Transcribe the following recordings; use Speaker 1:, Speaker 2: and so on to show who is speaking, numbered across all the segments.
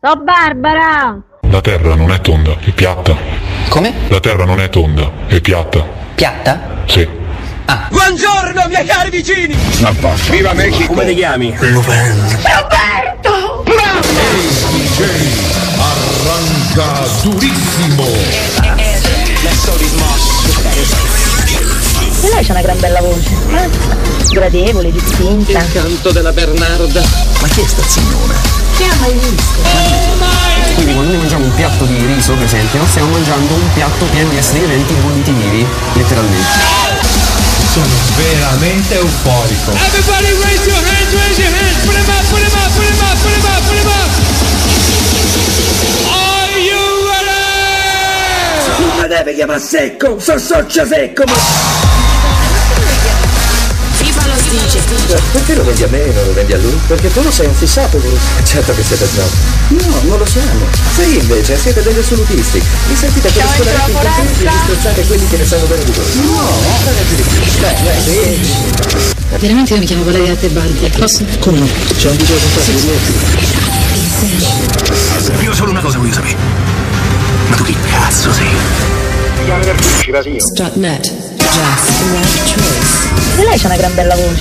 Speaker 1: So Barbara!
Speaker 2: La terra non è tonda, è piatta.
Speaker 3: Come?
Speaker 2: La terra non è tonda, è piatta.
Speaker 3: Piatta?
Speaker 2: Sì.
Speaker 3: Ah.
Speaker 4: Buongiorno miei cari vicini!
Speaker 2: Ma basta.
Speaker 4: Viva Mexico! Come ti chiami?
Speaker 1: Roberto!
Speaker 5: DJ arranca durissimo.
Speaker 1: E lei c'ha una gran bella voce, gradevole, distinta.
Speaker 4: Il canto della Bernarda.
Speaker 5: Ma chi è sta signora?
Speaker 1: Chi ha mai visto?
Speaker 6: Quindi quando noi mangiamo un piatto di riso, per esempio, stiamo mangiando un piatto pieno di esseri viventi bolliti vivi, letteralmente.
Speaker 7: Sono veramente euforico.
Speaker 4: Everybody raise your hands, put them up, put them up, put them up, put them up, put them up. Are you ready?
Speaker 8: Non mi deve chiamare secco, so socio secco, ma...
Speaker 9: FIFA lo dice.
Speaker 8: Perché lo vendi a me e non lo vendi a lui? Perché tu lo sei un fissato, lui. Certo che siete snob. No, non lo siamo. Voi invece siete degli assolutisti. Vi sentite per scolare i contenti e disprezzate quelli che ne sanno bene di voi. No, ragazzi di più.
Speaker 9: Veramente io mi chiamo Valeria Tebaldi, posso?
Speaker 8: Come no? C'è un video con
Speaker 5: Io solo una cosa voglio sapere. Ma tu chi cazzo sei?
Speaker 9: Strutnet, Jazz, Right Choice.
Speaker 1: E lei c'ha una gran bella voce,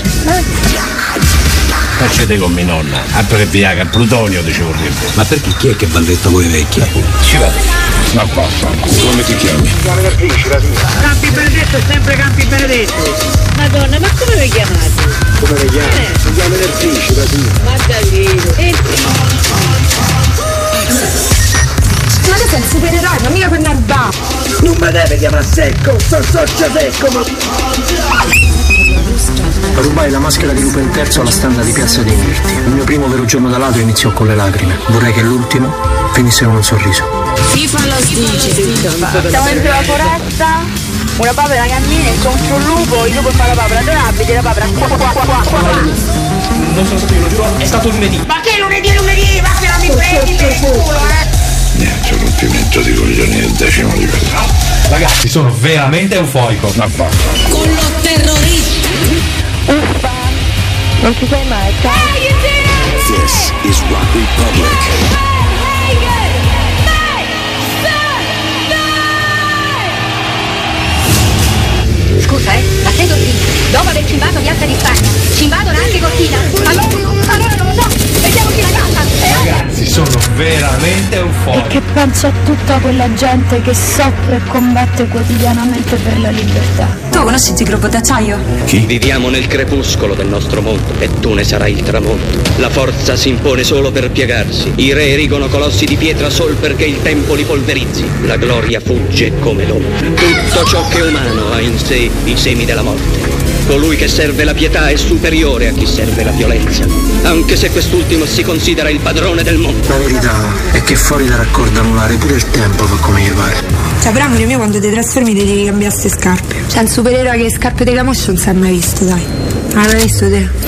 Speaker 7: Facete con mia nonna, altro che Viagra, plutonio ci vorrebbe.
Speaker 5: Ma perché chi è che balletta voi vecchie?
Speaker 7: Ci va. Ma basta.
Speaker 2: Come ti chiami?
Speaker 4: Campi Benedetto è sempre Campi Benedetto.
Speaker 1: Madonna, ma come vi chiamate?
Speaker 8: Come mi chiami? Mi chiami del principe, sì.
Speaker 1: Ma Davide,
Speaker 9: Ma tu sei il supereroe, ma mica per Narba.
Speaker 8: Non mi deve chiamare secco, so socio secco, ma...
Speaker 6: Rubai la maschera di Lupo III alla standa di Piazza dei Mirti. Il mio primo vero giorno da ladro iniziò con le lacrime. Vorrei che l'ultimo finisse con un sorriso.
Speaker 9: FIFA lo dice.
Speaker 1: siamo dentro la foresta, una papera cammina, incontro un lupo, il lupo fa la papera, dove abiti la papera? Qua.
Speaker 6: Non sono stato io, lo giuro, è stato lunedì.
Speaker 1: Ma che lunedì, va che non mi prendi per il culo,
Speaker 2: Niente, rompimento di coglioni del 10° livello.
Speaker 7: Ragazzi, sono veramente euforico.
Speaker 2: Ma basta.
Speaker 9: Con lo terrorista.
Speaker 1: Uffa, non ci sei mai, ciao.
Speaker 5: This is Rock Republic.
Speaker 9: Scusa, ma sei Cortina? Dopo aver cimbato Piazza di Spagna, cimbadono anche Cortina? Allora non lo so, vediamoci la casa.
Speaker 7: Ragazzi, sono veramente euforico.
Speaker 10: Che penso a tutta quella gente che soffre e combatte quotidianamente per la libertà.
Speaker 9: Tu conosci il gruppo d'acciaio?
Speaker 4: Viviamo nel crepuscolo del nostro mondo e tu ne sarai il tramonto. La forza si impone solo per piegarsi. I re erigono colossi di pietra sol perché il tempo li polverizzi. La gloria fugge come l'ombra. Tutto ciò che è umano ha in sé i semi della morte. Colui che serve la pietà è superiore a chi serve la violenza, anche se quest'ultimo si considera il padrone del mondo.
Speaker 6: La verità è che fuori da raccordo anulare pure il tempo fa come gli pare.
Speaker 9: Cioè, però amore mio, quando ti trasformi devi cambiare ste scarpe. Cioè, il supereroe che scarpe di camoscio non si è mai visto, dai. Ah, l'hai visto te?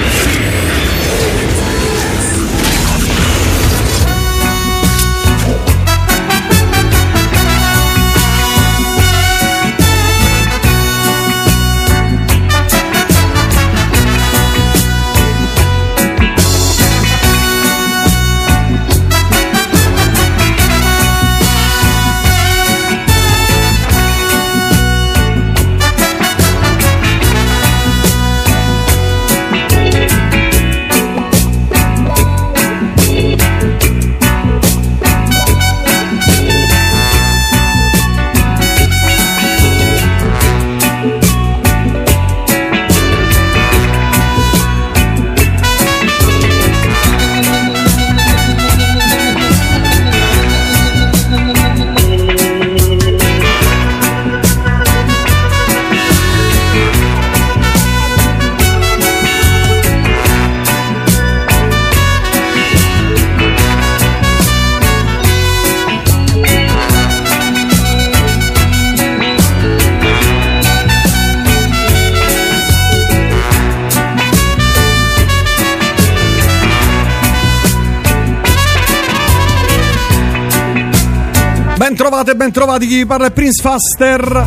Speaker 11: Ben trovati, chi parla è Prince Faster.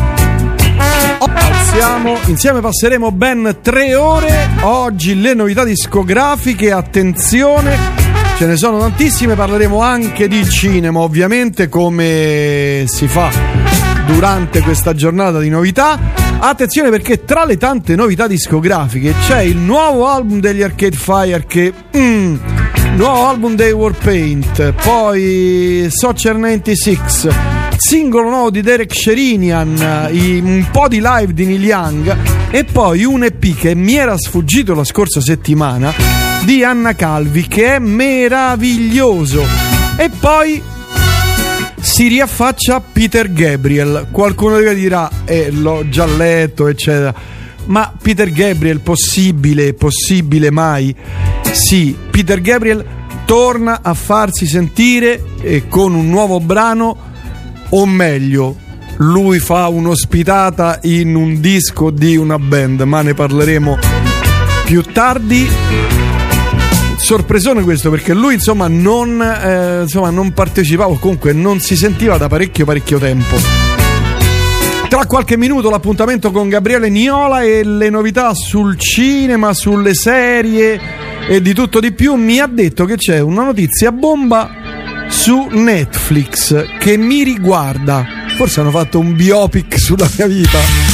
Speaker 11: Insieme passeremo ben 3 ore. Oggi le novità discografiche, attenzione, Ce ne sono tantissime, parleremo anche di cinema, ovviamente, come si fa durante questa giornata di novità. Attenzione, perché tra le tante novità discografiche c'è il nuovo album degli Arcade Fire che... nuovo album dei Warpaint, poi Soccer 96, singolo nuovo di Derek Sherinian, un po' di live di Neil Young e poi un EP che mi era sfuggito la scorsa settimana di Anna Calvi, che è meraviglioso. E poi si riaffaccia Peter Gabriel. Qualcuno di voi dirà l'ho già letto eccetera, ma Peter Gabriel possibile mai? Sì, Peter Gabriel torna a farsi sentire con un nuovo brano, o meglio, lui fa un'ospitata in un disco di una band, ma ne parleremo più tardi. Sorpresone questo, perché lui non partecipava, comunque non si sentiva da parecchio tempo. Tra qualche minuto l'appuntamento con Gabriele Niola e le novità sul cinema, sulle serie e di tutto di più. Mi ha detto che c'è una notizia bomba su Netflix che mi riguarda. Forse hanno fatto un biopic sulla mia vita.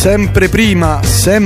Speaker 11: sempre prima.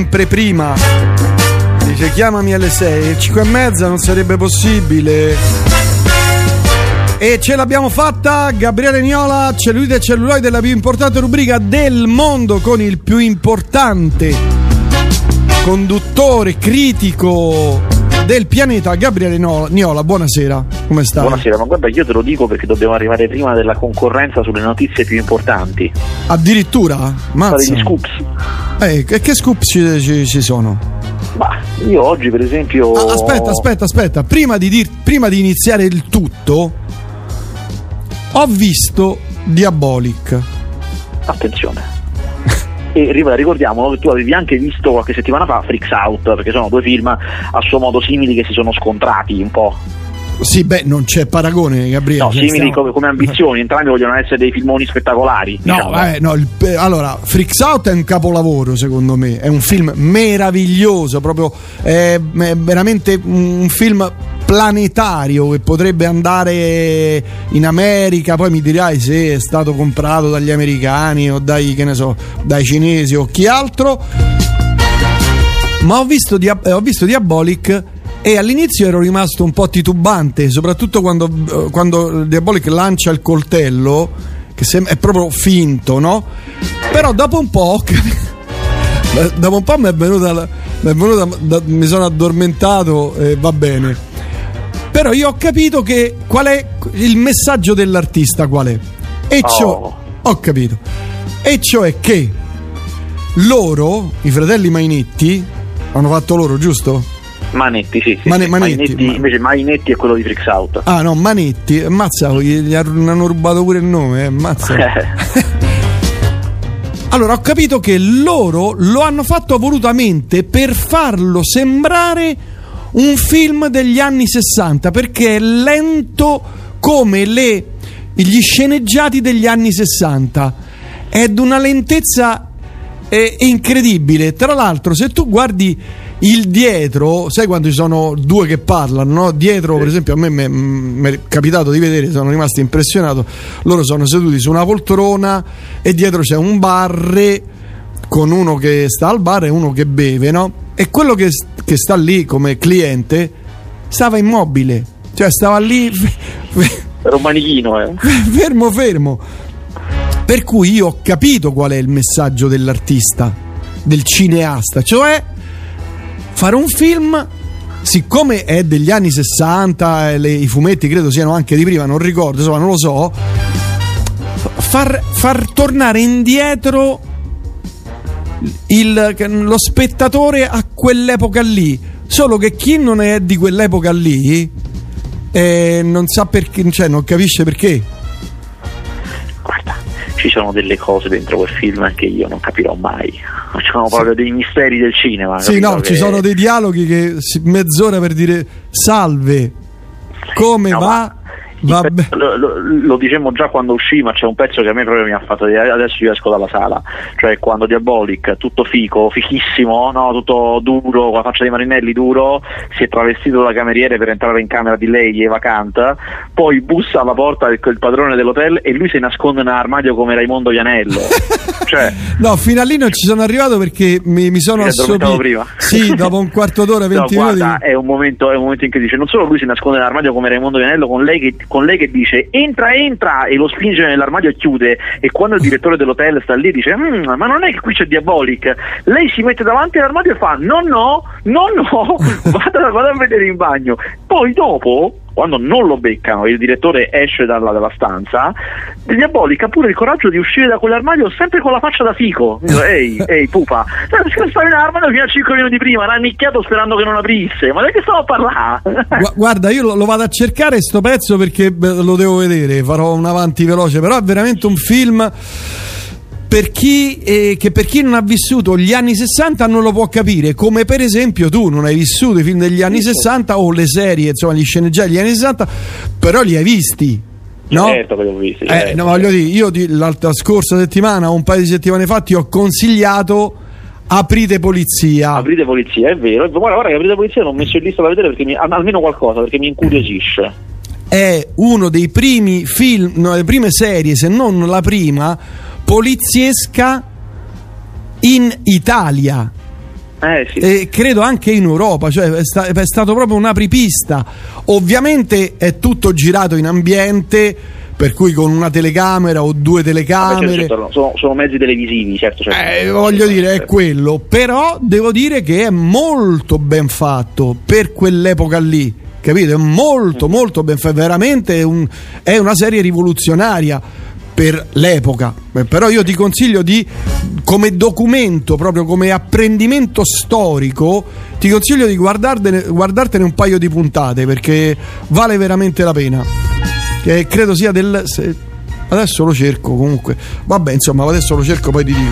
Speaker 11: Dice chiamami alle 6, 5:30 non sarebbe possibile. E ce l'abbiamo fatta, Gabriele Niola, Cellulite e Celluloide, la più importante rubrica del mondo con il più importante conduttore critico del pianeta, Gabriele Niola. Buonasera, come stai?
Speaker 3: Buonasera, ma guarda, io te lo dico perché dobbiamo arrivare prima della concorrenza sulle notizie più importanti.
Speaker 11: Addirittura? Mazza.
Speaker 3: Degli scoops.
Speaker 11: Che scoop ci sono?
Speaker 3: Ma io oggi per esempio...
Speaker 11: Aspetta, prima di iniziare il tutto ho visto Diabolic.
Speaker 3: Attenzione. E ricordiamolo che tu avevi anche visto qualche settimana fa Freaks Out, perché sono due film a suo modo simili che si sono scontrati un po'.
Speaker 11: Sì, beh, non c'è paragone, Gabriele.
Speaker 3: No, simili come ambizioni, entrambi vogliono essere dei filmoni spettacolari.
Speaker 11: Allora, Freaks Out è un capolavoro, secondo me. È un film meraviglioso, proprio è veramente un film planetario che potrebbe andare in America. Poi mi dirai se è stato comprato dagli americani o dai cinesi o chi altro. Ma ho visto Diabolic e all'inizio ero rimasto un po' titubante, soprattutto quando Diabolic lancia il coltello, che è proprio finto, no? Però dopo un po' mi sono addormentato e va bene. Però io ho capito qual è il messaggio dell'artista, qual è? Ho capito. E cioè che loro, i fratelli Mainetti, hanno fatto loro, giusto?
Speaker 3: Manetti, sì. Manetti. Invece Mainetti è quello di Freaks Out.
Speaker 11: Ah no, Manetti, ammazza, gli hanno rubato pure il nome, ammazza. Allora ho capito che loro lo hanno fatto volutamente per farlo sembrare un film degli anni 60, perché è lento come gli sceneggiati degli anni 60. È d'una lentezza incredibile. Tra l'altro, se tu guardi il dietro, sai quando ci sono due che parlano, no? Dietro, per esempio, a me mi è capitato di vedere, sono rimasto impressionato. Loro sono seduti su una poltrona e dietro c'è un bar con uno che sta al bar e uno che beve, no? E quello che sta lì come cliente stava immobile, cioè stava lì
Speaker 3: era un manichino,
Speaker 11: fermo. Per cui io ho capito qual è il messaggio dell'artista, del cineasta, cioè fare un film, siccome è degli anni 60, i fumetti credo siano anche di prima, non ricordo, insomma non lo so, far tornare indietro lo spettatore a quell'epoca lì, solo che chi non è di quell'epoca lì non sa perché, cioè non capisce perché.
Speaker 3: Guarda, ci sono delle cose dentro quel film che io non capirò mai. Ci sono proprio dei misteri del cinema.
Speaker 11: Sì, no, ci sono dei dialoghi che mezz'ora per dire salve, come va?
Speaker 3: Lo dicemmo già quando uscì, ma c'è un pezzo che a me proprio mi ha fatto dire adesso io esco dalla sala, cioè quando Diabolic, tutto fichissimo, no, tutto duro, con la faccia di Marinelli duro, si è travestito da cameriere per entrare in camera di lei, Eva Kant, poi bussa alla porta il padrone dell'hotel e lui si nasconde nell'armadio come Raimondo Vianello. Cioè,
Speaker 11: no, fino a lì non ci sono arrivato perché mi sono
Speaker 3: assopito prima.
Speaker 11: Sì, dopo un quarto d'ora, 20 minuti.
Speaker 3: Guarda, è un momento in cui dice non solo lui si nasconde nell'armadio come Raimondo Vianello, con lei che dice entra e lo spinge nell'armadio e chiude, e quando il direttore dell'hotel sta lì dice ma non è che qui c'è Diabolic, lei si mette davanti all'armadio e fa no vado a vedere in bagno. Poi dopo, quando non lo beccano e il direttore esce dalla stanza, Diabolic ha pure il coraggio di uscire da quell'armadio sempre con la faccia da fico. Ehi pupa, stavi nell'armadio fino a 5 minuti prima, l'ha nicchiato sperando che non aprisse, ma di che stavo a parlare?
Speaker 11: Guarda, io lo vado a cercare sto pezzo perché lo devo vedere, farò un avanti veloce, però è veramente un film per chi non ha vissuto gli anni 60 non lo può capire, come per esempio tu non hai vissuto i film degli anni 60 o le serie, insomma gli sceneggiati degli anni 60, però li hai visti, no?
Speaker 3: Certo che li ho visti.
Speaker 11: No, voglio dire, io l'altra scorsa settimana o un paio di settimane fa ti ho consigliato Aprite Polizia.
Speaker 3: Aprite Polizia, è vero. Guarda che Aprite Polizia l'ho messo in lista da vedere perché almeno qualcosa, perché mi incuriosisce.
Speaker 11: È uno dei primi film, no, le prime serie, se non la prima, poliziesca in Italia.
Speaker 3: Sì.
Speaker 11: E credo anche in Europa, cioè è stato proprio un apripista. Ovviamente è tutto girato in ambiente, per cui con una telecamera o due telecamere.
Speaker 3: Sono mezzi televisivi, certo.
Speaker 11: Voglio dire, è quello, però devo dire che è molto ben fatto per quell'epoca lì, capito? È molto molto ben fatto, veramente è una serie rivoluzionaria per l'epoca. Però io ti consiglio come documento, proprio come apprendimento storico, ti consiglio di guardartene un paio di puntate, perché vale veramente la pena. Che credo sia adesso lo cerco, comunque vabbè, insomma, adesso lo cerco, poi ti dico.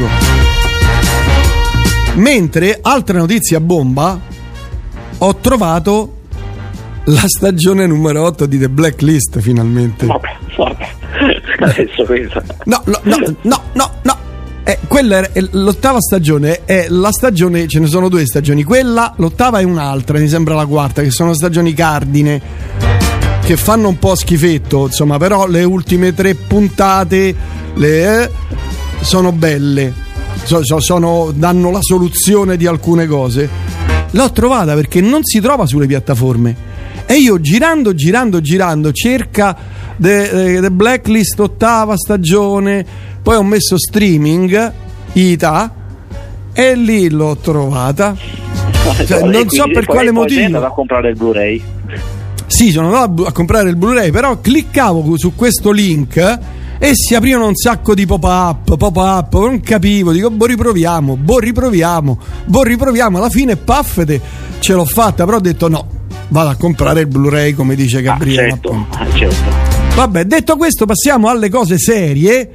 Speaker 11: Mentre, altra notizia bomba, ho trovato la stagione numero 8 di The Blacklist finalmente.
Speaker 3: Vabbè. Adesso questa. No.
Speaker 11: Quella è l'ottava stagione, è la stagione, ce ne sono due stagioni, quella, l'ottava e un'altra, mi sembra la quarta, che sono stagioni cardine, che fanno un po' schifetto, insomma, però le ultime 3 puntate sono belle, danno la soluzione di alcune cose. L'ho trovata perché non si trova sulle piattaforme, e io girando cerca The Blacklist ottava stagione, poi ho messo streaming Ita e lì l'ho trovata, cioè, non so per quale motivo.
Speaker 3: Sei andato a comprare il Blu-ray?
Speaker 11: Sì, sono andato a comprare il Blu-ray, però cliccavo su questo link e si aprivano un sacco di pop-up, non capivo, dico riproviamo, alla fine paffete ce l'ho fatta, però ho detto no, vado a comprare il Blu-ray, come dice Gabriele.
Speaker 3: Certo.
Speaker 11: Vabbè, detto questo, passiamo alle cose serie,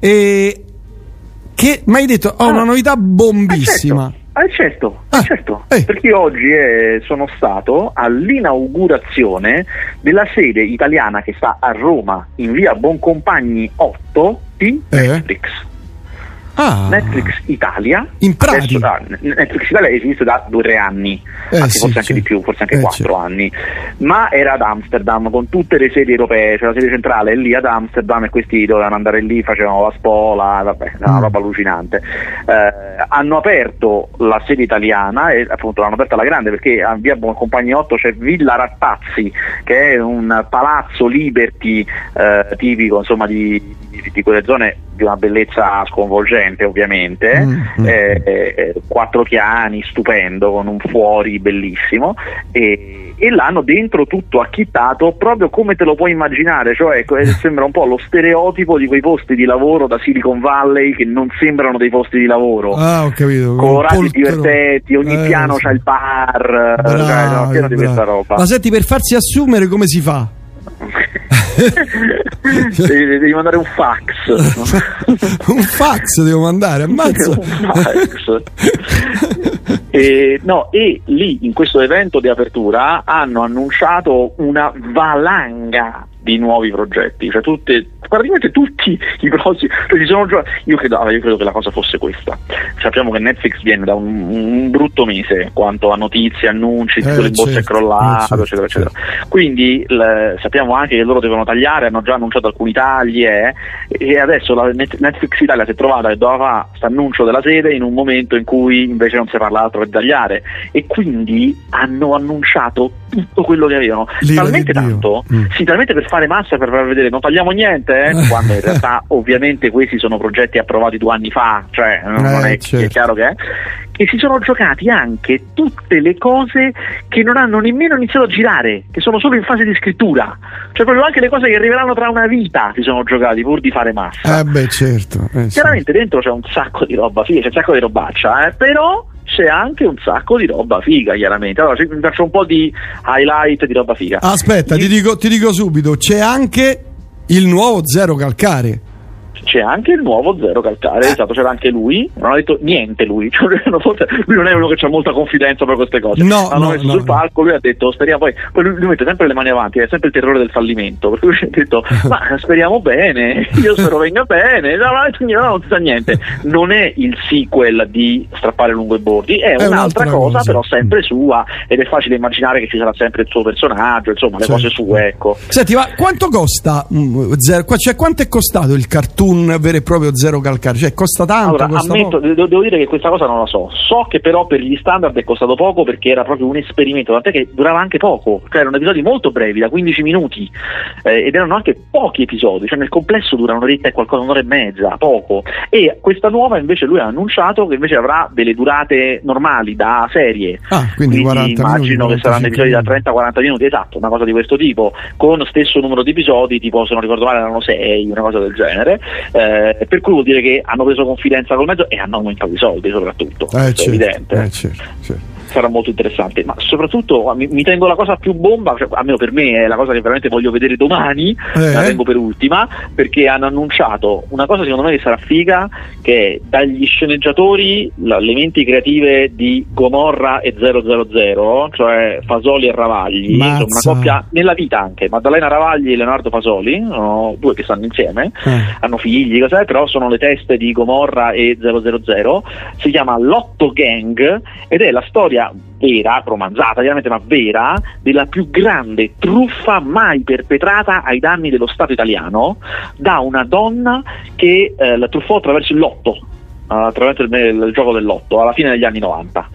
Speaker 11: che mi hai detto ho una novità bombissima.
Speaker 3: Certo. Perché oggi sono stato all'inaugurazione della sede italiana che sta a Roma, in via Boncompagni 8 di Netflix. Netflix Italia.
Speaker 11: In pratica
Speaker 3: Netflix Italia esiste da 2 o 3 anni, forse anche di più, forse anche 4 anni, ma era ad Amsterdam con tutte le sedi europee, cioè la sede centrale è lì ad Amsterdam e questi dovevano andare lì, facevano la spola, vabbè, una roba allucinante. Hanno aperto la sede italiana e appunto l'hanno aperta alla grande, perché a via Boncompagni 8 c'è Villa Rattazzi, che è un palazzo Liberty tipico, insomma, di quelle zone di una bellezza sconvolgente, ovviamente, 4 piani, stupendo, con un fuori bellissimo, e l'hanno dentro tutto acchittato proprio come te lo puoi immaginare, cioè sembra un po' lo stereotipo di quei posti di lavoro da Silicon Valley che non sembrano dei posti di lavoro.
Speaker 11: Ho capito.
Speaker 3: Colorati, divertenti, ogni piano c'ha il bar, pieno di questa roba.
Speaker 11: Ma senti, per farsi assumere come si fa?
Speaker 3: devi mandare un fax.
Speaker 11: Un fax devo mandare, ammazza.
Speaker 3: Un fax. E lì in questo evento di apertura hanno annunciato una valanga di nuovi progetti, cioè praticamente tutti i prossimi, io credo che la cosa fosse questa. Sappiamo che Netflix viene da un brutto mese quanto a notizie, annunci, titoli borsa è crollato, eccetera, eccetera. Quindi sappiamo anche che loro devono tagliare, hanno già annunciato alcuni tagli, e adesso la Netflix Italia si è trovata che doveva fare questo annuncio della sede in un momento in cui invece non si parla altro che tagliare, e quindi hanno annunciato tutto quello che avevano, talmente tanto, talmente per fare massa, per far vedere non tagliamo niente, quando in realtà ovviamente questi sono progetti approvati 2 anni fa, cioè non è chiaro che si sono giocati anche tutte le cose che non hanno nemmeno iniziato a girare, che sono solo in fase di scrittura, cioè proprio anche le cose che arriveranno tra una vita si sono giocati pur di fare massa.
Speaker 11: Certo.
Speaker 3: Chiaramente dentro c'è un sacco di roba figa, c'è un sacco di robaccia, però c'è anche un sacco di roba figa, chiaramente. Allora vi faccio un po' di highlight di roba figa.
Speaker 11: Aspetta, ti dico subito, c'è anche il nuovo Zero Calcare.
Speaker 3: C'è anche il nuovo Zero Calcare, esatto, c'era anche lui, non ha detto niente lui, lui non è uno che ha molta confidenza per queste cose. Hanno messo sul palco, lui ha detto speriamo, poi lui mette sempre le mani avanti, è sempre il terrore del fallimento, per cui lui ha detto ma speriamo bene, io spero venga bene, non si sa niente. Non è il sequel di Strappare lungo i bordi, è un'altra cosa, però sempre sua, ed è facile immaginare che ci sarà sempre il suo personaggio, insomma le cose sue, ecco.
Speaker 11: Senti, ma quanto costa Zero? Cioè, quanto è costato il cartoon un vero e proprio zero calcare? Cioè costa tanto?
Speaker 3: Allora,
Speaker 11: costa
Speaker 3: ammetto, devo dire che questa cosa non la so. So che però per gli standard è costato poco, perché era proprio un esperimento, tant'è che durava anche poco, cioè erano episodi molto brevi, da 15 minuti, ed erano anche pochi episodi, cioè nel complesso dura un'oretta e qualcosa, un'ora e mezza, poco. E questa nuova invece lui ha annunciato che invece avrà delle durate normali da serie,
Speaker 11: quindi 40
Speaker 3: immagino
Speaker 11: minuti,
Speaker 3: che saranno episodi da 30-40 minuti, esatto, una cosa di questo tipo, con stesso numero di episodi, tipo se non ricordo male erano 6, una cosa del genere, per cui vuol dire che hanno preso confidenza col mezzo e hanno aumentato i soldi soprattutto, è evidente.
Speaker 11: Certo.
Speaker 3: Sarà molto interessante, ma soprattutto mi tengo la cosa più bomba, cioè, almeno per me è la cosa che veramente voglio vedere domani, la tengo per ultima, perché hanno annunciato una cosa secondo me che sarà figa, che è dagli sceneggiatori le menti creative di Gomorra e 000, cioè Fasoli e Ravagli, sono una coppia nella vita anche, Maddalena Ravagli e Leonardo Fasoli, sono due che stanno insieme, hanno figli, cos'è, però sono le teste di Gomorra e 000, si chiama Lotto Gang ed è la storia vera, romanzata chiaramente ma vera, della più grande truffa mai perpetrata ai danni dello Stato italiano da una donna che la truffò attraverso il lotto, attraverso il gioco del lotto alla fine degli anni 90,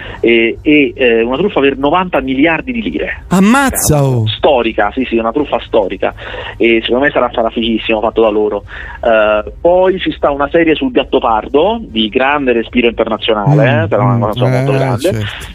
Speaker 3: una truffa per 90 miliardi di lire.
Speaker 11: Ammazza!
Speaker 3: Storica, sì, una truffa storica, e secondo me sarà fighissimo fatto da loro. Poi ci sta una serie sul Gattopardo di grande respiro internazionale, però una cosa molto grande.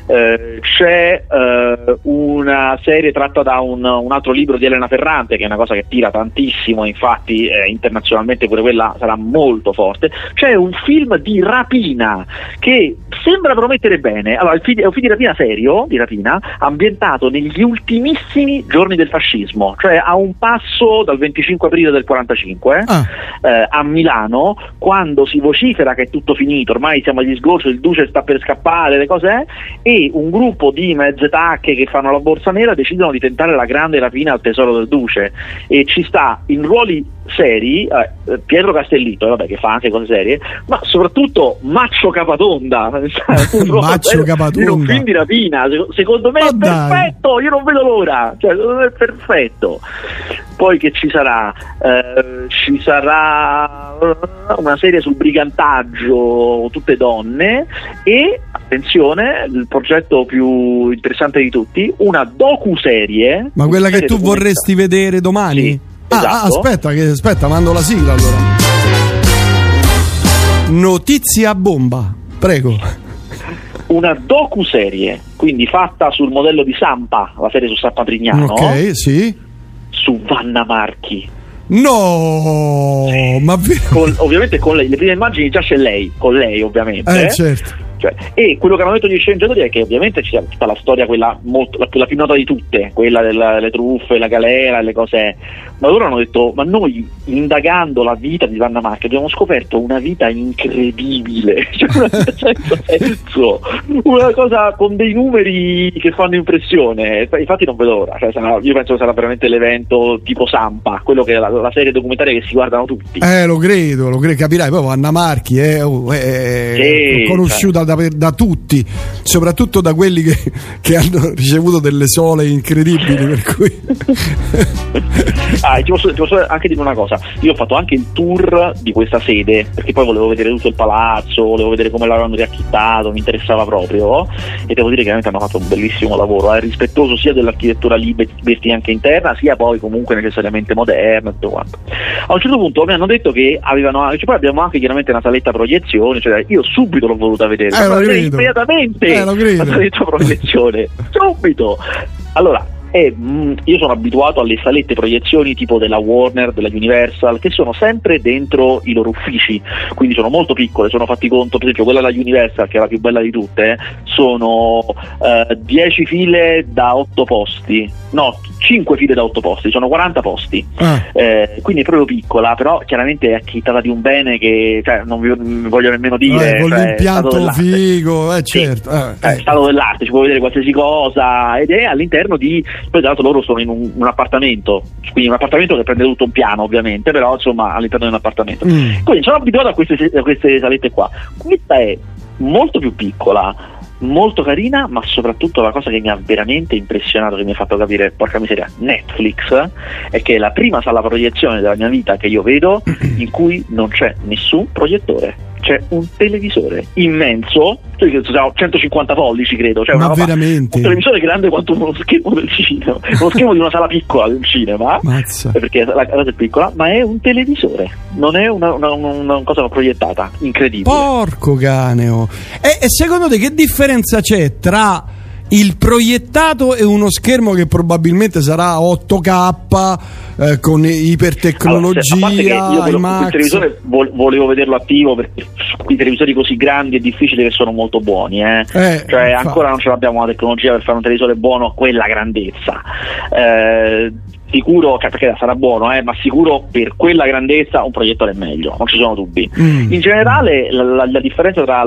Speaker 3: C'è una serie tratta da un altro libro di Elena Ferrante, che è una cosa che tira tantissimo, infatti internazionalmente pure quella sarà molto forte. C'è un film di rapina che sembra promettere bene. Allora, è un film di rapina serio, di rapina, ambientato negli ultimissimi giorni del fascismo, cioè a un passo dal 25 aprile del 45, a Milano, quando si vocifera che è tutto finito, ormai siamo agli sgoccioli, il duce sta per scappare, le cose e un gruppo di mezze tacche che fanno la borsa nera decidono di tentare la grande rapina al tesoro del duce, e ci sta in ruoli seri Pietro Castellitto, vabbè, che fa anche cose serie, ma soprattutto Maccio Capatonda, in un film di rapina, secondo me è perfetto, io non vedo l'ora, cioè secondo me è perfetto. Poi che ci sarà? Ci sarà una serie sul brigantaggio, tutte donne, e attenzione, il progetto più interessante di tutti, una docuserie.
Speaker 11: Ma quella che tu vorresti vedere domani?
Speaker 3: Sì. Esatto.
Speaker 11: Aspetta, mando la sigla allora. Notizia bomba, prego.
Speaker 3: Una docuserie, quindi fatta sul modello di Sampa, la serie su Sampa Prignano.
Speaker 11: Ok, sì.
Speaker 3: Su Vanna Marchi.
Speaker 11: No, sì. Ma
Speaker 3: ovviamente con lei, le prime immagini già c'è lei, con lei ovviamente.
Speaker 11: Certo.
Speaker 3: E quello che hanno detto gli sceneggiatori è che ovviamente c'è tutta la storia, quella la più nota di tutte, quella delle truffe, la galera, le cose, ma loro hanno detto: ma noi, indagando la vita di Vanna Marchi, abbiamo scoperto una vita incredibile, cioè senza senso, una cosa con dei numeri che fanno impressione. Infatti non vedo l'ora, io penso che sarà veramente l'evento tipo Sampa, quello che è la serie documentaria che si guardano tutti.
Speaker 11: Lo credo, capirai. Poi Vanna Marchi è conosciuta da tutti, soprattutto da quelli che hanno ricevuto delle sole incredibili, per cui
Speaker 3: ti posso anche dire una cosa: io ho fatto anche il tour di questa sede, perché poi volevo vedere tutto il palazzo, volevo vedere come l'avevano riacchittato, mi interessava proprio, e devo dire che veramente hanno fatto un bellissimo lavoro, rispettoso sia dell'architettura Liberty anche interna, sia poi comunque necessariamente moderna e tutto quanto. A un certo punto mi hanno detto che poi abbiamo anche chiaramente una saletta proiezione, cioè io subito l'ho voluta vedere, immediatamente la saletta proiezione subito. Allora, io sono abituato alle salette proiezioni tipo della Warner, della Universal, che sono sempre dentro i loro uffici, quindi sono molto piccole, sono fatti conto, per esempio quella della Universal, che è la più bella di tutte, sono 10 file da 8 posti, no, 5 file da 8 posti, sono 40 posti, quindi è proprio piccola, però chiaramente è acchittata di un bene che, cioè, non vi voglio nemmeno dire,
Speaker 11: con l'impianto figo, certo,
Speaker 3: è stato dell'arte, ci può vedere qualsiasi cosa, ed è all'interno di, poi tra l'altro loro sono in un appartamento, quindi un appartamento che prende tutto un piano ovviamente, però insomma all'interno di un appartamento, quindi sono abituato a queste salette qua. Questa è molto più piccola, molto carina, ma soprattutto la cosa che mi ha veramente impressionato, che mi ha fatto capire, porca miseria, Netflix, è che è la prima sala proiezione della mia vita che io vedo in cui non c'è nessun proiettore. C'è un televisore immenso, cioè 150 pollici credo, cioè
Speaker 11: ma veramente?
Speaker 3: Un televisore grande quanto uno schermo del cinema, uno schermo di una sala piccola del cinema.
Speaker 11: Mazza.
Speaker 3: Perché la casa è piccola, ma è un televisore, non è una cosa proiettata, incredibile.
Speaker 11: Porco caneo. E secondo te che differenza c'è tra il proiettato e uno schermo che probabilmente sarà 8K con ipertecnologia?
Speaker 3: Allora, io il televisore volevo vederlo attivo, perché i televisori così grandi è difficile che sono molto buoni, cioè ancora non ce l'abbiamo la tecnologia per fare un televisore buono a quella grandezza. Sicuro, perché sarà buono, ma sicuro per quella grandezza un proiettore è meglio, non ci sono dubbi. In generale la differenza tra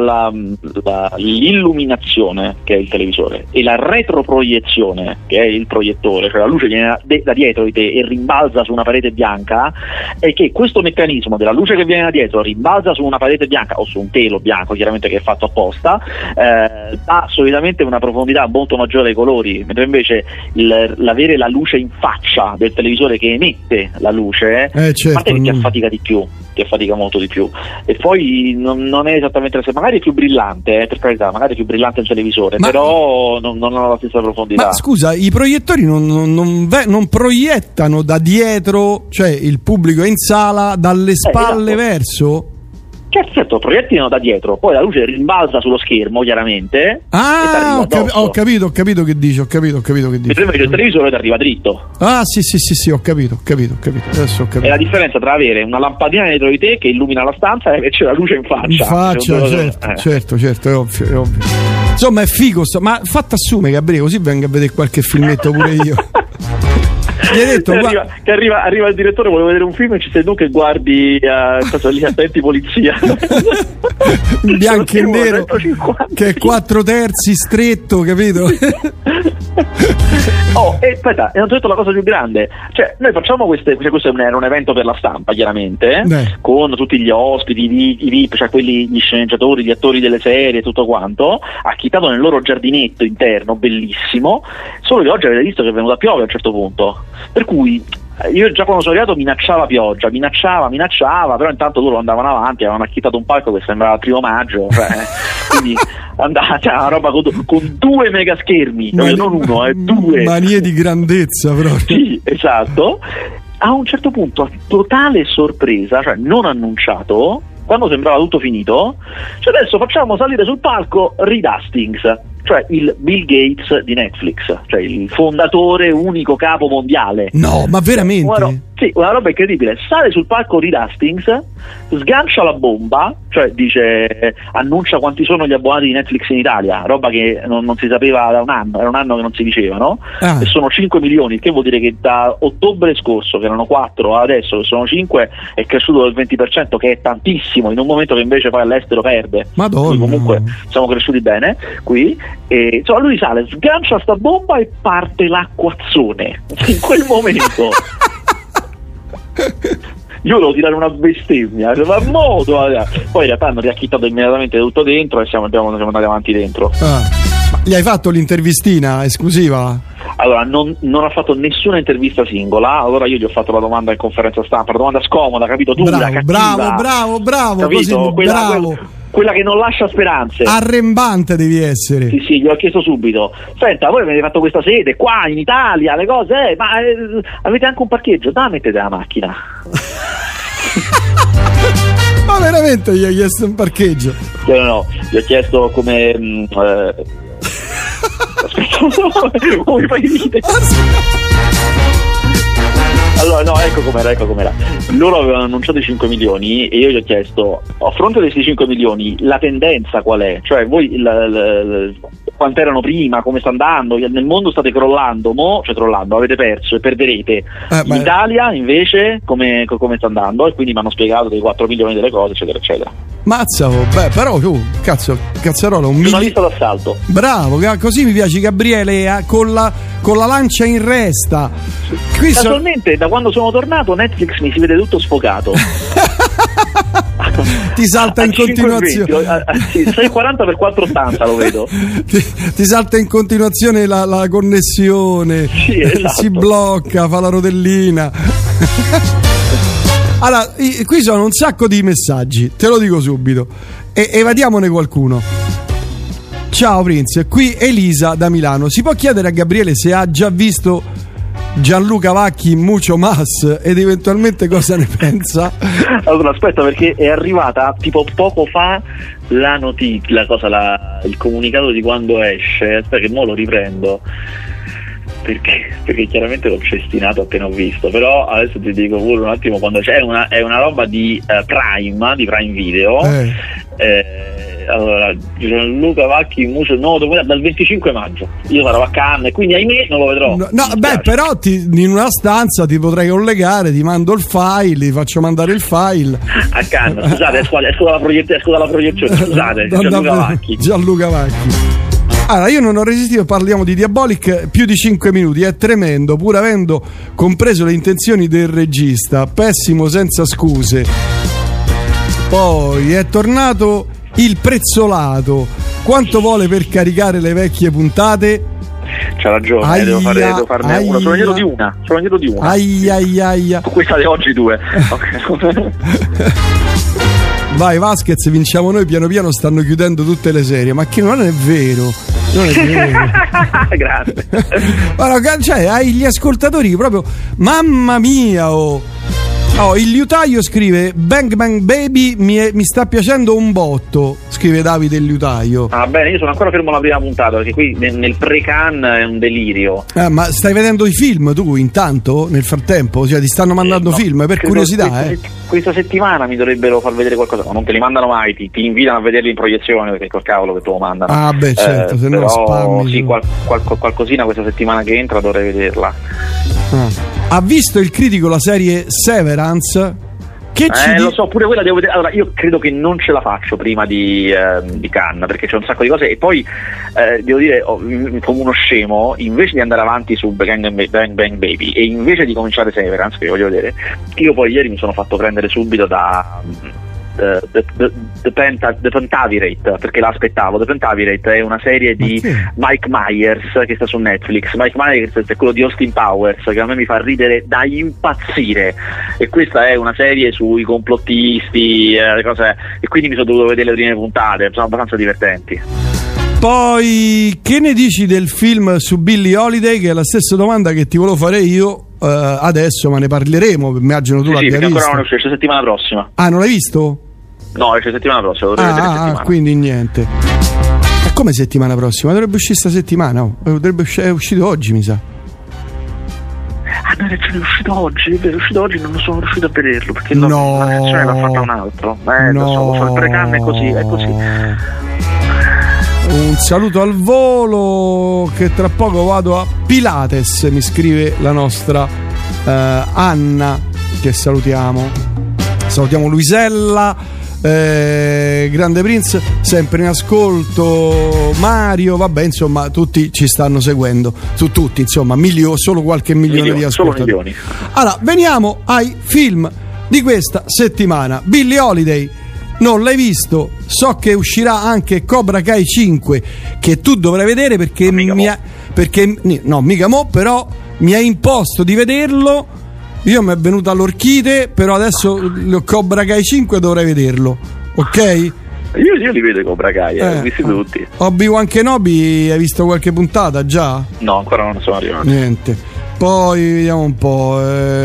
Speaker 3: l'illuminazione, che è il televisore, e la retroproiezione, che è il proiettore, cioè la luce viene da dietro di te e rimbalza su una parete bianca, è che questo meccanismo della luce che viene da dietro rimbalza su una parete bianca o su un telo bianco, chiaramente, che è fatto apposta, dà solitamente una profondità molto maggiore ai colori, mentre invece l'avere la luce in faccia del televisore che emette la luce,
Speaker 11: certo,
Speaker 3: che ti affatica di più, ti affatica molto di più, e poi non è esattamente magari è più brillante, per carità, magari è più brillante il televisore, però non ha la stessa profondità.
Speaker 11: Ma scusa, i proiettori non proiettano da dietro, cioè il pubblico è in sala, dalle spalle verso?
Speaker 3: Certo, proiettino da dietro, poi la luce rimbalza sullo schermo, chiaramente.
Speaker 11: Ho capito che dici,
Speaker 3: Mentre invece il televisore ti arriva dritto.
Speaker 11: Sì, ho capito. Adesso ho capito.
Speaker 3: È la differenza tra avere una lampadina dietro di te che illumina la stanza e invece la luce in faccia.
Speaker 11: Certo, è ovvio. Insomma, è figo, ma fatti assumere, Gabriele, così venga a vedere qualche filmetto pure io. Gli hai detto,
Speaker 3: che arriva il direttore, vuole vedere un film e ci sei tu che guardi lì, attenti polizia,
Speaker 11: bianco e nero, che è 4/3 stretto, capito?
Speaker 3: Aspetta, e non ti ho detto la cosa più grande, cioè noi facciamo questo era un evento per la stampa, chiaramente, con tutti gli ospiti, i VIP, cioè gli sceneggiatori, gli attori delle serie, tutto quanto, acchittato nel loro giardinetto interno, bellissimo, solo che oggi avete visto che è venuta a piovere a un certo punto, per cui io già quando sono arrivato minacciava pioggia, però intanto loro andavano avanti, avevano acchittato un palco che sembrava il 1° maggio, quindi andava, cioè, una roba con 2 mega schermi, non uno, 2
Speaker 11: manie di grandezza proprio.
Speaker 3: Sì, esatto. A un certo punto, a totale sorpresa, cioè non annunciato, quando sembrava tutto finito, cioè adesso facciamo salire sul palco Reed Hastings, cioè il Bill Gates di Netflix, cioè il fondatore, unico capo mondiale.
Speaker 11: No, ma veramente?
Speaker 3: Una roba incredibile. Sale sul palco Reed Hastings, sgancia la bomba, cioè dice, annuncia quanti sono gli abbonati di Netflix in Italia, roba che non si sapeva da un anno, era un anno che non si diceva, no? E sono 5 milioni, che vuol dire che da ottobre scorso, che erano 4, adesso che sono 5, è cresciuto del 20%, che è tantissimo, in un momento che invece poi all'estero perde.
Speaker 11: Madonna.
Speaker 3: Quindi comunque siamo cresciuti bene qui, e insomma lui sale, sgancia sta bomba e parte l'acquazzone in quel momento. Io volevo tirare una bestemmia, ma modo. Poi in realtà hanno riacchittato immediatamente tutto dentro e siamo andati avanti dentro.
Speaker 11: Gli hai fatto l'intervistina esclusiva?
Speaker 3: Allora, non ha fatto nessuna intervista singola, allora io gli ho fatto la domanda in conferenza stampa, la domanda scomoda, capito? Dura,
Speaker 11: bravo,
Speaker 3: capito?
Speaker 11: Bravo.
Speaker 3: Quella che non lascia speranze.
Speaker 11: Arrembante devi essere.
Speaker 3: Sì, gli ho chiesto subito. Senta, voi avete fatto questa sede qua in Italia, le cose, ma avete anche un parcheggio? Da, mettete la macchina.
Speaker 11: Ma veramente gli hai chiesto un parcheggio?
Speaker 3: No, gli ho chiesto come aspetta, come fai ridere? Allora, no, ecco com'era. Loro avevano annunciato i 5 milioni e io gli ho chiesto, a fronte di questi 5 milioni, la tendenza qual è? Cioè, voi quanto erano prima, come sta andando? Nel mondo state crollando, avete perso e perderete. In Italia, invece, come sta andando? E quindi mi hanno spiegato dei 4 milioni delle cose, eccetera, eccetera.
Speaker 11: Mazza, però tu, cazzarola,
Speaker 3: una lista d'assalto.
Speaker 11: Bravo, così mi piace Gabriele, con la lancia in resta. Qui
Speaker 3: casualmente da quando sono tornato Netflix mi si vede tutto sfocato.
Speaker 11: ti salta in continuazione.
Speaker 3: Sì, 6,40 per 4,80 lo vedo.
Speaker 11: Ti salta in continuazione la connessione,
Speaker 3: sì, esatto.
Speaker 11: Si blocca, fa la rotellina. Allora, qui sono un sacco di messaggi, te lo dico subito, e evadiamone qualcuno. Ciao Prince, qui Elisa da Milano. Si può chiedere a Gabriele se ha già visto Gianluca Vacchi in Mucho Mas ed eventualmente cosa ne pensa?
Speaker 3: Allora aspetta, perché è arrivata tipo poco fa la notizia, il comunicato di quando esce. Aspetta che mo lo riprendo, perché chiaramente l'ho cestinato appena ho visto, però adesso ti dico pure un attimo quando c'è. È una roba di Prime Video. Allora, Gianluca Vacchi dal 25 maggio. Io sarò a Cannes, quindi ahimè non lo vedrò.
Speaker 11: Però in una stanza ti potrei collegare, ti mando il file, ti faccio mandare il file
Speaker 3: a Cannes. Scusate, esco dalla proiezione. Scusate,
Speaker 11: Gianluca Vacchi. Allora, io non ho resistito, parliamo di Diabolic più di 5 minuti, è tremendo, pur avendo compreso le intenzioni del regista, pessimo senza scuse. Poi è tornato il prezzolato, quanto vuole per caricare le vecchie puntate?
Speaker 3: C'ha ragione, devo farne una, sono indietro di una.
Speaker 11: Aia.
Speaker 3: Questa di oggi 2.
Speaker 11: Vai Vasquez, vinciamo noi, piano piano stanno chiudendo tutte le serie, ma che non è vero.
Speaker 3: Grazie.
Speaker 11: Allora, cioè, hai gli ascoltatori proprio, mamma mia, il liutaio scrive Bang Bang Baby mi sta piacendo un botto, scrive Davide il liutaio.
Speaker 3: Bene, io sono ancora fermo alla prima puntata, perché qui nel pre-Cannes è un delirio.
Speaker 11: Ma stai vedendo i film tu intanto nel frattempo? Cioè ti stanno mandando film per curiosità?
Speaker 3: Questa settimana mi dovrebbero far vedere qualcosa, ma non te li mandano mai, ti invitano a vederli in proiezione, perché col cavolo che te lo mandano.
Speaker 11: Certo, se no spammi.
Speaker 3: Sì, qualcosina questa settimana che entra dovrei vederla.
Speaker 11: Ha visto il critico la serie Severance?
Speaker 3: Lo so, pure quella devo vedere. Allora, io credo che non ce la faccio prima di Cannes, perché c'è un sacco di cose, e poi devo dire, come uno scemo, invece di andare avanti su Bang Bang Baby e invece di cominciare Severance, che voglio vedere, io poi ieri mi sono fatto prendere subito da The Pentavirate, perché l'aspettavo. The Pentavirate è una serie di Mike Myers che sta su Netflix. Mike Myers è quello di Austin Powers, che a me mi fa ridere da impazzire, e questa è una serie sui complottisti, le cose, e quindi mi sono dovuto vedere le prime puntate, sono abbastanza divertenti.
Speaker 11: Poi che ne dici del film su Billie Holiday, che è la stessa domanda che ti volevo fare io adesso, ma ne parleremo, immagino tu l'abbia visto.
Speaker 3: Ancora non esce, settimana prossima.
Speaker 11: Non l'hai visto?
Speaker 3: No, esce settimana prossima, dovrei vedere settimana.
Speaker 11: Quindi niente. Ma come settimana prossima? Dovrebbe uscire sta settimana, è uscito oggi, mi sa.
Speaker 3: No, è uscito oggi, non sono riuscito a vederlo, perché la reazione l'ha fatta un altro. Lo so, il pre-Cannes è così.
Speaker 11: Un saluto al volo, che tra poco vado a Pilates, mi scrive la nostra Anna, che salutiamo Luisella, Grande Prince sempre in ascolto, Mario, vabbè, insomma tutti ci stanno seguendo, tutti insomma, solo qualche milione di ascoltatori. Allora veniamo ai film di questa settimana. Billie Holiday non l'hai visto, so che uscirà anche Cobra Kai 5, che tu dovrai vedere perché però mi ha imposto di vederlo. Io mi è venuta l'orchite, però adesso Cobra Kai 5 dovrei vederlo, ok?
Speaker 3: Io li vedo i Cobra Kai, ho visti tutti.
Speaker 11: Obi-Wan Kenobi, hai visto qualche puntata già?
Speaker 3: No, ancora non sono arrivato.
Speaker 11: Niente. Poi vediamo un po'.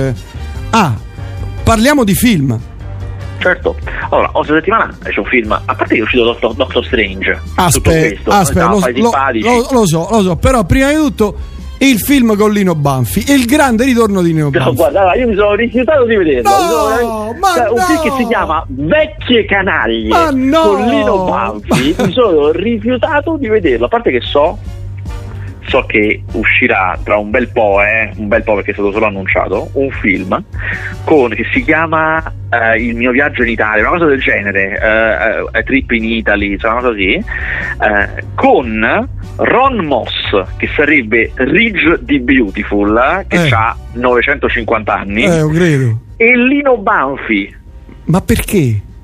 Speaker 11: Parliamo di film.
Speaker 3: Certo. Allora, questa settimana c'è un film, a parte che è uscito Doctor Strange.
Speaker 11: Aspetta, lo so, però prima di tutto il film con Lino Banfi, il grande ritorno di Lino Banfi.
Speaker 3: No, guarda, io mi sono rifiutato di vederlo. Un film che si chiama Vecchie Canaglie con Lino Banfi. Mi sono rifiutato di vederlo, a parte che so che uscirà tra un bel po', perché è stato solo annunciato, un film che si chiama Il mio viaggio in Italia, una cosa del genere, A Trip in Italy, una cosa così, con Ron Moss, che sarebbe Ridge di Beautiful, che ha 950 anni,
Speaker 11: credo.
Speaker 3: e Lino Banfi.
Speaker 11: Ma perché?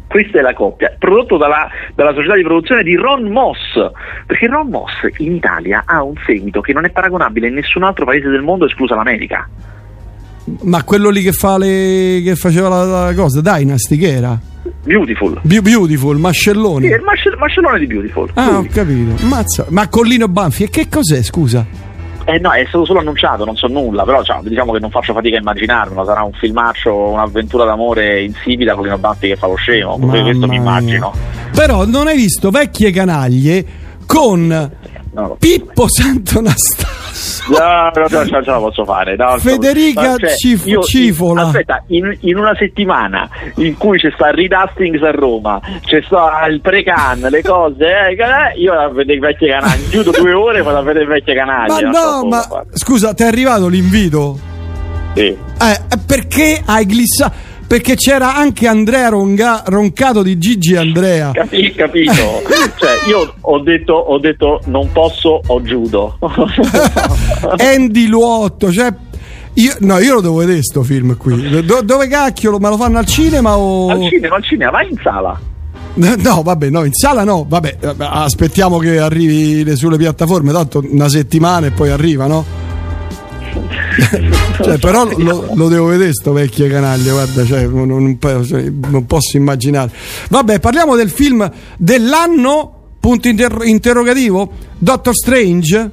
Speaker 3: Questa è la coppia, prodotto dalla società di produzione di Ron Moss, perché Ron Moss in Italia ha un seguito che non è paragonabile in nessun altro paese del mondo, esclusa l'America.
Speaker 11: Ma quello lì che faceva la cosa, Dynasty, che era?
Speaker 3: Beautiful.
Speaker 11: Beautiful, Mascelloni.
Speaker 3: Sì, il Mascellone di Beautiful.
Speaker 11: Ah, ho capito. Mazza. Ma con Lino Banfi, e che cos'è, scusa?
Speaker 3: No, è stato solo annunciato, non so nulla, però diciamo che non faccio fatica a immaginarmelo, sarà un filmaccio, un'avventura d'amore insipida con Lino Banfi che fa lo scemo, questo mi immagino.
Speaker 11: Però non hai visto Vecchie Canaglie con Pippo Sant'Anastasio?
Speaker 3: No, ce la posso fare. No,
Speaker 11: Federica Cifola.
Speaker 3: Aspetta, in una settimana in cui c'è sta Reed Hastings a Roma, c'è sta il pre-can, le cose, io vado a vedere Vecchie Canaglie, chiudo 2 ore e vado a vedere Vecchie Canaglie.
Speaker 11: Ma scusa, ti è arrivato l'invito?
Speaker 3: Sì.
Speaker 11: Perché hai glissato? Perché c'era anche Andrea Roncato di Gigi e Andrea.
Speaker 3: Capito? Cioè, io ho detto non posso, ho judo.
Speaker 11: Andy Luotto, cioè io lo devo vedere sto film qui. Dove cacchio me lo fanno, al cinema o
Speaker 3: al cinema, vai in sala.
Speaker 11: No, vabbè, no, in sala no, vabbè, aspettiamo che arrivi sulle piattaforme, tanto una settimana e poi arriva, no? Cioè, però lo devo vedere sto Vecchie Canaglie, guarda, cioè, non posso immaginare. Vabbè, parliamo del film dell'anno, punto interrogativo, Doctor Strange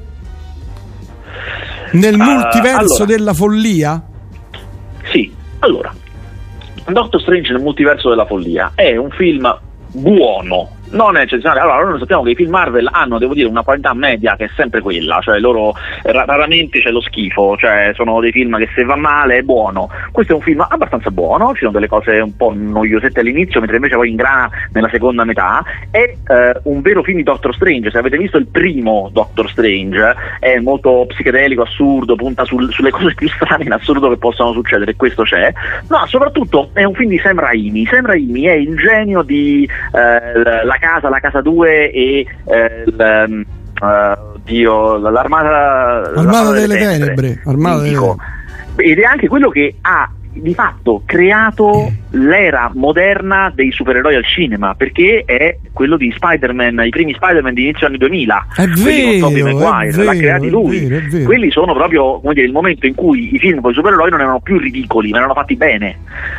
Speaker 11: nel multiverso della follia.
Speaker 3: Sì, allora, Doctor Strange nel multiverso della follia è un film buono, non è eccezionale. Allora, noi sappiamo che i film Marvel hanno, devo dire, una qualità media che è sempre quella, cioè loro raramente c'è lo schifo, cioè sono dei film che se va male è buono. Questo è un film abbastanza buono, ci sono delle cose un po' noiosette all'inizio, mentre invece poi ingrana nella seconda metà. È un vero film di Doctor Strange. Se avete visto il primo Doctor Strange, è molto psichedelico, assurdo, punta sulle cose più strane in assoluto che possano succedere, e questo c'è. No, soprattutto è un film di Sam Raimi. Sam Raimi è il genio di la casa 2 e
Speaker 11: l'Armata delle Tenebre.
Speaker 3: Ed è anche quello che ha di fatto creato l'era moderna dei supereroi al cinema, perché è quello di Spider-Man, i primi Spider-Man di inizio anni 2000, quelli con Tobey Maguire, l'ha creati lui. È vero. Quelli sono proprio, come dire, il momento in cui i film con i supereroi non erano più ridicoli, ma erano fatti bene.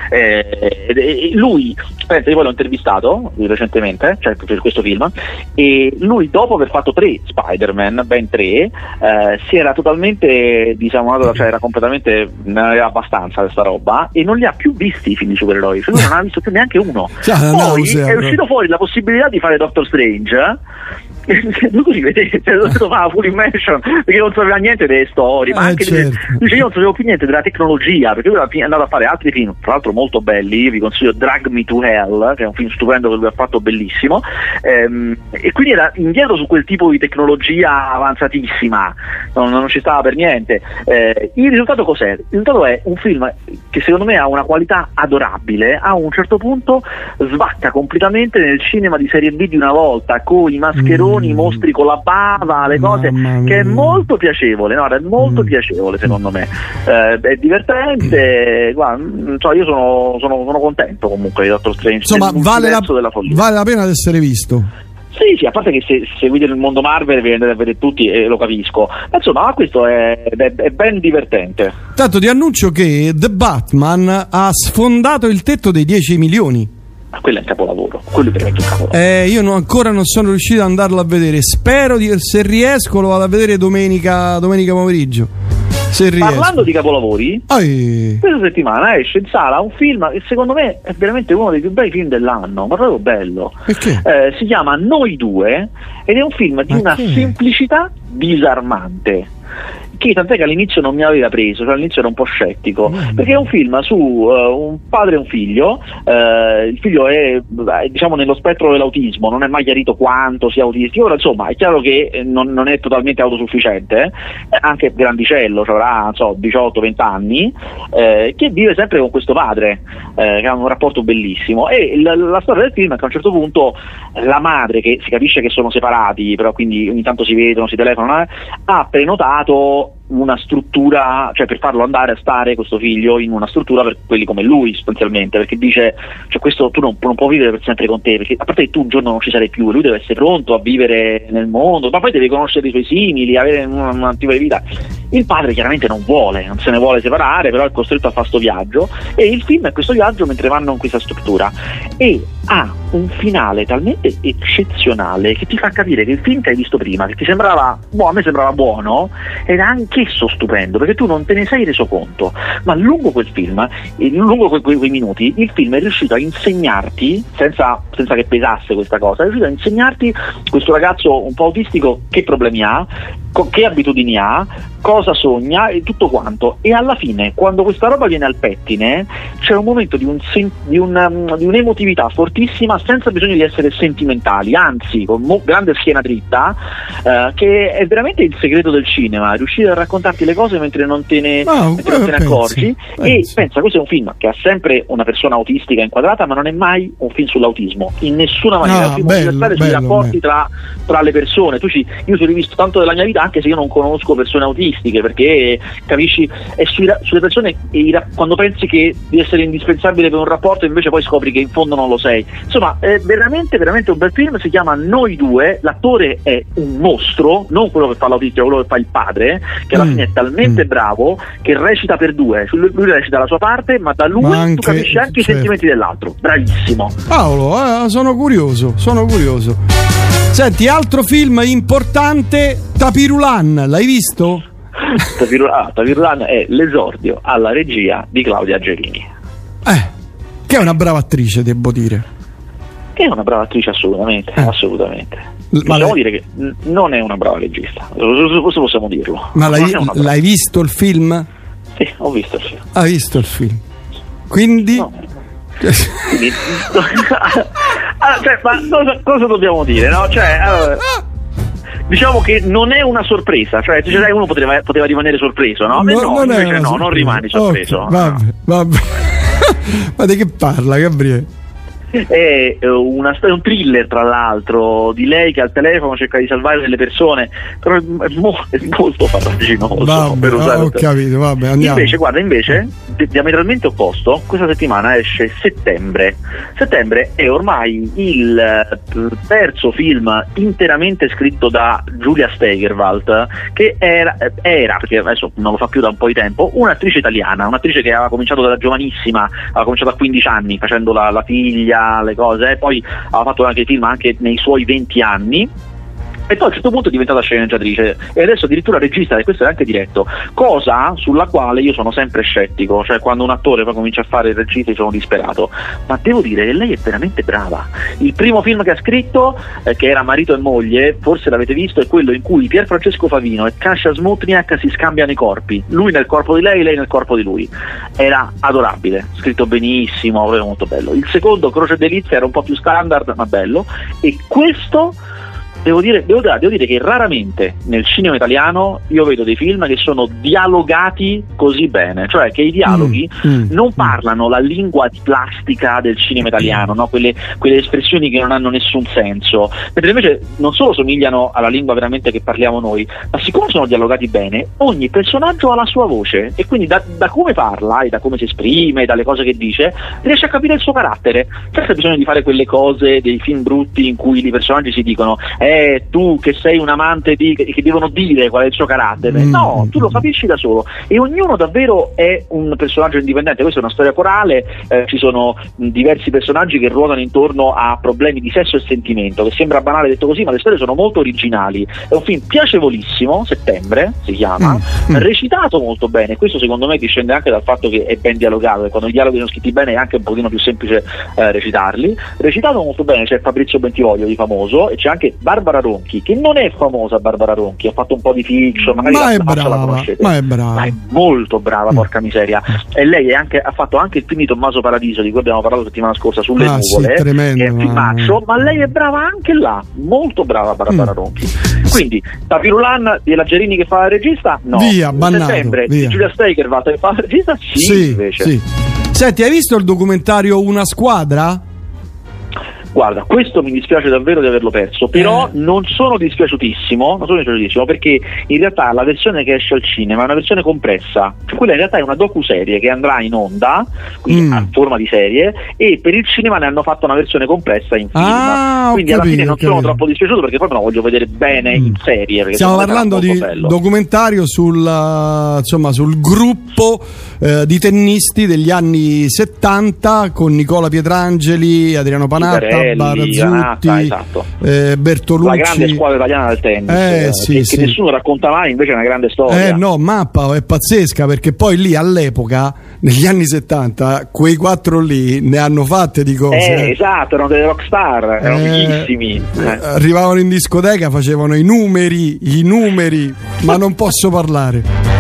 Speaker 3: Lui, pensa, io poi l'ho intervistato recentemente, cioè per questo film, e lui, dopo aver fatto 3 Spider-Man, ben 3, si era totalmente disamato, cioè era completamente, ne aveva abbastanza questa roba, e non li ha più visti i film di supereroi, cioè lui non ha visto più neanche uno. Poi è uscito fuori la possibilità di fare Doctor Strange, lui vedete, fa full immersion perché non sapeva niente delle storie, ma anche dice, io non sapevo più niente della tecnologia, perché lui è andato a fare altri film, tra l'altro molto belli. Vi consiglio Drag Me to Hell, che è un film stupendo che lui ha fatto, bellissimo, e quindi era indietro su quel tipo di tecnologia avanzatissima, non ci stava per niente. Il risultato cos'è? Il risultato è un film che secondo me ha una qualità adorabile, a un certo punto svacca completamente nel cinema di serie B di una volta, con i mascheroni, i mostri con la bava, le cose, che è molto piacevole, no? È molto piacevole secondo me, è divertente, guarda, io sono contento comunque di Doctor Strange.
Speaker 11: Insomma, vale la pena di essere visto.
Speaker 3: Sì, a parte che se seguite il mondo Marvel vi andate a vedere tutti e lo capisco, ma insomma questo è ben divertente.
Speaker 11: Tanto ti annuncio che The Batman ha sfondato il tetto dei 10 milioni.
Speaker 3: Ma quello è un capolavoro, quello è veramente un capolavoro.
Speaker 11: Io ancora non sono riuscito ad andarlo a vedere, spero se riesco lo vado a vedere domenica pomeriggio.
Speaker 3: Parlando di capolavori, questa settimana esce in sala un film che secondo me è veramente uno dei più bei film dell'anno, ma proprio bello. Si chiama Noi Due ed è un film di una semplicità disarmante, che tant'è che all'inizio non mi aveva preso, cioè all'inizio ero un po' scettico, perché è un film su un padre e un figlio. Il figlio è diciamo nello spettro dell'autismo, non è mai chiarito quanto sia autistico, ora insomma è chiaro che non è totalmente autosufficiente, anche grandicello, cioè avrà 18-20 anni, che vive sempre con questo padre, che ha un rapporto bellissimo, e la storia del film è che a un certo punto la madre, che si capisce che sono separati, però quindi ogni tanto si vedono, si telefonano, ha prenotato una struttura, cioè per farlo andare a stare questo figlio in una struttura per quelli come lui sostanzialmente, perché dice, cioè questo tu non può vivere per sempre con te, perché a parte che tu un giorno non ci sarai più, lui deve essere pronto a vivere nel mondo, ma poi deve conoscere i suoi simili, avere un tipo di vita. Il padre chiaramente non se ne vuole separare, però è costretto a fare sto viaggio, e il film è questo viaggio mentre vanno in questa struttura, e ha un finale talmente eccezionale che ti fa capire che il film che hai visto prima, che ti sembrava, a me sembrava buono, era anch'esso stupendo, perché tu non te ne sei reso conto, ma lungo quel film, lungo quei minuti, il film è riuscito a insegnarti, senza che pesasse questa cosa, è riuscito a insegnarti questo ragazzo un po' autistico che problemi ha, che abitudini ha, cosa sogna e tutto quanto, e alla fine quando questa roba viene al pettine c'è un momento di un'emotività fortissima senza bisogno di essere sentimentali, anzi con grande schiena dritta, che è veramente il segreto del cinema, riuscire a raccontarti le cose mentre non te ne accorgi. E pensa, questo è un film che ha sempre una persona autistica inquadrata, ma non è mai un film sull'autismo in nessuna maniera, è un film universale sui rapporti tra le persone. Io ci ho rivisto tanto della mia vita, anche se io non conosco persone autistiche, perché capisci, è sulle persone, quando pensi che di essere indispensabile per un rapporto invece poi scopri che in fondo non lo sei. Insomma, è veramente veramente un bel film, si chiama Noi due, l'attore è un mostro, non quello che fa l'autista, quello che fa il padre, che alla fine è talmente bravo che recita per due, lui recita la sua parte, ma da lui tu capisci anche i sentimenti dell'altro. Bravissimo
Speaker 11: Paolo, sono curioso. Senti, altro film importante, Tapirulan, l'hai visto?
Speaker 3: Tapirulan è l'esordio alla regia di Claudia Gerini,
Speaker 11: che è una brava attrice, devo dire.
Speaker 3: Che è una brava attrice, assolutamente. Possiamo dire che non è una brava regista, questo possiamo dirlo.
Speaker 11: Ma l'hai visto il film?
Speaker 3: Sì, ho visto il film.
Speaker 11: Hai visto il film? Quindi...
Speaker 3: No. Ma cosa dobbiamo dire, no? Diciamo che non è una sorpresa, cioè uno poteva rimanere sorpreso, no? Non rimani sorpreso.
Speaker 11: Okay, vabbè. Ma di che parla, Gabriele?
Speaker 3: È un thriller, tra l'altro, di lei che al telefono cerca di salvare delle persone, però è molto farraginoso, per usare.
Speaker 11: Ho capito, vabbè, andiamo.
Speaker 3: Invece diametralmente opposto, questa settimana esce Settembre. Settembre è ormai il terzo film interamente scritto da Julia Stegerwald, che era, perché adesso non lo fa più da un po' di tempo, un'attrice italiana, un'attrice che aveva cominciato da giovanissima, aveva cominciato a 15 anni facendo la figlia, le cose, e poi ha fatto anche film anche nei suoi 20 anni, e poi a un certo punto è diventata sceneggiatrice e adesso addirittura regista, e questo è anche diretto, cosa sulla quale io sono sempre scettico, cioè quando un attore poi comincia a fare il regista sono disperato, ma devo dire che lei è veramente brava. Il primo film che ha scritto, che era Marito e moglie, forse l'avete visto, è quello in cui Pier Francesco Favino e Kasia Smutniak si scambiano i corpi, lui nel corpo di lei nel corpo di lui. Era adorabile, scritto benissimo, molto bello. Il secondo, Croce Delizia, era un po' più standard ma bello, e questo devo dire che raramente nel cinema italiano io vedo dei film che sono dialogati così bene, cioè che i dialoghi non parlano la lingua di plastica del cinema italiano, no? quelle espressioni che non hanno nessun senso, mentre invece non solo somigliano alla lingua veramente che parliamo noi, ma siccome sono dialogati bene, ogni personaggio ha la sua voce, e quindi da come parla e da come si esprime e dalle cose che dice riesce a capire il suo carattere, senza bisogno di fare quelle cose dei film brutti in cui i personaggi si dicono tu che sei un amante che devono dire qual è il suo carattere. No, tu lo capisci da solo, e ognuno davvero è un personaggio indipendente. Questa è una storia corale, ci sono diversi personaggi che ruotano intorno a problemi di sesso e sentimento, che sembra banale detto così, ma le storie sono molto originali. È un film piacevolissimo, Settembre si chiama, recitato molto bene. Questo secondo me discende anche dal fatto che è ben dialogato, e quando i dialoghi sono scritti bene è anche un pochino più semplice recitarli. Recitato molto bene, c'è Fabrizio Bentivoglio di famoso, e c'è anche Barbara Ronchi, che non è famosa. Barbara Ronchi ha fatto un po' di fiction, magari la conoscete, ma è molto brava, porca miseria. E lei ha fatto anche il film di Tommaso Paradiso, di cui abbiamo parlato la settimana scorsa, Sulle nuvole,
Speaker 11: tremendo,
Speaker 3: che è un filmaccio, ma lei è brava anche là, molto brava Barbara Ronchi. Quindi Tapirulan della Gerini che fa la regista, no.
Speaker 11: Via, bannato,
Speaker 3: Settembre
Speaker 11: via.
Speaker 3: di Giulia Stegerwald che fa la regista, sì, invece.
Speaker 11: Sì. Senti, hai visto il documentario Una squadra?
Speaker 3: Guarda, questo mi dispiace davvero di averlo perso, però non sono dispiaciutissimo perché in realtà la versione che esce al cinema è una versione compressa, quella in realtà è una docuserie che andrà in onda, quindi a forma di serie, e per il cinema ne hanno fatto una versione compressa in film, quindi alla fine non sono troppo dispiaciuto perché poi me lo voglio vedere bene in serie.
Speaker 11: Stiamo parlando di documentario sul gruppo di tennisti degli anni 70 con Nicola Pietrangeli, Adriano Panatta, Barazzutti,
Speaker 3: esatto.
Speaker 11: Bertolucci,
Speaker 3: la grande squadra italiana del tennis, che nessuno racconta mai, invece è una grande storia.
Speaker 11: No, mappa è pazzesca, perché poi lì all'epoca, negli anni 70, quei 4 lì ne hanno fatte di cose.
Speaker 3: Esatto, erano delle rockstar, erano fighissimi.
Speaker 11: Arrivavano in discoteca, facevano i numeri, ma non posso parlare.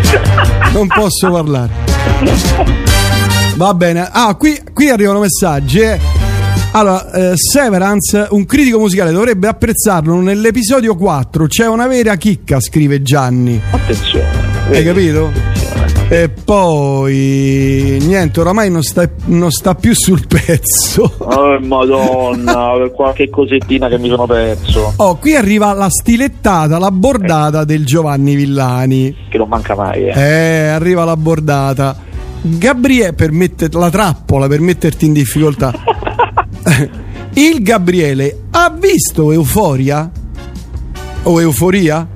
Speaker 11: Va bene. Qui arrivano messaggi. Allora, Severance, un critico musicale dovrebbe apprezzarlo nell'episodio 4. C'è una vera chicca, scrive Gianni.
Speaker 3: Attenzione.
Speaker 11: Hai capito? E poi niente, oramai non sta più sul pezzo.
Speaker 3: Oh madonna, per qualche cosettina che mi sono perso.
Speaker 11: Qui arriva la stilettata, la bordata del Giovanni Villani,
Speaker 3: che non manca mai.
Speaker 11: Arriva la bordata. Gabriele, la trappola per metterti in difficoltà. Il Gabriele ha visto Euforia? O Euforia?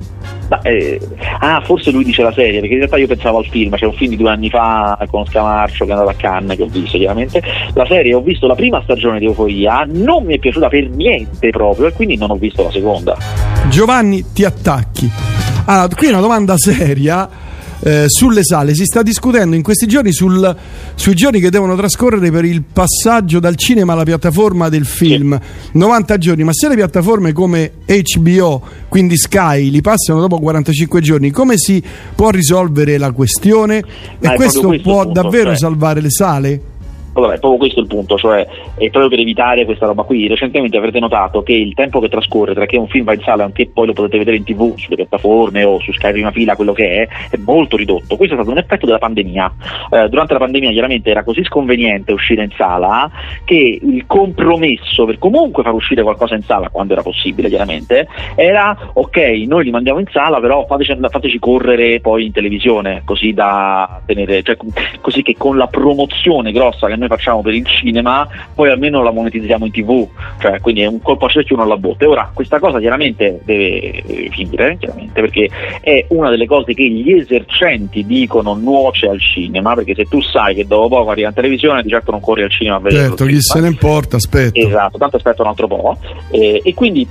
Speaker 3: Forse lui dice la serie, perché in realtà io pensavo al film. C'è un film di 2 anni fa con Scamarcio che è andato a Cannes, che ho visto chiaramente. La serie, ho visto la prima stagione di Euforia, non mi è piaciuta per niente proprio, e quindi non ho visto la seconda.
Speaker 11: Giovanni, ti attacchi. Allora, qui è una domanda seria. Sulle sale si sta discutendo in questi giorni sui giorni che devono trascorrere per il passaggio dal cinema alla piattaforma del film. 90 giorni, ma se le piattaforme come HBO, quindi Sky, li passano dopo 45 giorni, come si può risolvere la questione? E questo può davvero salvare le sale?
Speaker 3: Allora, è proprio questo il punto, cioè è proprio per evitare questa roba qui. Recentemente avrete notato che il tempo che trascorre tra che un film va in sala e che poi lo potete vedere in TV, sulle piattaforme o su Sky Prima Fila, quello che è molto ridotto. Questo è stato un effetto della pandemia. Durante la pandemia chiaramente era così sconveniente uscire in sala che il compromesso per comunque far uscire qualcosa in sala, quando era possibile chiaramente, era ok, noi li mandiamo in sala, però fateci correre poi in televisione, così da tenere, cioè così che con la promozione grossa che noi facciamo per il cinema poi almeno la monetizziamo in TV, cioè quindi è un colpo a cerchio, uno alla botte. Ora questa cosa chiaramente deve finire, chiaramente, perché è una delle cose che gli esercenti dicono nuoce al cinema, perché se tu sai che dopo poco arriva in televisione, di certo non corri al cinema a vedere.
Speaker 11: Certo, chi se ne importa, aspetta.
Speaker 3: Esatto, tanto aspetta un altro po', e quindi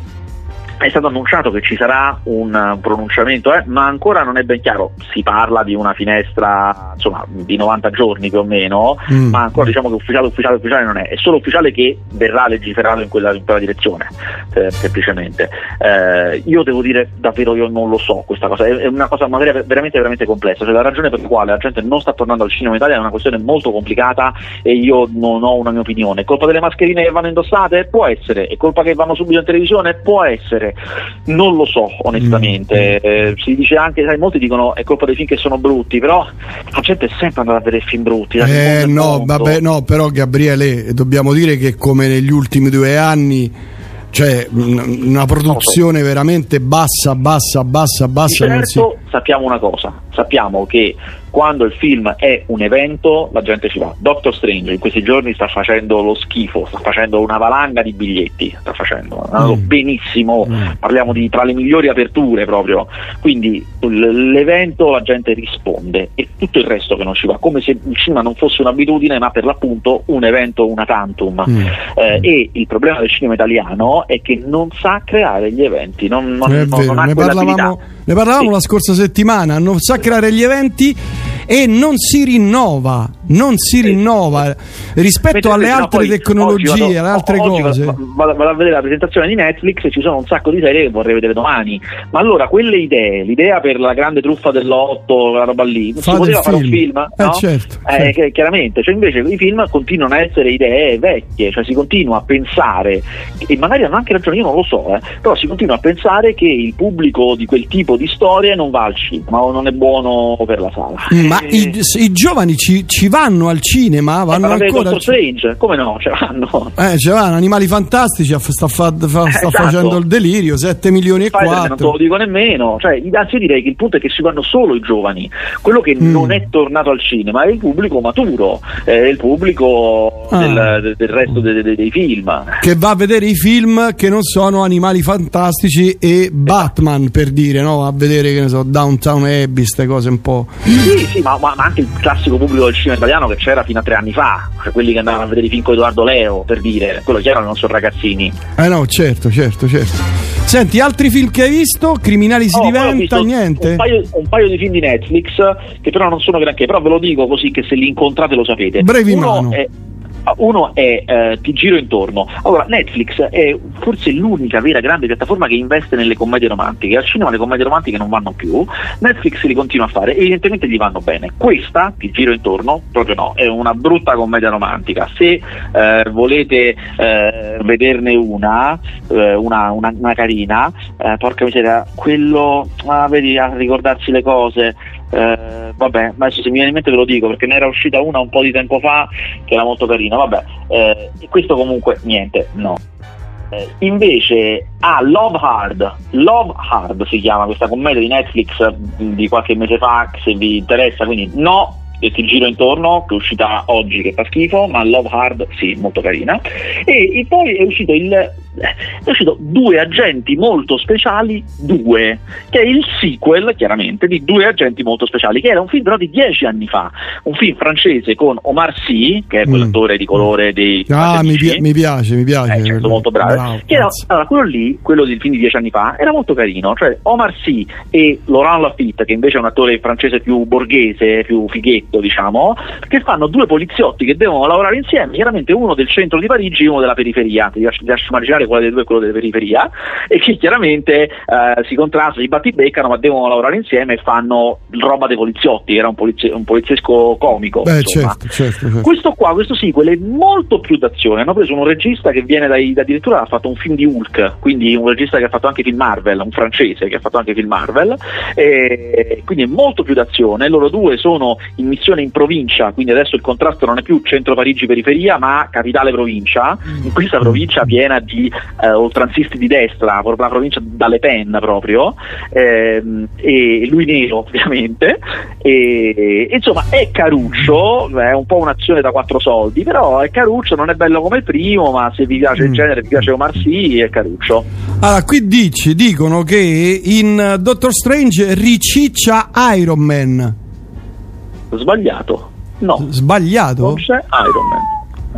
Speaker 3: è stato annunciato che ci sarà un pronunciamento, ma ancora non è ben chiaro. Si parla di una finestra, insomma, di 90 giorni più o meno, ma ancora diciamo che ufficiale non è. È solo ufficiale che verrà legiferato in quella direzione, semplicemente. Io devo dire davvero, io non lo so questa cosa, è una cosa veramente complessa. Cioè, la ragione per la quale la gente non sta tornando al cinema in Italia è una questione molto complicata e io non ho una mia opinione. È colpa delle mascherine che vanno indossate? Può essere. È colpa che vanno subito in televisione? Può essere. Non lo so onestamente. Si dice anche, sai, molti dicono è colpa dei film che sono brutti, però la gente è sempre andata a vedere film brutti.
Speaker 11: No, però Gabriele, dobbiamo dire che come negli ultimi 2 anni, cioè una produzione veramente bassa.
Speaker 3: Certo, sappiamo una cosa, sappiamo che quando il film è un evento la gente ci va. Doctor Strange in questi giorni sta facendo lo schifo, sta facendo una valanga di biglietti, sta andando benissimo, parliamo di tra le migliori aperture proprio, quindi l'evento la gente risponde, e tutto il resto che non ci va, come se il cinema non fosse un'abitudine ma per l'appunto un evento, una tantum. E il problema del cinema italiano è che non sa creare gli eventi, non ha quell'abilità.
Speaker 11: Ne parlavamo la scorsa settimana, non sa creare gli eventi e non si rinnova rispetto alle altre tecnologie, alle altre cose.
Speaker 3: Vado a vedere la presentazione di Netflix e ci sono un sacco di serie che vorrei vedere domani, ma allora quelle idee, l'idea per la grande truffa dell'otto, la roba lì, non si poteva fare un film, no?
Speaker 11: Certo.
Speaker 3: Chiaramente, cioè invece i film continuano a essere idee vecchie, cioè si continua a pensare, e magari hanno anche ragione, io non lo so, però si continua a pensare che il pubblico di quel tipo di storie non va al cinema o non è buono per la sala.
Speaker 11: Ma i giovani ci vanno vanno al cinema, vanno ancora
Speaker 3: Doctor Strange, come no? Ce vanno.
Speaker 11: Ce vanno, Animali Fantastici sta facendo il delirio, 7 milioni e 4.
Speaker 3: Non te lo dico nemmeno, cioè, anzi io direi che il punto è che si vanno solo i giovani, quello che non è tornato al cinema è il pubblico maturo, è il pubblico del resto dei film.
Speaker 11: Che va a vedere i film che non sono Animali Fantastici e Batman, per dire, no? A vedere, che ne so, Downtown Abbey, queste cose un po'.
Speaker 3: Sì, ma anche il classico pubblico del cinema italiano che c'era fino a 3 anni fa, cioè quelli che andavano a vedere i film con Edoardo Leo, per dire, quello chiaro non sono ragazzini.
Speaker 11: No, certo. Senti, altri film che hai visto? Criminali si diventa, niente?
Speaker 3: Un paio di film di Netflix che però non sono granché, però ve lo dico così che se li incontrate lo sapete.
Speaker 11: Brevi mano.
Speaker 3: Uno è Ti giro intorno. Allora, Netflix è forse l'unica vera grande piattaforma che investe nelle commedie romantiche. Al cinema le commedie romantiche non vanno più, Netflix li continua a fare, evidentemente gli vanno bene. Questa, Ti giro intorno, proprio no, è una brutta commedia romantica. Se volete vederne una carina, porca miseria, quello, vedi, a ricordarsi le cose. Vabbè, ma adesso se mi viene in mente ve lo dico, perché ne era uscita una un po' di tempo fa che era molto carina, vabbè, e questo comunque niente, no. Invece Love Hard si chiama questa commedia di Netflix di qualche mese fa, se vi interessa, quindi no. E Ti giro intorno, che è uscita oggi, che fa schifo, ma Love Hard sì, molto carina. E poi è uscito Due agenti molto speciali 2, che è il sequel chiaramente di Due agenti molto speciali, che era un film però di 10 anni fa, un film francese con Omar Sy, che è quell'attore di colore dei
Speaker 11: mi piace
Speaker 3: certo, molto bravo. Che era, allora, quello del film di 10 anni fa era molto carino, cioè Omar Sy e Laurent Lafitte, che invece è un attore francese più borghese, più fighetto, diciamo, che fanno due poliziotti che devono lavorare insieme, chiaramente uno del centro di Parigi e uno della periferia. Ti lascio immaginare quale dei due è quello della periferia, e che chiaramente si contrastano, si battibeccano, ma devono lavorare insieme e fanno roba dei poliziotti. Era un poliziesco comico.
Speaker 11: Certo.
Speaker 3: Questo sequel è molto più d'azione. Hanno preso un regista che viene addirittura ha fatto un film di Hulk, quindi un regista che ha fatto anche film Marvel, un francese che ha fatto anche film Marvel, e quindi è molto più d'azione. Loro due sono in missione in provincia, quindi adesso il contrasto non è più centro Parigi periferia, ma capitale provincia, in questa provincia piena di oltranzisti di destra, la provincia da Le Pen proprio, e lui nero ovviamente, e insomma è caruccio, è un po' un'azione da 4 soldi, però è caruccio, non è bello come il primo, ma se vi piace il genere, vi piace Omar Sy, è caruccio.
Speaker 11: Allora, qui dicono che in Doctor Strange riciccia Iron Man.
Speaker 3: Sbagliato. No.
Speaker 11: Sbagliato?
Speaker 3: Non c'è Iron Man.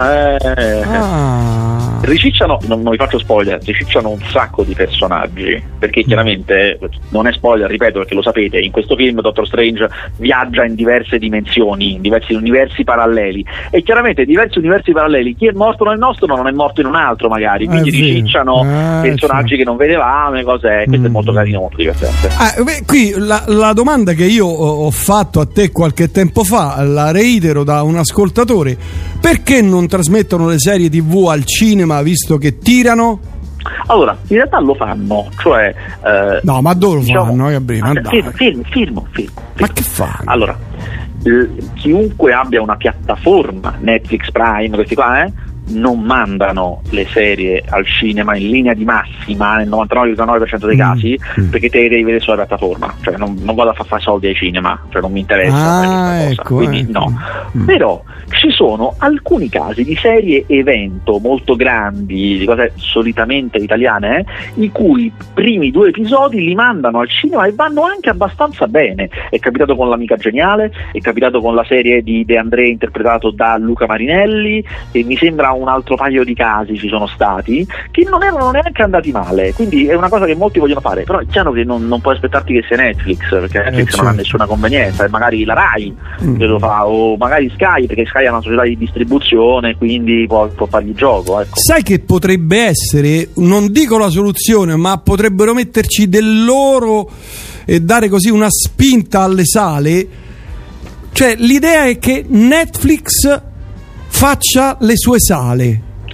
Speaker 3: Ricicciano, non vi faccio spoiler, ricicciano un sacco di personaggi, perché chiaramente non è spoiler, ripeto, perché lo sapete, in questo film Doctor Strange viaggia in diverse dimensioni, in diversi universi paralleli, e chiaramente diversi universi paralleli, chi è morto nel nostro non è morto in un altro magari, quindi ricicciano personaggi che non vedevamo e cose. Questo è molto carino, molto divertente.
Speaker 11: Qui la domanda che io ho fatto a te qualche tempo fa, la reitero da un ascoltatore: perché non trasmettono le serie TV al cinema, visto che tirano?
Speaker 3: Allora, in realtà lo fanno, cioè
Speaker 11: no, ma dove lo fanno?
Speaker 3: Fermo.
Speaker 11: Ma che fanno?
Speaker 3: Allora, chiunque abbia una piattaforma, Netflix, Prime, questi qua, non mandano le serie al cinema in linea di massima nel 99,9% dei casi, perché te le devi vedere sulla piattaforma, cioè non vado a fare soldi ai cinema, cioè non mi interessa
Speaker 11: ecco,
Speaker 3: quindi no. Però ci sono alcuni casi di serie evento molto grandi, di cose solitamente italiane, in cui i primi 2 episodi li mandano al cinema e vanno anche abbastanza bene. È capitato con L'Amica Geniale, è capitato con la serie di De André interpretato da Luca Marinelli, e mi sembra un altro paio di casi ci sono stati che non erano neanche andati male, quindi è una cosa che molti vogliono fare. Però è chiaro che non puoi aspettarti che sia Netflix, perché Netflix non ha nessuna convenienza, e magari la Rai che lo fa, o magari Sky, perché Sky è una società di distribuzione, quindi può fargli gioco, ecco.
Speaker 11: Sai che potrebbe essere, non dico la soluzione, ma potrebbero metterci del loro e dare così una spinta alle sale? Cioè, l'idea è che Netflix faccia le sue sale.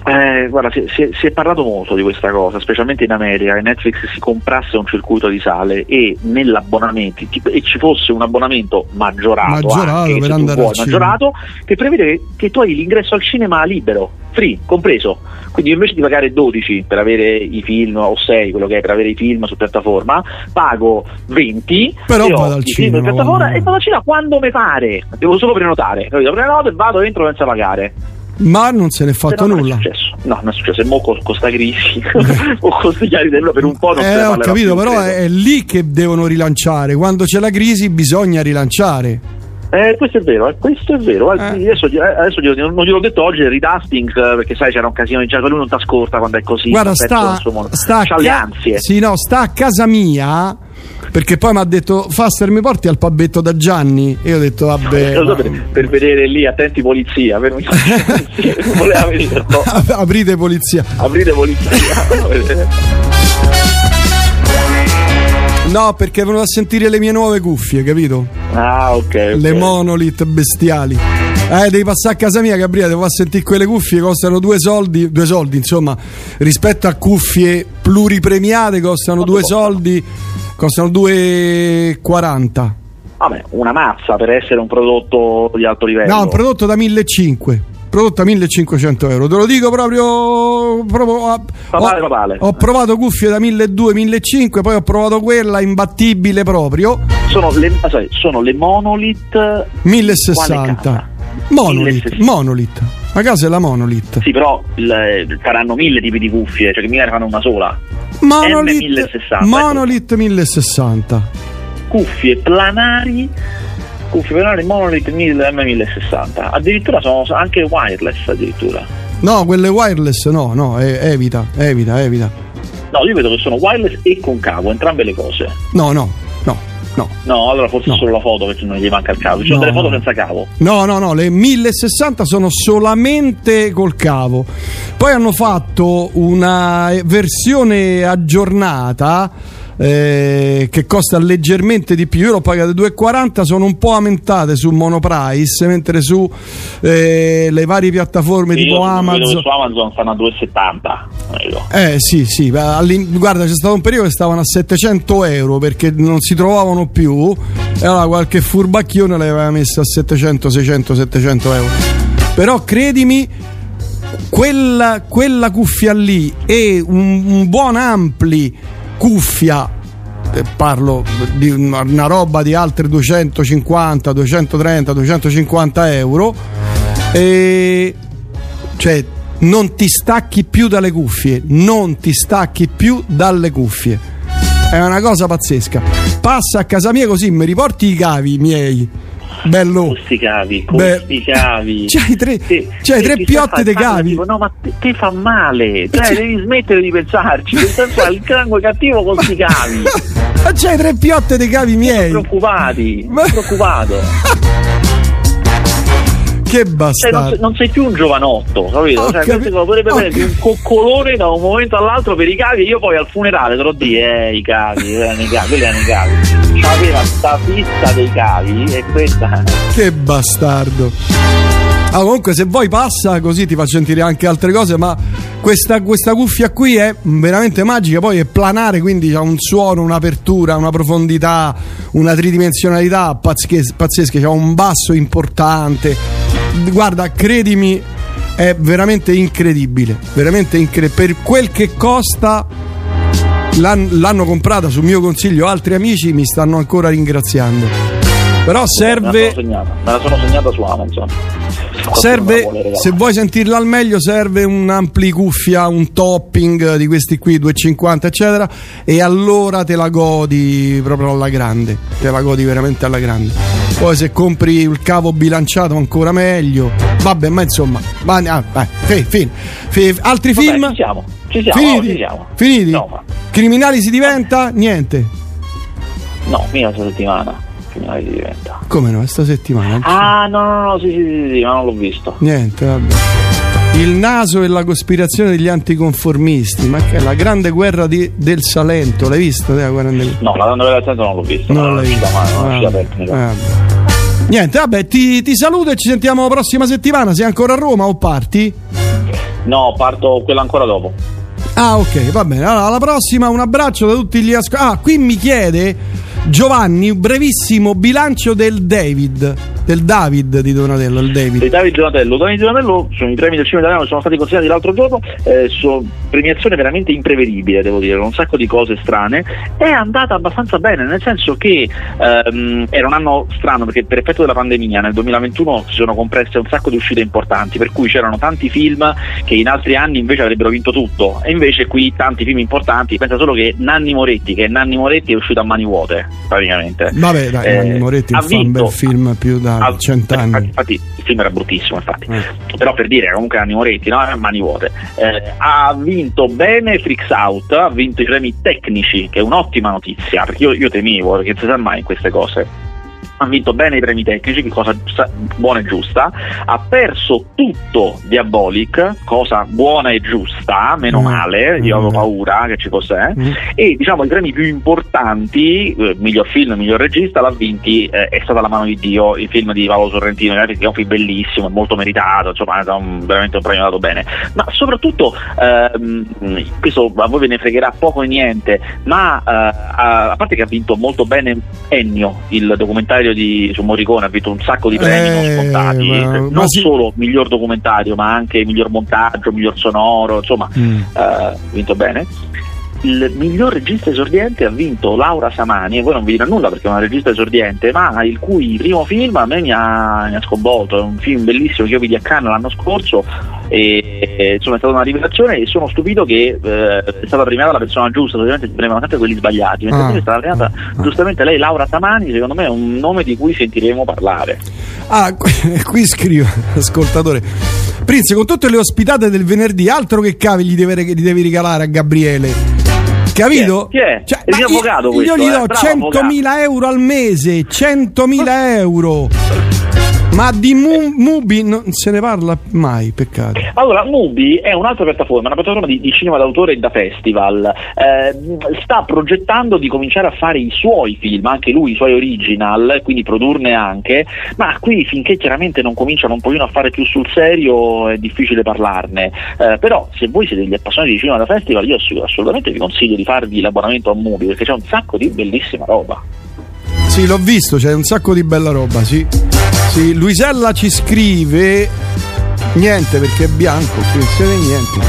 Speaker 3: Guarda, si è parlato molto di questa cosa, specialmente in America, che Netflix si comprasse un circuito di sale e nell'abbonamento e ci fosse un abbonamento maggiorato anche,
Speaker 11: per andare al
Speaker 3: maggiorato, che prevede che tu hai l'ingresso al cinema libero, free, compreso. Quindi invece di pagare 12 per avere i film, o 6, quello che è, per avere i film su piattaforma, pago 20,
Speaker 11: però
Speaker 3: e
Speaker 11: vado
Speaker 3: ho
Speaker 11: al
Speaker 3: i film in
Speaker 11: cinema,
Speaker 3: piattaforma e vado al cinema quando mi pare. Devo solo prenotare, capito? Prenoto e vado dentro senza pagare.
Speaker 11: Ma non se n'è fatto nulla.
Speaker 3: Non è successo. No, non è successo. E mo con sta crisi o con questi chiari per un po' non se ne
Speaker 11: ho
Speaker 3: parlerà
Speaker 11: capito,
Speaker 3: più,
Speaker 11: però
Speaker 3: credo.
Speaker 11: è lì che devono rilanciare. Quando c'è la crisi bisogna rilanciare.
Speaker 3: Questo è vero, questo è vero. Adesso non gliel'ho detto oggi, il redusting, perché sai c'era un casino di gioco, lui non t'ascolta quando è così.
Speaker 11: Guarda, c'ha le ansie. Sì, no, sta a casa mia. Perché poi mi ha detto Faster, mi porti al pubetto da Gianni? E io ho detto vabbè,
Speaker 3: per vedere lì, attenti polizia, per voleva venire, no?
Speaker 11: Aprite polizia. No, perché è venuto a sentire le mie nuove cuffie, capito?
Speaker 3: Ah, ok.
Speaker 11: Le Monolith bestiali. Devi passare a casa mia, Gabriele, devo far sentire quelle cuffie, costano 2 soldi, insomma, rispetto a cuffie pluripremiate costano 2 soldi, costano 2,40.
Speaker 3: Vabbè, una mazza per essere un prodotto di alto livello.
Speaker 11: No, un prodotto da 1.500. Prodotto a 1.500 euro, te lo dico proprio
Speaker 3: papale.
Speaker 11: Ho provato cuffie da 1.200-1.500, poi ho provato quella imbattibile proprio.
Speaker 3: Sono le Monolith
Speaker 11: 1060. Monolith. A casa è la Monolith.
Speaker 3: Sì, però faranno 1000 tipi di cuffie, cioè che mica ne fanno una sola.
Speaker 11: M1060. Monolith 1060.
Speaker 3: Cuffie planari Monolith M1060. Addirittura sono anche wireless addirittura.
Speaker 11: No, quelle wireless no, evita.
Speaker 3: No, io vedo che sono wireless e con cavo, entrambe le cose.
Speaker 11: No,
Speaker 3: allora forse solo la foto perché non gli manca il cavo. Ci sono delle foto senza cavo.
Speaker 11: No, le 1060 sono solamente col cavo. Poi hanno fatto una versione aggiornata che costa leggermente di più. Io l'ho pagata 2,40, sono un po' aumentate su Monoprice, mentre su le varie piattaforme tipo Amazon,
Speaker 3: su Amazon stanno a 2,70.
Speaker 11: Sì, guarda, c'è stato un periodo che stavano a 700 euro perché non si trovavano più e allora qualche furbacchione le aveva messa a 700, 600, 700 euro. Però credimi, quella cuffia lì e un buon ampli cuffia, parlo di una roba di altre 250, 230, 250 euro, e cioè non ti stacchi più dalle cuffie, è una cosa pazzesca. Passa a casa mia così mi riporti i cavi miei. Bello.
Speaker 3: Questi cavi.
Speaker 11: C'hai tre piotte dei cavi.
Speaker 3: Dico, no, ma ti fa male. Cioè, devi smettere di pensarci. Nel senso, il crango è cattivo con questi cavi.
Speaker 11: Ma c'hai 3 piotte dei cavi miei.
Speaker 3: Preoccupato.
Speaker 11: Che bastardo.
Speaker 3: Cioè, non sei più un giovanotto, capito? Potrebbe prenderti un coccolone da un momento all'altro per i cavi. Io poi al funerale te lo dico, i cavi, quelli erano i cavi. C'aveva sta fissa dei cavi e questa.
Speaker 11: Che bastardo. Comunque se vuoi passa così ti faccio sentire anche altre cose, ma questa cuffia qui è veramente magica, poi è planare, quindi ha un suono, un'apertura, una profondità, una tridimensionalità pazzesche, c'ha un basso importante. Guarda, credimi, è veramente incredibile, per quel che costa. L'hanno comprata su mio consiglio, altri amici mi stanno ancora ringraziando. Però serve,
Speaker 3: me la sono segnata su Amazon.
Speaker 11: Serve, se vuoi sentirla al meglio, serve un ampli cuffia, un topping di questi qui 2,50 eccetera, e allora te la godi proprio alla grande, te la godi veramente alla grande. Poi se compri il cavo bilanciato ancora meglio. Vabbè, ma insomma, altri film?
Speaker 3: Ci siamo.
Speaker 11: Finiti? No, Criminali si diventa? Niente.
Speaker 3: No, mica questa settimana. Criminali si diventa.
Speaker 11: Come no? Questa settimana?
Speaker 3: No, sì, ma non l'ho visto.
Speaker 11: Niente, vabbè. Il naso e la cospirazione degli anticonformisti, ma che è la grande guerra del Salento, l'hai visto?
Speaker 3: No, la grande guerra del Salento non l'ho visto. Non l'ho vista mai,
Speaker 11: Niente, vabbè, ti saluto e ci sentiamo la prossima settimana. Sei ancora a Roma o parti?
Speaker 3: No, parto quella ancora dopo.
Speaker 11: Ah, ok, va bene. Allora, alla prossima, un abbraccio da tutti gli qui mi chiede Giovanni un brevissimo bilancio del David di Donatello, il David.
Speaker 3: Di David Donatello sono i premi del cinema italiano che sono stati consegnati l'altro giorno, sono premiazione veramente imprevedibile, devo dire, con un sacco di cose strane. È andata abbastanza bene, nel senso che era un anno strano perché per effetto della pandemia nel 2021 si sono compresse un sacco di uscite importanti, per cui c'erano tanti film che in altri anni invece avrebbero vinto tutto, e invece qui tanti film importanti. Pensa solo che Nanni Moretti è uscito a mani vuote praticamente.
Speaker 11: Vabbè, dai, Nanni Moretti fa un bel film più da 100 anni.
Speaker 3: Infatti il film era bruttissimo, infatti. Però per dire, comunque Nanni Moretti, no? Mani vuote. Ha vinto bene Freaks Out, ha vinto i premi tecnici, che è un'ottima notizia, perché io temevo, perché non si sa mai in queste cose. Ha vinto bene i premi tecnici, che cosa buona e giusta. Ha perso tutto Diabolic, cosa buona e giusta, meno male, io avevo paura che ci fosse. E diciamo i premi più importanti, miglior film, miglior regista, l'ha vinti È stata la mano di Dio, il film di Paolo Sorrentino, che è un film bellissimo, molto meritato, insomma è veramente un premio dato bene. Ma soprattutto, questo a voi ve ne fregherà poco e niente, ma a parte che ha vinto molto bene Ennio, il documentario su Morricone, ha vinto un sacco di premi non scontati, non solo miglior documentario ma anche miglior montaggio, miglior sonoro, insomma ha vinto bene. Il miglior regista esordiente ha vinto Laura Samani, e voi non vi dirà nulla perché è una regista esordiente, ma il cui primo film a me mi ha sconvolto. È un film bellissimo che io vidi a Cannes l'anno scorso e insomma è stata una rivelazione, e sono stupito che è stata premiata la persona giusta. Ovviamente si premiano sempre quelli sbagliati, mentre è stata premiata giustamente lei, Laura Samani. Secondo me è un nome di cui sentiremo parlare.
Speaker 11: Qui scrive ascoltatore: Prince, con tutte le ospitate del venerdì, altro che cavi gli devi regalare a Gabriele. Capito?
Speaker 3: Chi è? Cioè, è il mio avvocato questo.
Speaker 11: Io gli do 100.000 euro al mese, 100.000 euro. Ma di Mubi non se ne parla mai, peccato.
Speaker 3: Allora, Mubi è un'altra piattaforma, una piattaforma di cinema d'autore e da festival. Sta progettando di cominciare a fare i suoi film, anche lui, i suoi original, quindi produrne anche, ma qui finché chiaramente non cominciano un pochino a fare più sul serio è difficile parlarne. Però se voi siete degli appassionati di cinema da festival, io assolutamente vi consiglio di farvi l'abbonamento a Mubi, perché c'è un sacco di bellissima roba.
Speaker 11: Sì, l'ho visto, c'è un sacco di bella roba, sì. Sì, Luisella ci scrive niente perché è bianco, qui non si vede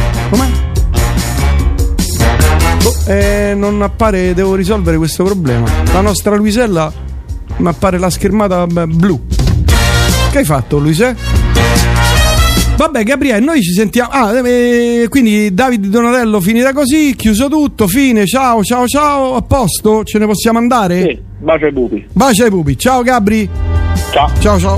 Speaker 11: niente. Com'è? Non appare, devo risolvere questo problema. La nostra Luisella mi appare la schermata blu. Che hai fatto, Luise? Vabbè, Gabriele, noi ci sentiamo. Quindi David Donatello finita così, chiuso tutto, fine, ciao, a posto? Ce ne possiamo andare?
Speaker 3: Sì, bacio ai pupi.
Speaker 11: Bacio ai pupi, ciao Gabri. Ciao.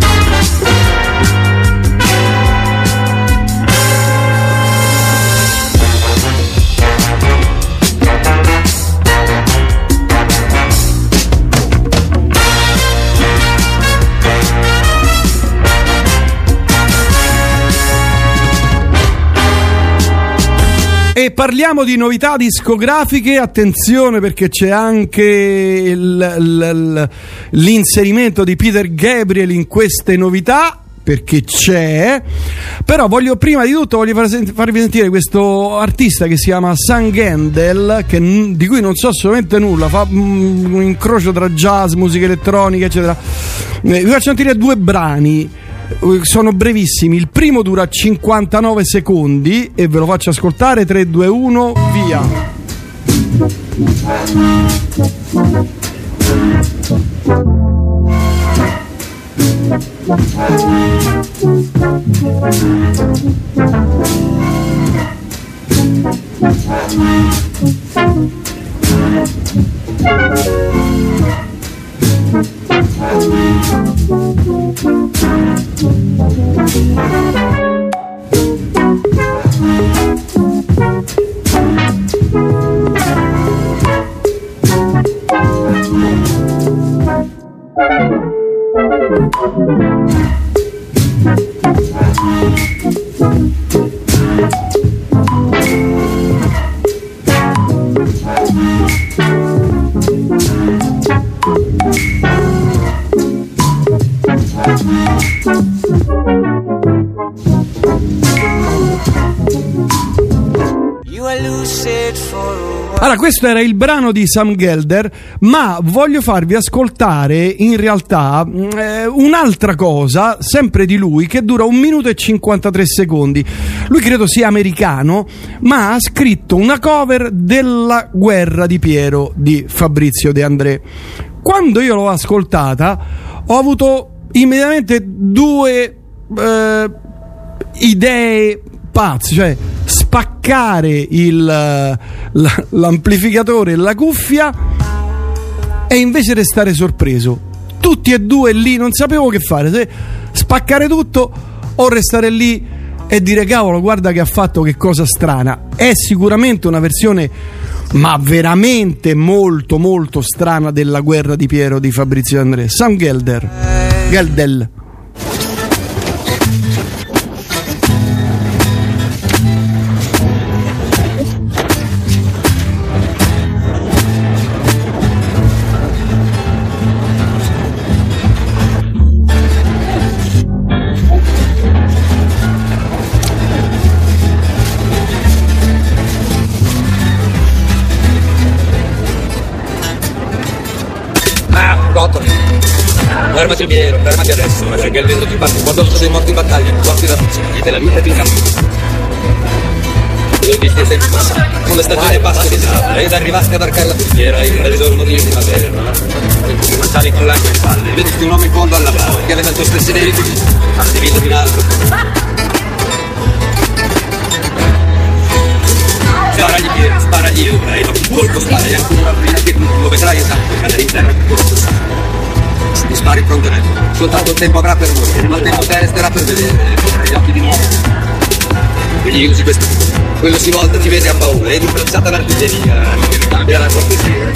Speaker 11: E parliamo di novità discografiche, attenzione perché c'è anche l'inserimento di Peter Gabriel in queste novità, perché c'è. Però prima di tutto voglio farvi sentire questo artista che si chiama Sam Gendel, di cui non so assolutamente nulla, fa un incrocio tra jazz, musica elettronica eccetera. Vi faccio sentire 2 brani. Sono brevissimi, il primo dura 59 secondi e ve lo faccio ascoltare. 3, 2, 1, via. Allora, questo era il brano di Sam Gelder, ma voglio farvi ascoltare in realtà un'altra cosa, sempre di lui, che dura 1 minuto e 53 secondi. Lui credo sia americano, ma ha scritto una cover della Guerra di Piero di Fabrizio De André. Quando io l'ho ascoltata ho avuto immediatamente due idee pazze, cioè spaccare l'amplificatore e la cuffia e invece restare sorpreso. Tutti e due lì, non sapevo che fare, se spaccare tutto o restare lì e dire cavolo, guarda che ha fatto, che cosa strana. È sicuramente una versione, ma veramente molto molto strana, della Guerra di Piero di Fabrizio De André. Sam Geldel.
Speaker 8: Fermati Piero, fermati adesso, lascia che il vento ti passi. Quando sono dei morti in battaglia, porti la funzione, niente la vita e ti incampi. Lo visti sempre passare, con le stagioni passa di esatto, ed arrivaste a varcare la frontiera, il bel giorno di primavera. Tu sali con l'acqua in spalle, vedi un uomo in fondo alla barra, che aveva il tuo stesso merito, anzi vita di un altro. Sparagli Piero, sparagli ora, e dopo un colpo spari ancora prima che tu lo vedrai esatto, cadere in terra più corso. Ti spari prontamente, soltanto il tempo avrà per morire, ma il tempo te resterà per vedere, gli occhi di nuovo. E gli usi questo, quello si volta, ti vede a paura, ed improntata l'artiglieria, cambia la profezia.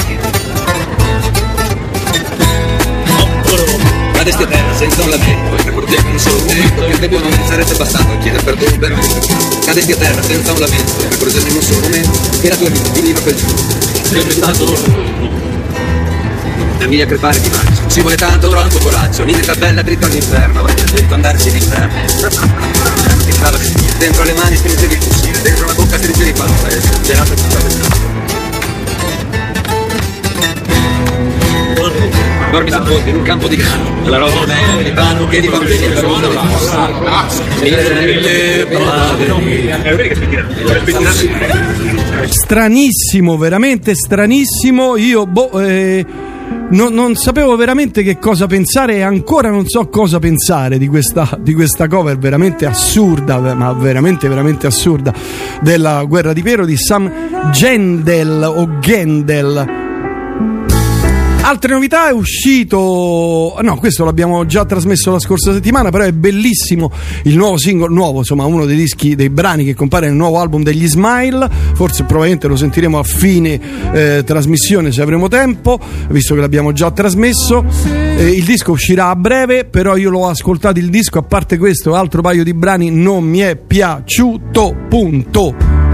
Speaker 8: Cadesti a terra senza un lamento, e per proteggere un solo momento, che il tempo non ti sarebbe bastato a chiedere perdono per me. Cadesti a terra senza un lamento, e per proteggere un solo momento, che la tua vita finiva per giù. Sempre stato la mia crepare di maggio, ci vuole tanto troppo coraggio, l'unica bella dritta all'inferno, voglio detto andarci all'inferno. Dentro le mani stringevi il fucile, dentro la bocca stringevi il panno, e gelato e tutto. Dormi sul ponte in un campo di grano, la roba di panno che di bambini per uno la
Speaker 11: stranissimo, veramente stranissimo. Io non sapevo veramente che cosa pensare, e ancora non so cosa pensare di questa cover veramente assurda, ma veramente veramente assurda, della Guerra di Piero di Sam Gendel o Gendel. Altre novità: è uscito, no, questo l'abbiamo già trasmesso la scorsa settimana, però è bellissimo il nuovo singolo, insomma uno dei dischi, dei brani che compare nel nuovo album degli Smile. Forse probabilmente lo sentiremo a fine trasmissione, se avremo tempo, visto che l'abbiamo già trasmesso. Il disco uscirà a breve, però io l'ho ascoltato il disco, a parte questo altro paio di brani non mi è piaciuto, punto.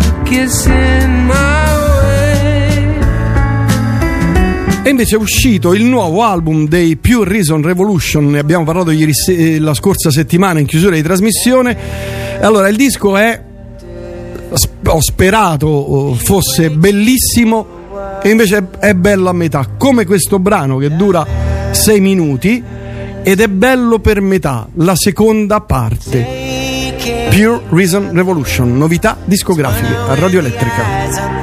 Speaker 11: E invece è uscito il nuovo album dei Pure Reason Revolution, ne abbiamo parlato la scorsa settimana in chiusura di trasmissione. Allora, il disco ho sperato fosse bellissimo, e invece è bello a metà, come questo brano che dura 6 minuti ed è bello per metà, la seconda parte. Pure Reason Revolution, novità discografiche a Radio Elettrica.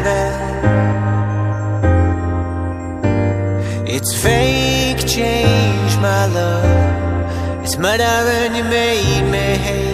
Speaker 12: It's fake change, my love. It's murder and you made me hate.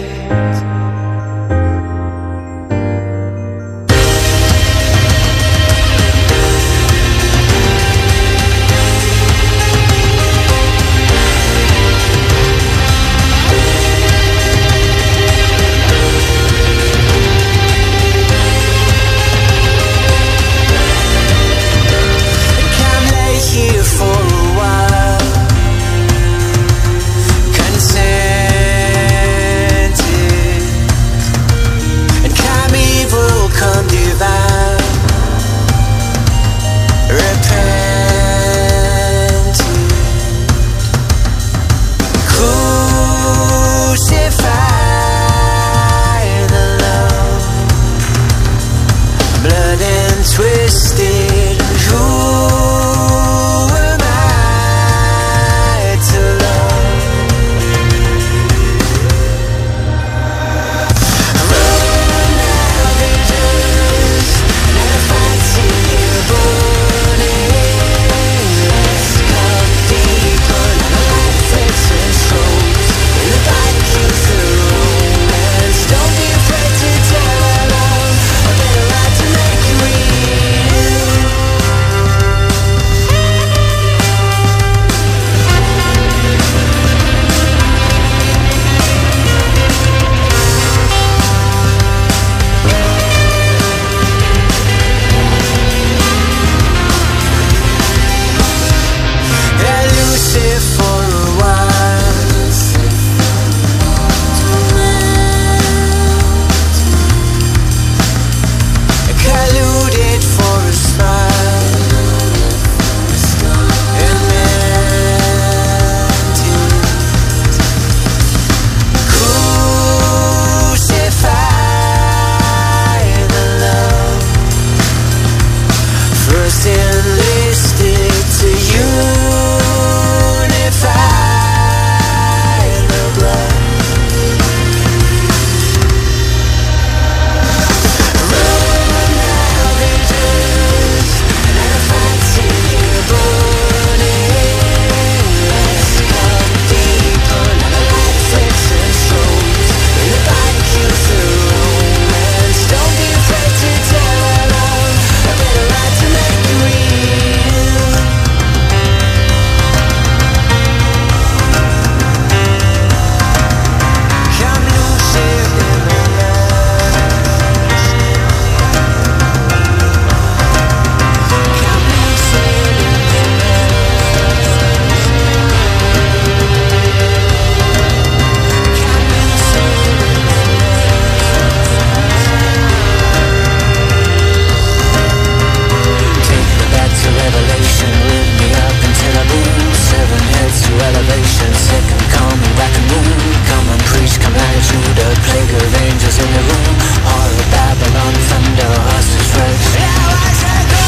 Speaker 12: and sick and calm and black and moon. Come on, preach, come light to the plague of angels in the room. All of Babylon, thunder, horses race. Now I shall go.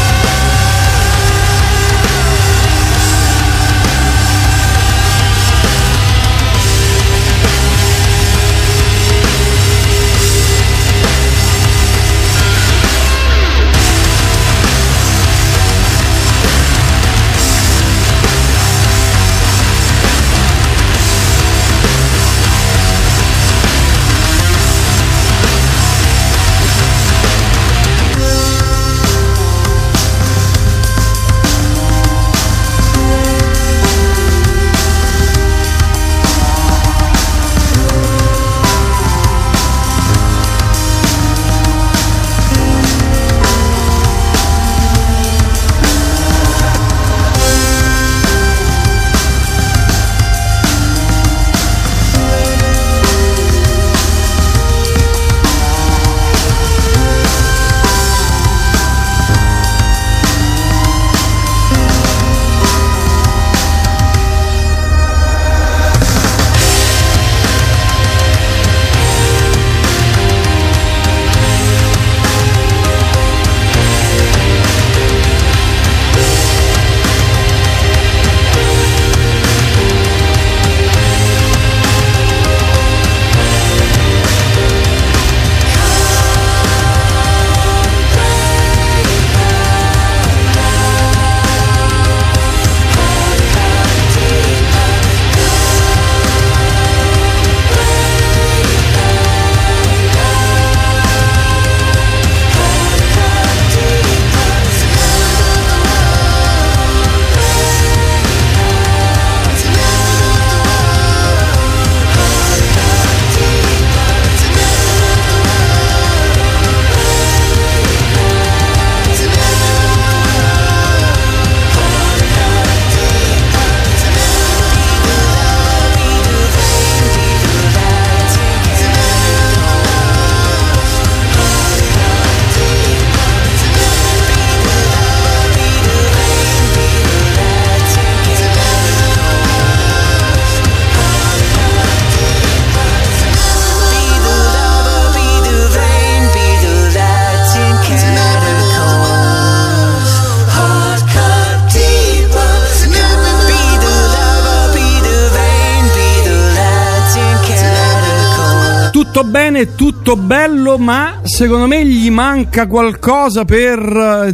Speaker 11: Bene, tutto bello, ma secondo me gli manca qualcosa per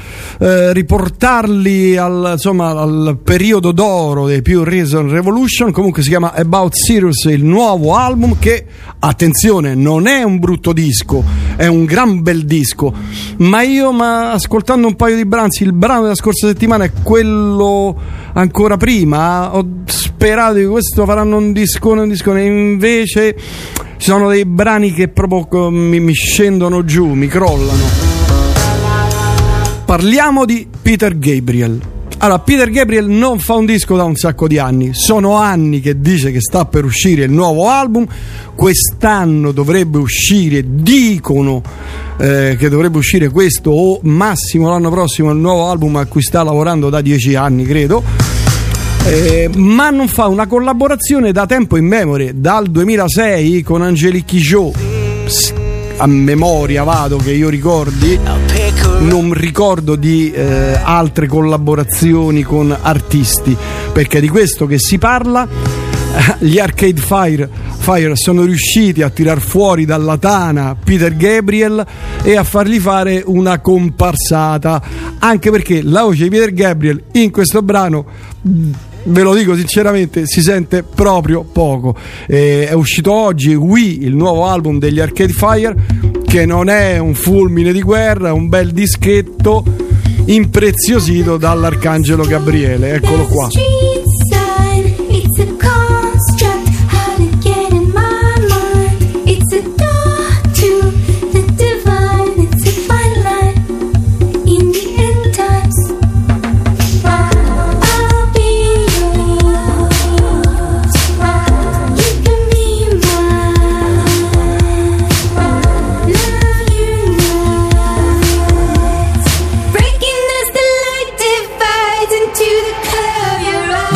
Speaker 11: riportarli al periodo d'oro dei Pure Reason Revolution. Comunque si chiama About Sirius, il nuovo album che, attenzione, non è un brutto disco, è un gran bel disco, ma ascoltando un paio di brani, il brano della scorsa settimana è quello ancora prima, ho sperato che questo faranno un discone, e invece ci sono dei brani che proprio mi scendono giù, mi crollano. Parliamo di Peter Gabriel. Allora, Peter Gabriel non fa un disco da un sacco di anni, sono anni che dice che sta per uscire il nuovo album, quest'anno dovrebbe uscire, dicono che dovrebbe uscire questo o massimo l'anno prossimo il nuovo album a cui sta lavorando da 10 anni, credo. Ma non fa una collaborazione da tempo immemore, dal 2006 con Angelique Kidjo. A memoria vado, che io ricordi, non ricordo di altre collaborazioni con artisti, perché di questo che si parla. Gli Arcade Fire sono riusciti a tirar fuori dalla tana Peter Gabriel e a fargli fare una comparsata, anche perché la voce di Peter Gabriel in questo brano, ve lo dico sinceramente, si sente proprio poco. È uscito oggi We, il nuovo album degli Arcade Fire, che non è un fulmine di guerra, è un bel dischetto impreziosito dall'Arcangelo Gabriele. Eccolo qua.
Speaker 13: Breaking us the light divides into the curve your eyes.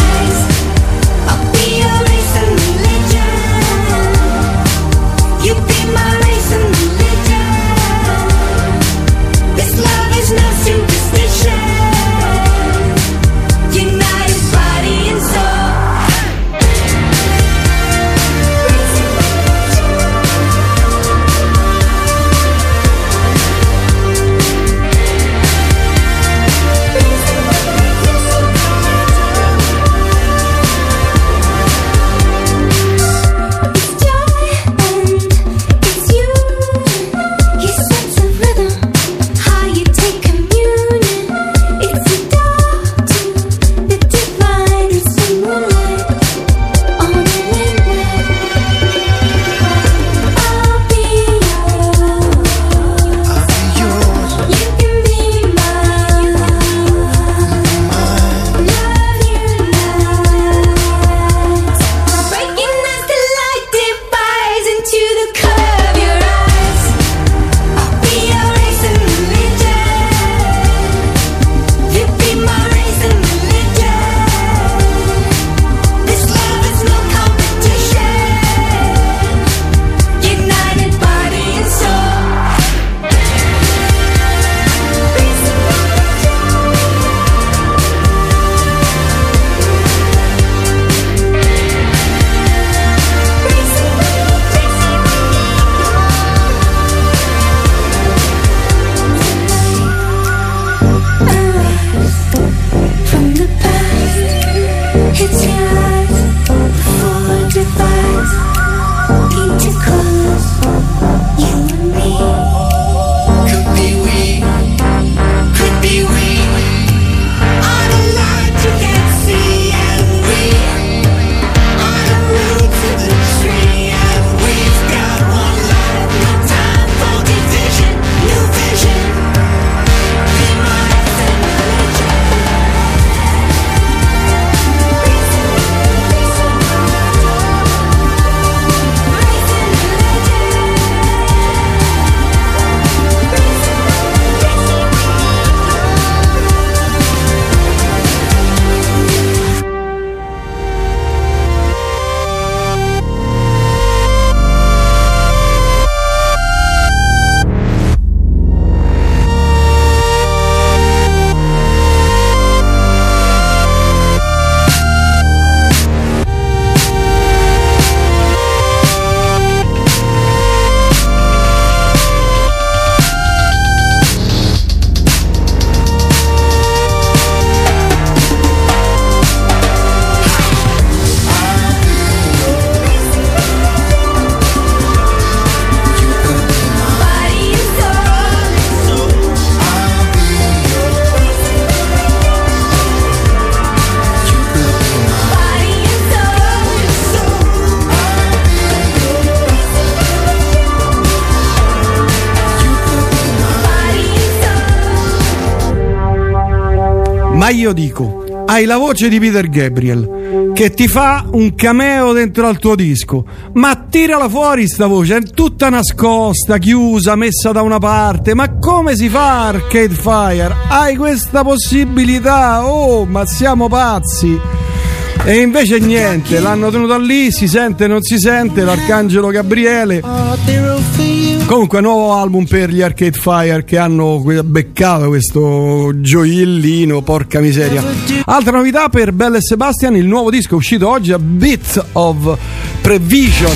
Speaker 11: Ma io dico, hai la voce di Peter Gabriel che ti fa un cameo dentro al tuo disco, ma tirala fuori sta voce, è tutta nascosta, chiusa, messa da una parte. Ma come si fa, Arcade Fire? Hai questa possibilità? Oh, ma siamo pazzi! E invece niente, l'hanno tenuto lì, si sente, non si sente, l'Arcangelo Gabriele. Comunque nuovo album per gli Arcade Fire che hanno beccato questo gioiellino, porca miseria. Altra novità per Belle e Sebastian, il nuovo disco uscito oggi, A Bit of Prevision.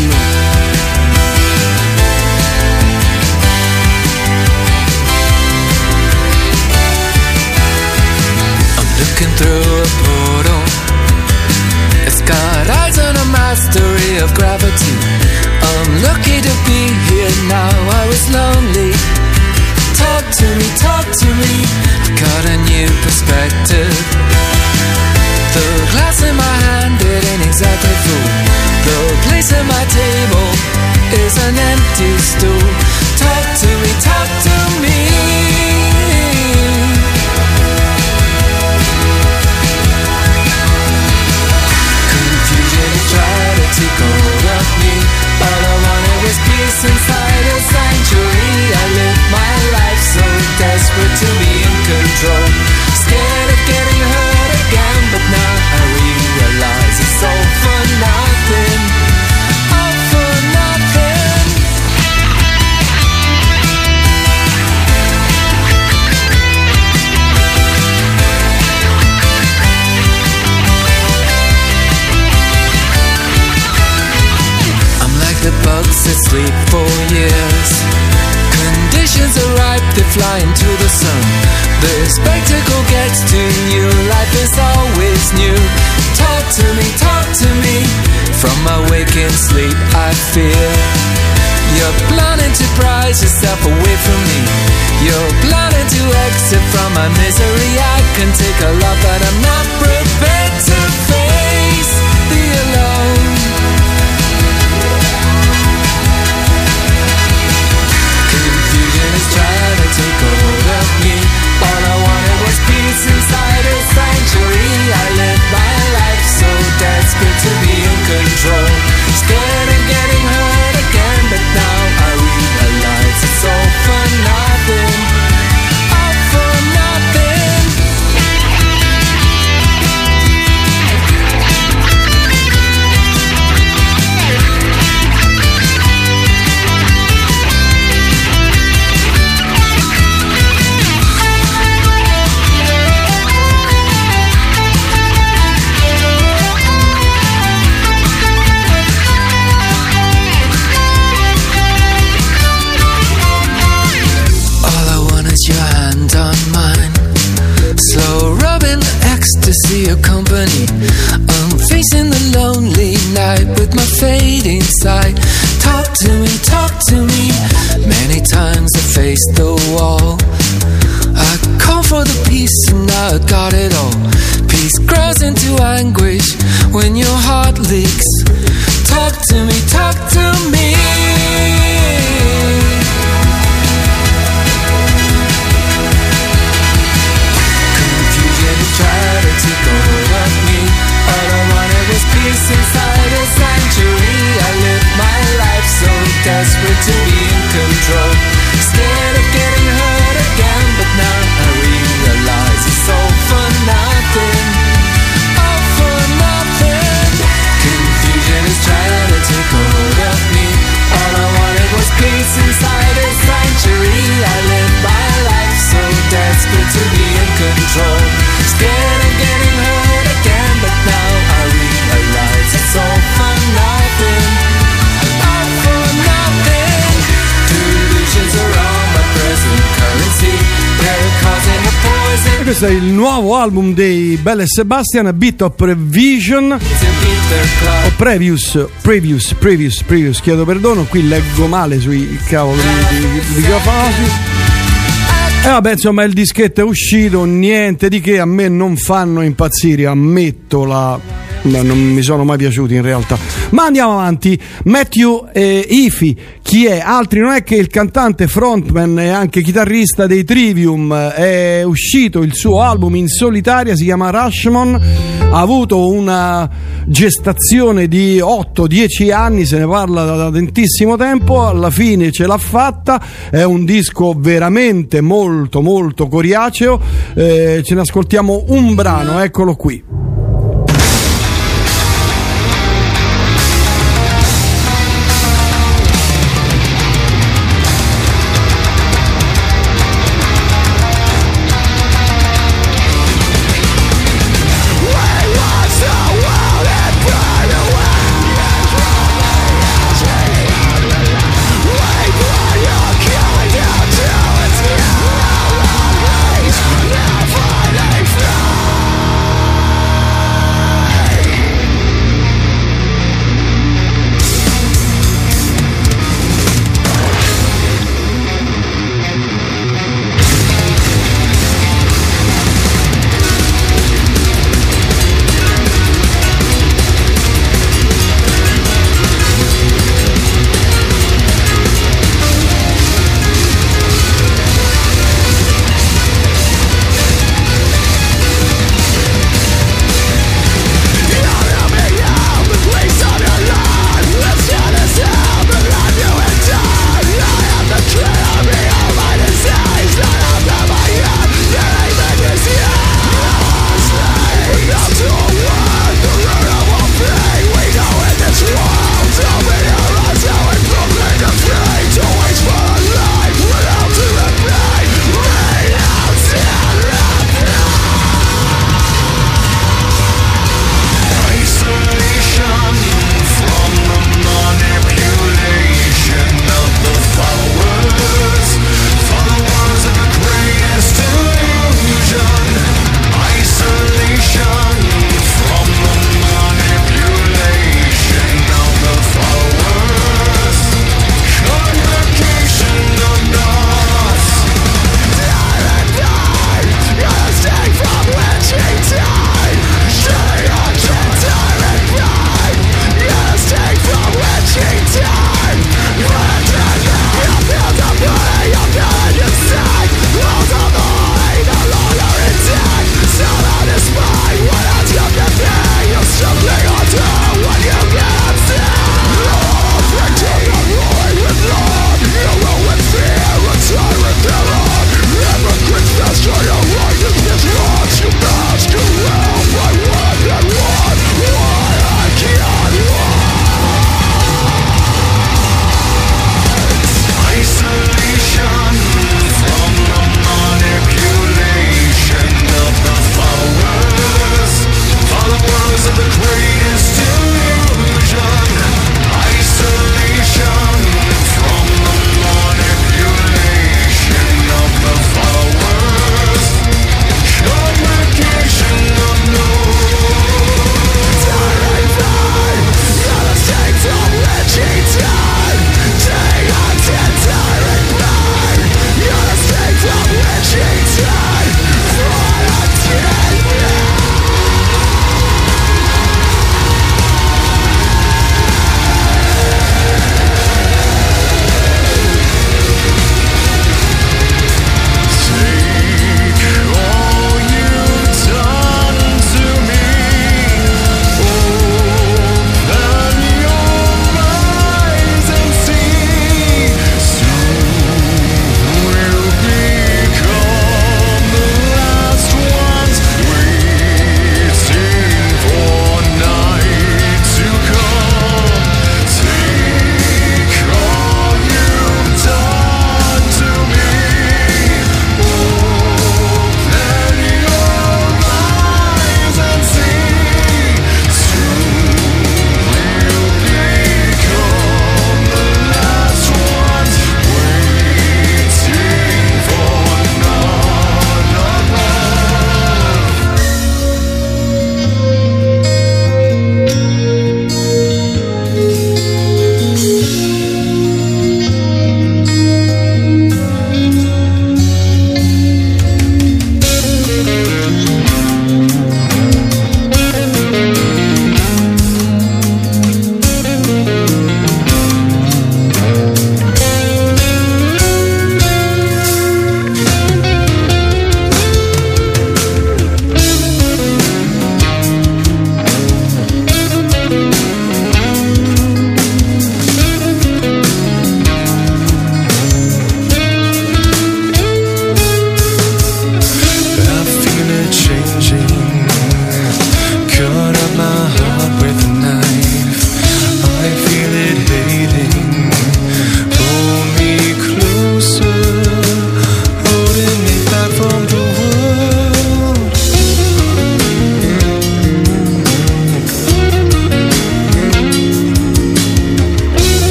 Speaker 13: I'm looking through a portal. It's got eyes and a mastery of gravity. I'm lucky to be here now, I was lonely. Talk to me, I got a new perspective. The glass in my hand, it ain't exactly full. The place at my table is an empty stool. Talk to me, talk to me. Try to take hold of me. All I wanted was peace inside a sanctuary. I lived my life so desperate to be in control. Scared of getting hurt again, but now I realize it's all for nothing. All for nothing. The bugs that sleep for years. Conditions are ripe, they fly into the sun. The spectacle gets too new, life is always new. Talk to me. From my waking sleep I fear you're planning to prize yourself away from me. You're planning to exit from my misery. I can take a lot, but I'm not prepared to face the alone. Trying to take hold of me. All I wanted was peace inside a sanctuary. I lived my life so desperate to be in control. Scared of getting hurt again, but now I realize it's all for nothing. All for nothing. Your hand on mine, slow rubbing ecstasy of company. I'm facing the lonely night with my fading sight. Talk to me. Many times I faced the wall. I called for the peace and now I got it all. Peace grows into anguish when your heart leaks. Talk to me, talk to me. Try to take hold of me. All I wanted was peace inside a sanctuary. I lived my life so desperate to be in control. Scared of getting hurt again, but now I realize it's all for nothing. All for nothing. Confusion is trying to take hold of me. All I wanted was peace inside a sanctuary. I lived my life so desperate to be in control. Scared of getting hurt again, but now I realize it's all for nothing. All for nothing. Delusions are all my present currency. They're causing a poison.
Speaker 11: E questo è il nuovo album dei Belle e Sebastian, A Bit of Prevision. O Previous, chiedo perdono, qui leggo male sui cavoli di microfoni. E vabbè, insomma, il dischetto è uscito, niente di che, a me non fanno impazzire, ammetto la non mi sono mai piaciuti in realtà. Ma andiamo avanti. Matthew Heafy, chi è? Altri non è che il cantante, frontman e anche chitarrista dei Trivium. È uscito il suo album in solitaria, si chiama Rashomon, ha avuto una gestazione di 8-10 anni, se ne parla da tantissimo tempo, alla fine ce l'ha fatta, è un disco veramente molto molto coriaceo, ce ne ascoltiamo un brano, eccolo qui.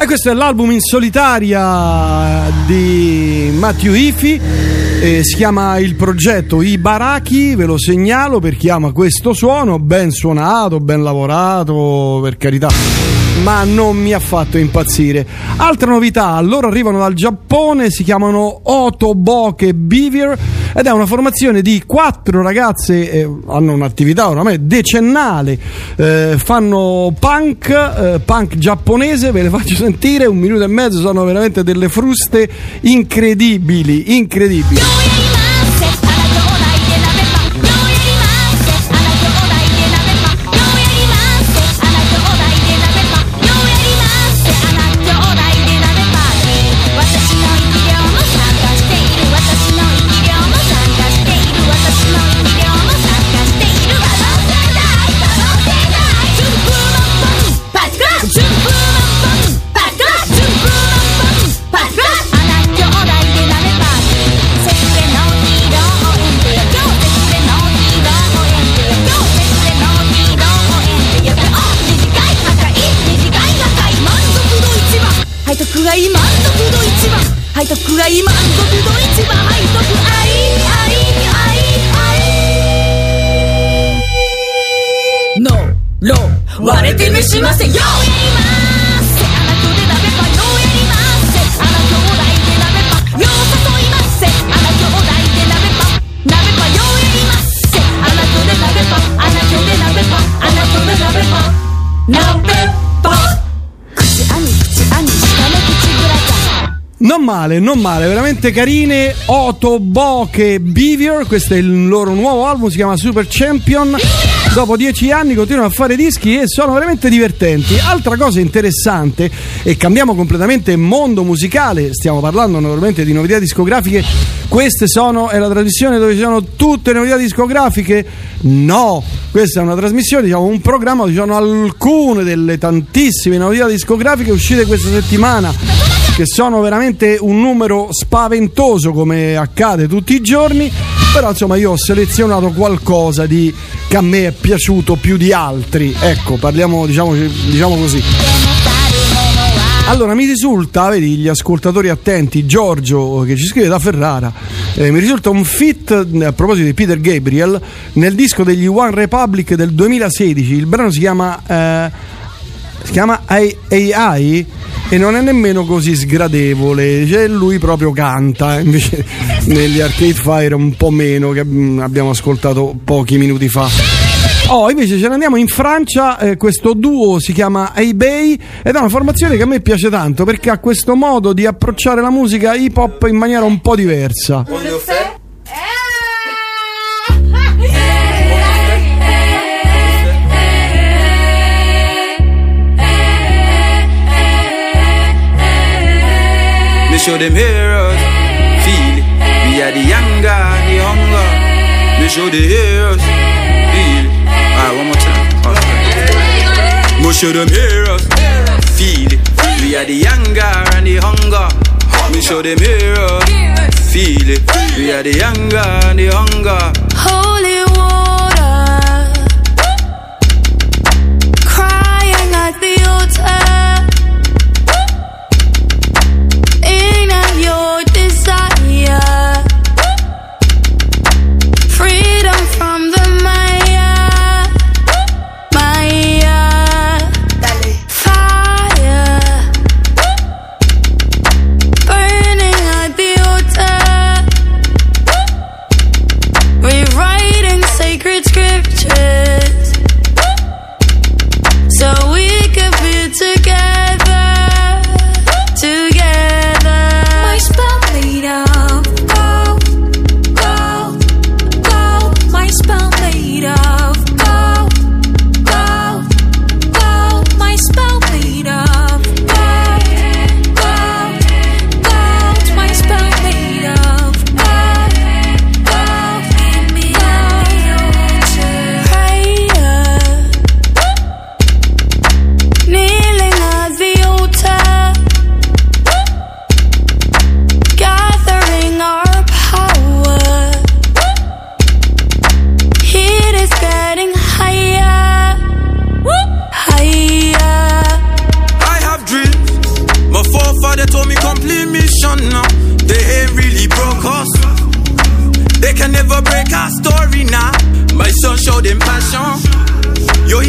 Speaker 11: questo è l'album in solitaria di Matthew Heafy, si chiama il progetto I Baraki, ve lo segnalo per chi ama questo suono, ben suonato, ben lavorato, per carità, ma non mi ha fatto impazzire. Altre novità, loro arrivano dal Giappone, si chiamano Otoboke Beaver ed è una formazione di 4 ragazze, hanno un'attività oramai decennale, fanno punk giapponese, ve le faccio sentire, 1 minuto e mezzo, sono veramente delle fruste incredibili. Non male, veramente carine. Otoboke Beaver, questo è il loro nuovo album, si chiama Super Champion. Dopo 10 anni continuano a fare dischi e sono veramente divertenti. Altra cosa interessante, e cambiamo completamente mondo musicale, stiamo parlando naturalmente di novità discografiche. È la trasmissione dove ci sono tutte le novità discografiche? No, questa è una trasmissione, diciamo un programma dove ci sono alcune delle tantissime novità discografiche uscite questa settimana, che sono veramente un numero spaventoso come accade tutti i giorni, però insomma io ho selezionato qualcosa che a me è piaciuto più di altri, ecco, parliamo diciamo così. Allora mi risulta, vedi gli ascoltatori attenti, Giorgio che ci scrive da Ferrara, mi risulta un feat a proposito di Peter Gabriel nel disco degli One Republic del 2016, il brano si chiama AI e non è nemmeno così sgradevole, cioè lui proprio canta, invece negli Arcade Fire un po' meno, che abbiamo ascoltato pochi minuti fa. Invece ce ne andiamo in Francia, questo duo si chiama eBay ed è una formazione che a me piace tanto perché ha questo modo di approcciare la musica hip hop in maniera un po' diversa.
Speaker 14: Show them heroes, feel it. We are the younger, the hunger. We show the heroes, feel it. Alright, one more time. We show them heroes, feel it. We are the younger and the hunger. We show them heroes, feel it. We are the younger and the hunger.
Speaker 15: Holy water, crying at the altar. Your desire, freedom from the Maya, fire, burning at the altar. Rewrite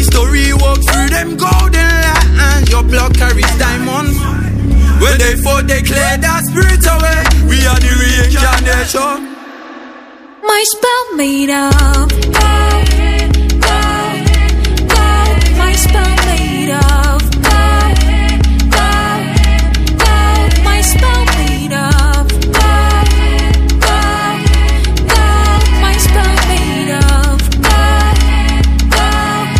Speaker 14: story walk through them golden lands. Your blood carries diamonds. When they fought, they cleared that spirit away. We are the reincarnation.
Speaker 15: My spell made of gold, gold, gold. My spell made of gold, gold, gold. My spell made of gold, gold, gold. My spell made of gold, gold,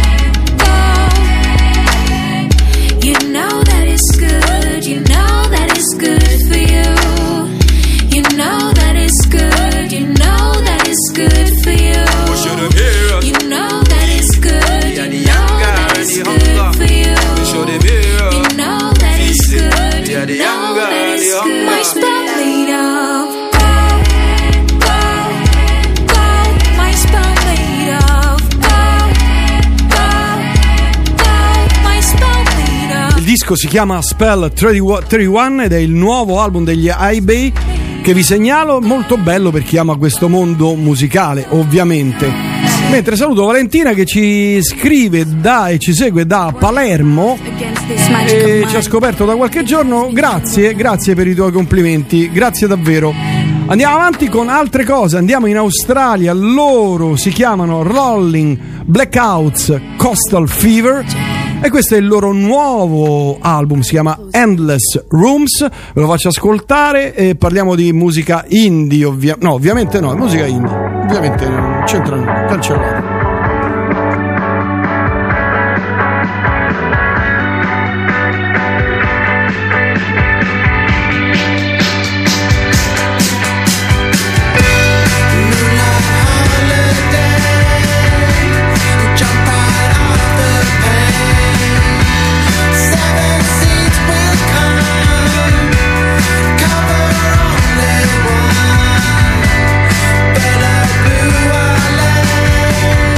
Speaker 15: gold. You know that it's good. You know that it's good for you. You know that it's good. You know that it's good for you. You know that it's good. You know that it's good for you. You know that it's good. You know that it's good. My spell made of gold, gold, gold. My spell made of gold, gold, gold. My spell made of.
Speaker 11: Il disco si chiama Spell 31 ed è il nuovo album degli iBay che vi segnalo, molto bello per chi ama questo mondo musicale, ovviamente. Mentre saluto Valentina che ci scrive e ci segue da Palermo e ci ha scoperto da qualche giorno. Grazie per i tuoi complimenti, grazie davvero. Andiamo avanti con altre cose, andiamo in Australia, loro si chiamano Rolling Blackouts Coastal Fever. E questo è il loro nuovo album, si chiama Endless Rooms, ve lo faccio ascoltare e parliamo di musica indie, ovviamente no, è musica indie, ovviamente non c'entra nulla, cancellato.
Speaker 13: But I blew our land.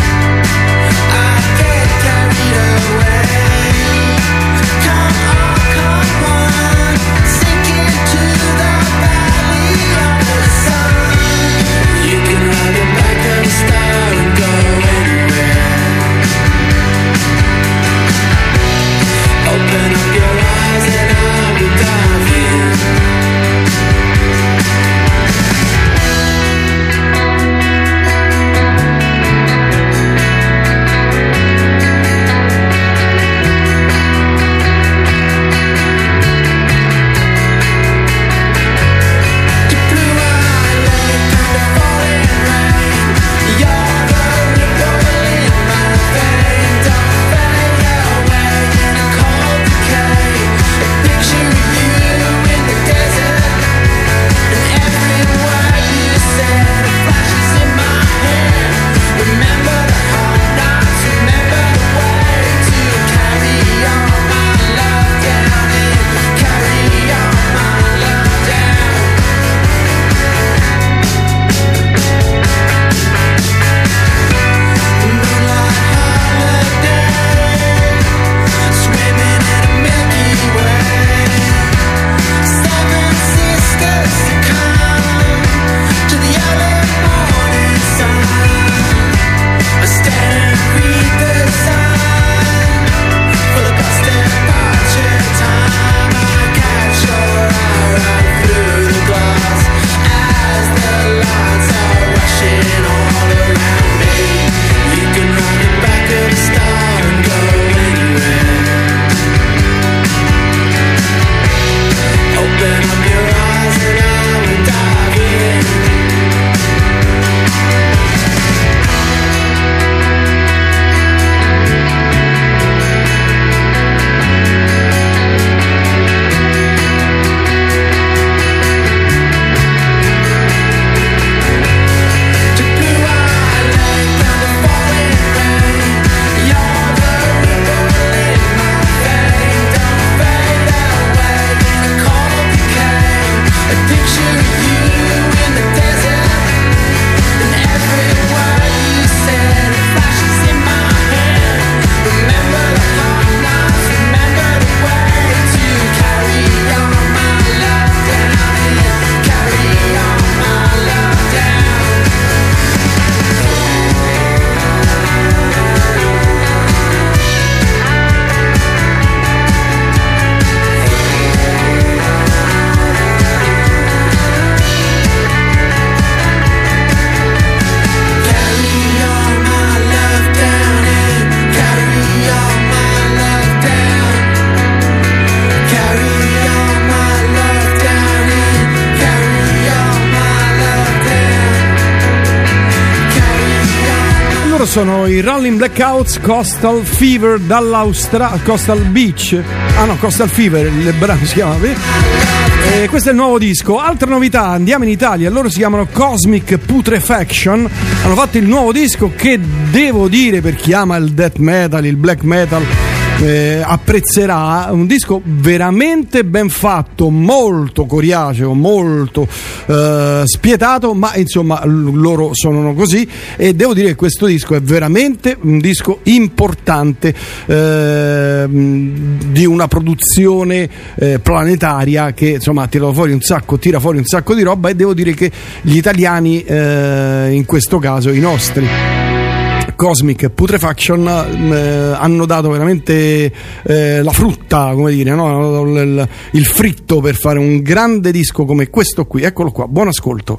Speaker 11: sono i Rolling Blackouts, Coastal Fever Coastal Beach. Ah no, Coastal Fever, il brano si chiama. Questo è il nuovo disco. Altra novità, andiamo in Italia, loro si chiamano Cosmic Putrefaction. Hanno fatto il nuovo disco che, devo dire, per chi ama il death metal, il black metal, apprezzerà. Un disco veramente ben fatto, molto coriaceo, molto spietato, ma insomma loro sono così, e devo dire che questo disco è veramente un disco importante, di una produzione planetaria che insomma tira fuori un sacco di roba, e devo dire che gli italiani, in questo caso i nostri Cosmic Putrefaction, hanno dato veramente la frutta, come dire, no? Il fritto per fare un grande disco come questo qui. Eccolo qua, buon ascolto.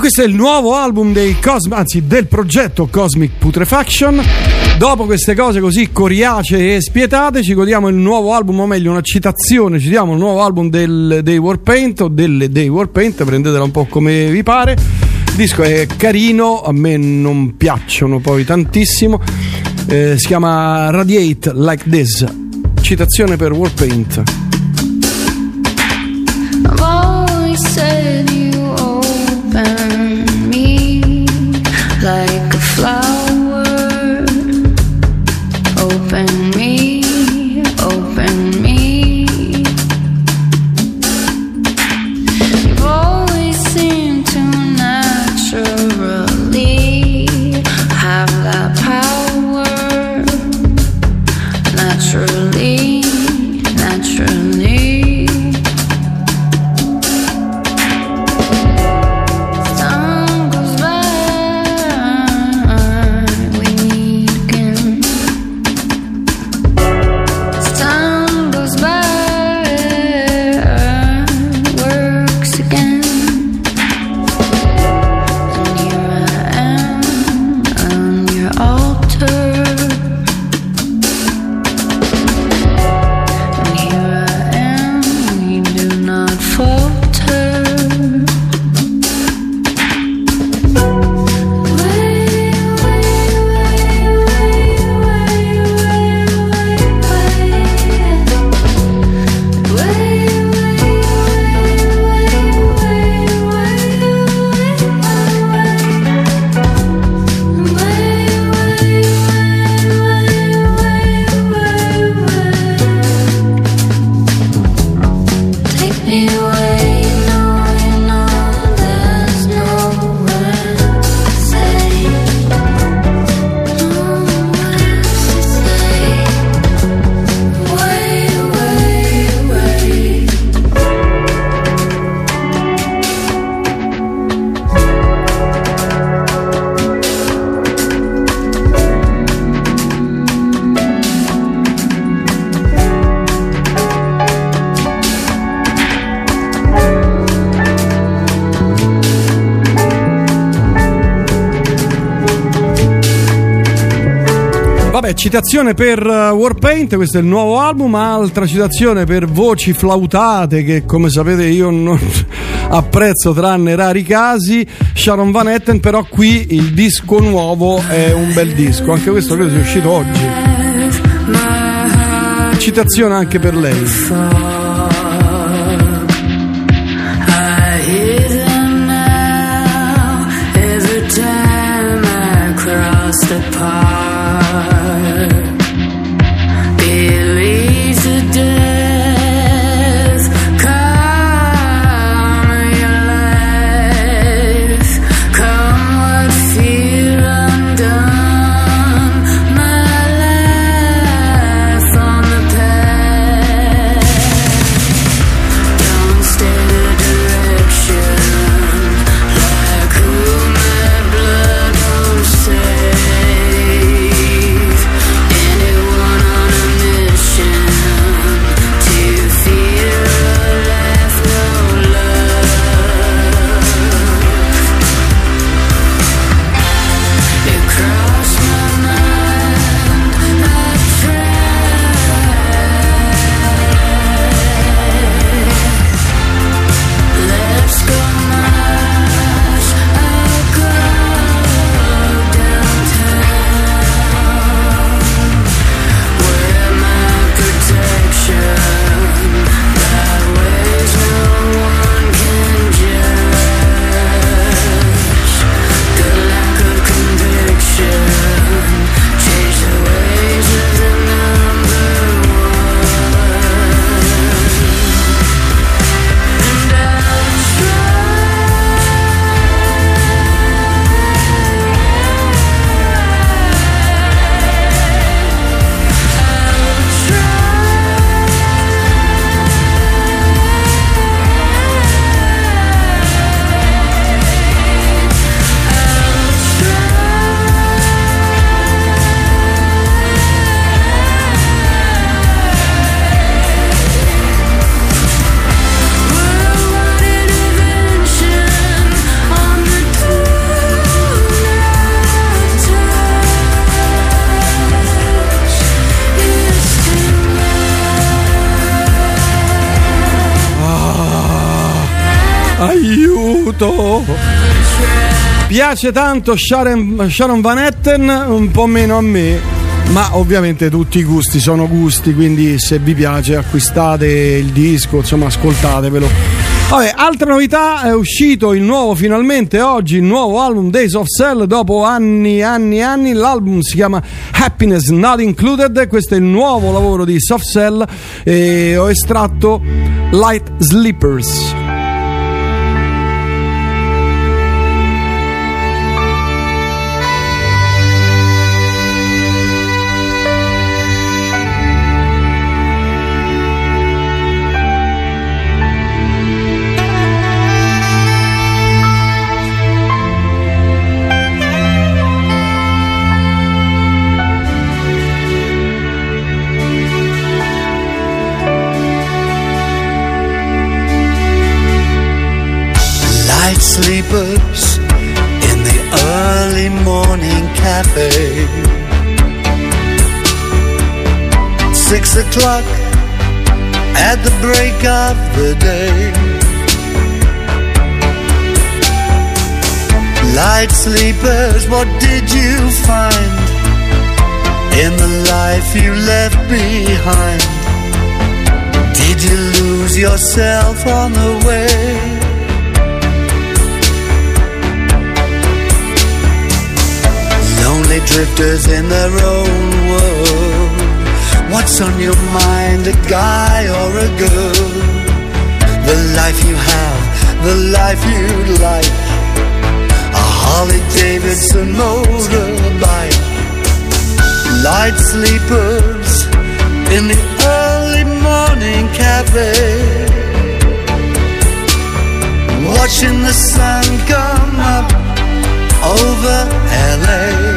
Speaker 11: questo è il nuovo album del progetto Cosmic Putrefaction. Dopo queste cose così coriacee e spietate, ci godiamo il nuovo album, o meglio una citazione, citiamo il nuovo album dei Warpaint o delle dei Warpaint, prendetela un po' come vi pare. Il disco è carino, a me non piacciono poi tantissimo, si chiama Radiate Like This, citazione per Warpaint.
Speaker 10: I've always said you open me like a flower. Open me, open me. You've always seemed to naturally have that power. Naturally, naturally. Time goes by, we meet again. Time goes by, works again. And here I am on your altar. And here I am, we do not falter. Take me away, no, you know there's nowhere to say, nowhere to say. Way, way, way.
Speaker 11: Vabbè, citazione per Warpaint, questo è il nuovo album, altra citazione per voci flautate che come sapete io non apprezzo tranne rari casi, Sharon Van Etten, però qui il disco nuovo è un bel disco, anche questo credo sia uscito oggi. Citazione anche per lei.
Speaker 13: I hear them now every time I cross the park. Believe to death, come your life, come what feel undone, my life on the path.
Speaker 11: saluto. Piace tanto Sharon Van Etten, un po' meno a me, ma ovviamente tutti i gusti sono gusti, quindi se vi piace acquistate il disco, insomma ascoltatevelo. Vabbè, altra novità, è uscito il nuovo, finalmente oggi, il nuovo album dei Soft Cell dopo anni, l'album si chiama Happiness Not Included, questo è il nuovo lavoro di Soft Cell e ho estratto Light Sleepers.
Speaker 16: Sleepers in the early morning cafe. 6 o'clock at the break of the day. Light sleepers, what did you find in the life you left behind? Did you lose yourself on the way? Lonely drifters in their own world. What's on your mind, a guy or a girl? The life you have, the life you'd like. A Harley Davidson motorbike. Light sleepers in the early morning cafe. Watching the sun come up over LA.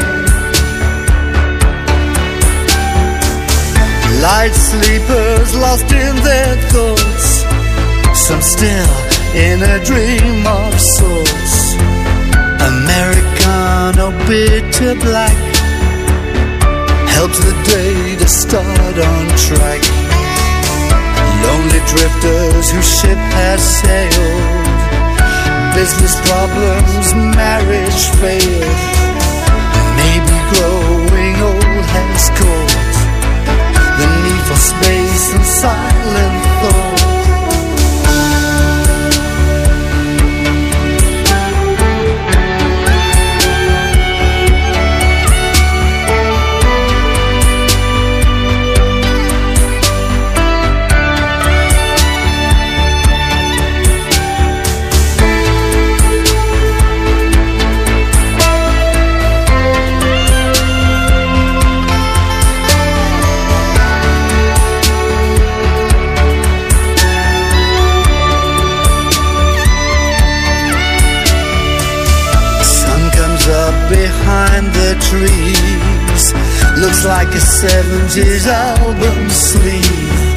Speaker 16: Light sleepers lost in their thoughts, some still in a dream of sorts. Americano bitter black helps the day to start on track. Lonely drifters whose ship has sailed. Business problems, marriage failed. Maybe growing old has caused the need for space and silent thought. Behind the trees, looks like a 70s album sleeve.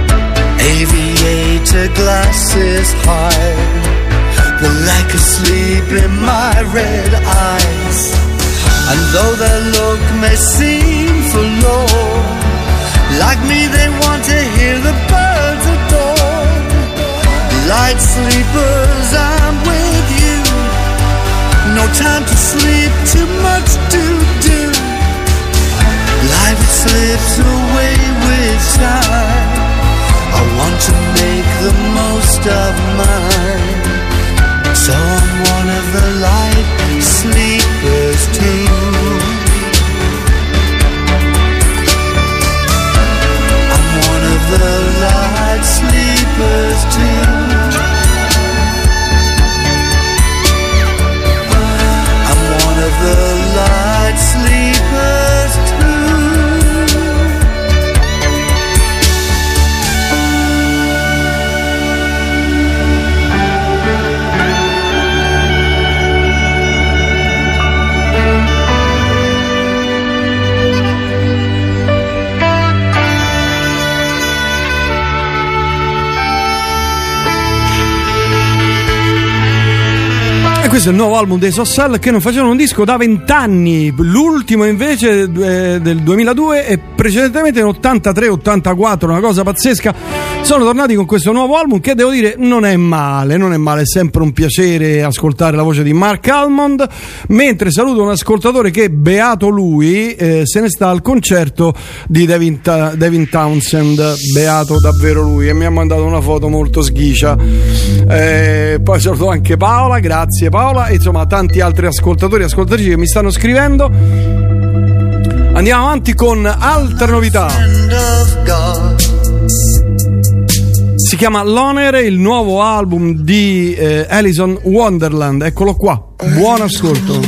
Speaker 16: Aviator glasses hide the lack of sleep in my red eyes. And though their look may seem forlorn, like me they want to hear the birds adore. Light sleepers, I'm with you. No time to sleep, too much to do. Life slips away with time. I want to make the most of mine. So I'm one of the light sleepers too. I'm one of the light sleepers too. The light sleepers
Speaker 11: Questo è il nuovo album dei Sossel, che non facevano un disco da 20 anni, l'ultimo invece del 2002 e precedentemente nel 83-84, una cosa pazzesca. Sono tornati con questo nuovo album che devo dire non è male, è sempre un piacere ascoltare la voce di Mark Almond, mentre saluto un ascoltatore che, beato lui, se ne sta al concerto di Devin Townsend, beato davvero lui, e mi ha mandato una foto molto sghicia. Poi saluto anche Paola, grazie Paola, e insomma tanti altri ascoltatori e ascoltatrici che mi stanno scrivendo. Andiamo avanti con altre novità. Si chiama Loner, il nuovo album di Alison Wonderland. Eccolo qua, buon ascolto.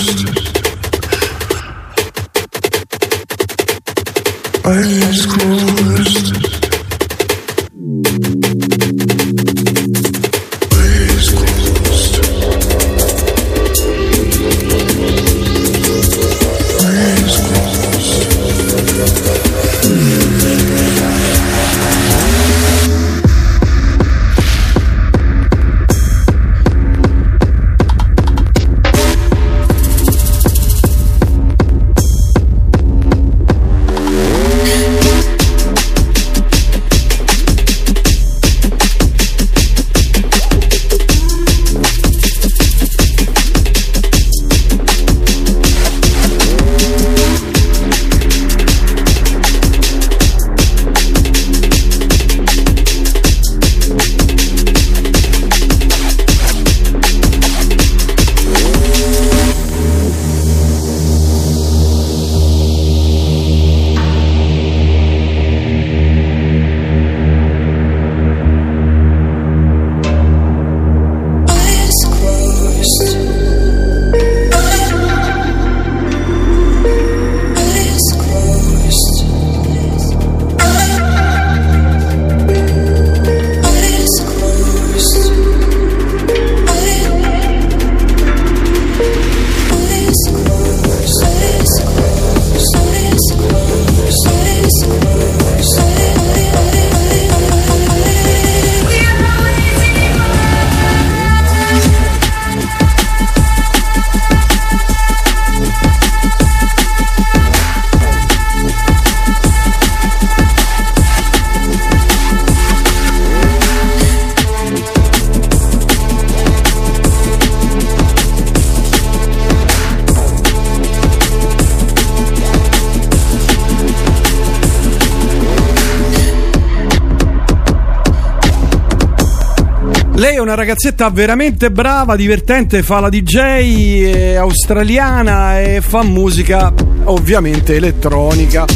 Speaker 11: Lei è una ragazzetta veramente brava, divertente, fa la DJ, è australiana e fa musica ovviamente elettronica.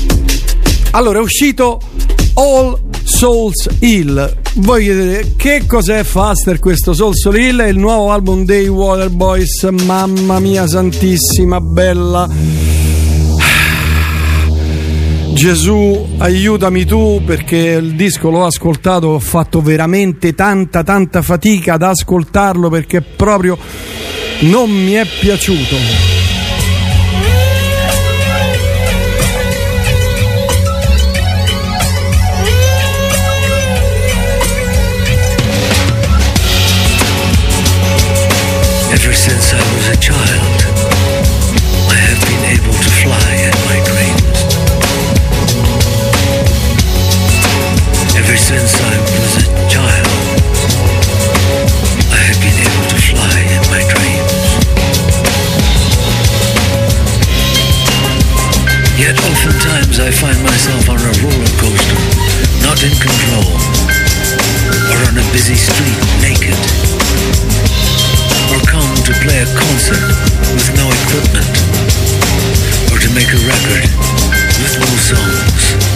Speaker 11: Allora è uscito All Souls Hill. Voi chiedete che cos'è Faster questo Soul Soul Hill? È il nuovo album dei Waterboys. Mamma mia santissima, bella. Gesù aiutami tu, perché il disco l'ho ascoltato, ho fatto veramente tanta fatica ad ascoltarlo perché proprio non mi è piaciuto.
Speaker 17: Ever since I was a child, I have been able to fly in my dreams. Ever since I was a child, I have been able to fly in my dreams. Yet oftentimes I find myself on a roller coaster, not in control, or on a busy street naked, or come to play a concert with no equipment, or to make a record with no songs.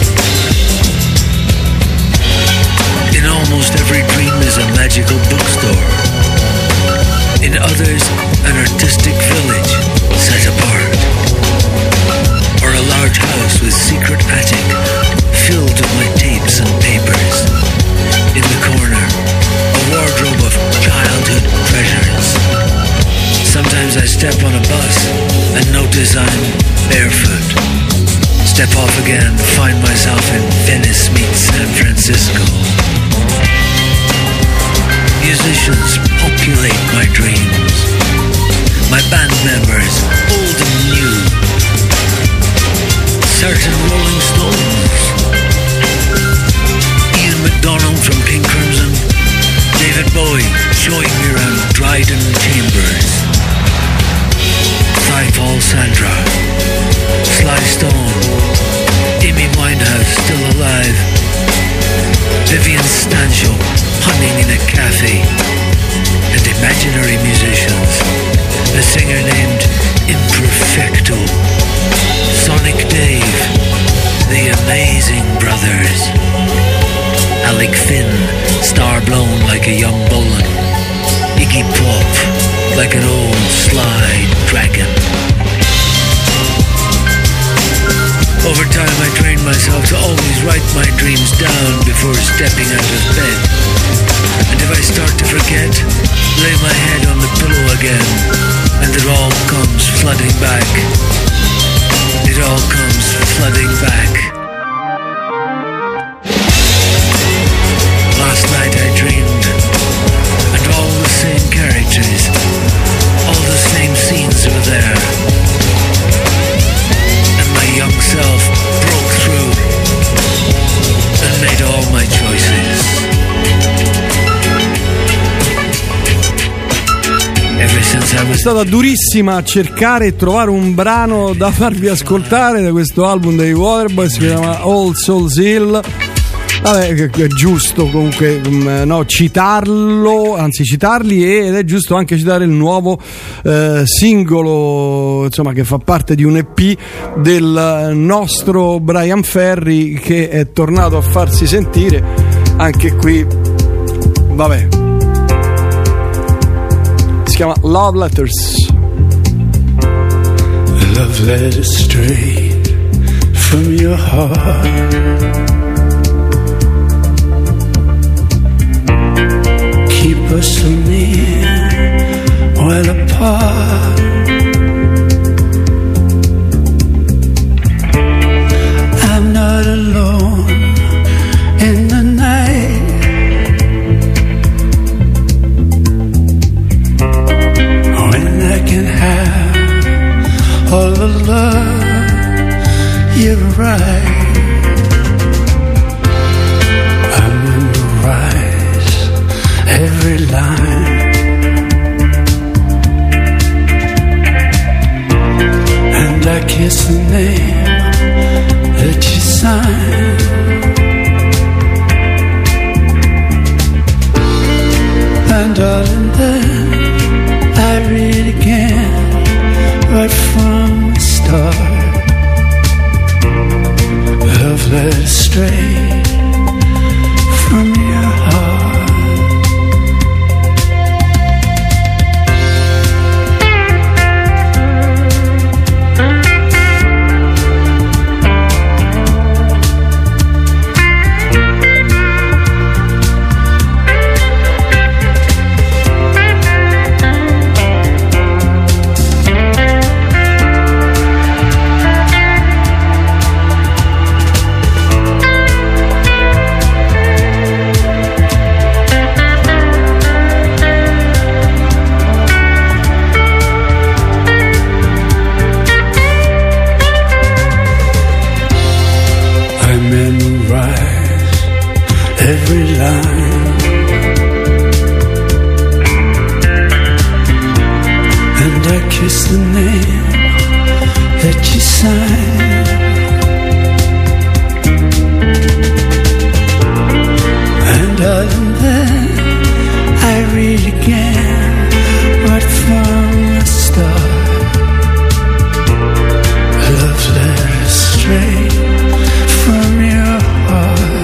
Speaker 17: In almost every dream is a magical bookstore. In others, an artistic village set apart. Or a large house with secret attic filled with my tapes and papers. In the corner, a wardrobe of childhood treasures. Sometimes I step on a bus and notice I'm barefoot. Step off again, find myself in Venice meets San Francisco. Musicians populate my dreams. my band members, old and new, certain Rolling Stones, Ian McDonald from King Crimson, David Bowie showing me around Dryden Chambers, Skyfall Sandra, Sly Stone, Amy Winehouse still alive, Vivian Stanshall hunting in a cafe, and imaginary musicians, a singer named Imperfecto, Sonic Dave, the Amazing Brothers, Alec Finn, star blown like a young Bolan, Iggy Pop, like an old sly dragon. Over time I trained myself to always write my dreams down before stepping out of bed. And if I start to forget, lay my head on the pillow again, and it all comes flooding back. It all comes flooding back. Last night I dreamed, and all the same characters, all the same scenes were there. And my young self broke through and made all my choices.
Speaker 11: È stata durissima cercare e trovare un brano da farvi ascoltare da questo album dei Waterboys, che si chiama All Souls Hill. Vabbè, è giusto comunque citarli, ed è giusto anche citare il nuovo singolo, insomma, che fa parte di un EP del nostro Brian Ferry, che è tornato a farsi sentire anche qui. Vabbè, si chiama Love Letters.
Speaker 16: Love letters straight from your heart, keep us so near while apart. I'm not alone in the night. When I can have all the love, you're right. I memorize every line, and I kiss the name that you signed. And darling, then I read again, right from the start. Love letters straight from your heart. Every line, and I kiss the name that you signed. And then I read again, right from the start. Love letters straight from your heart.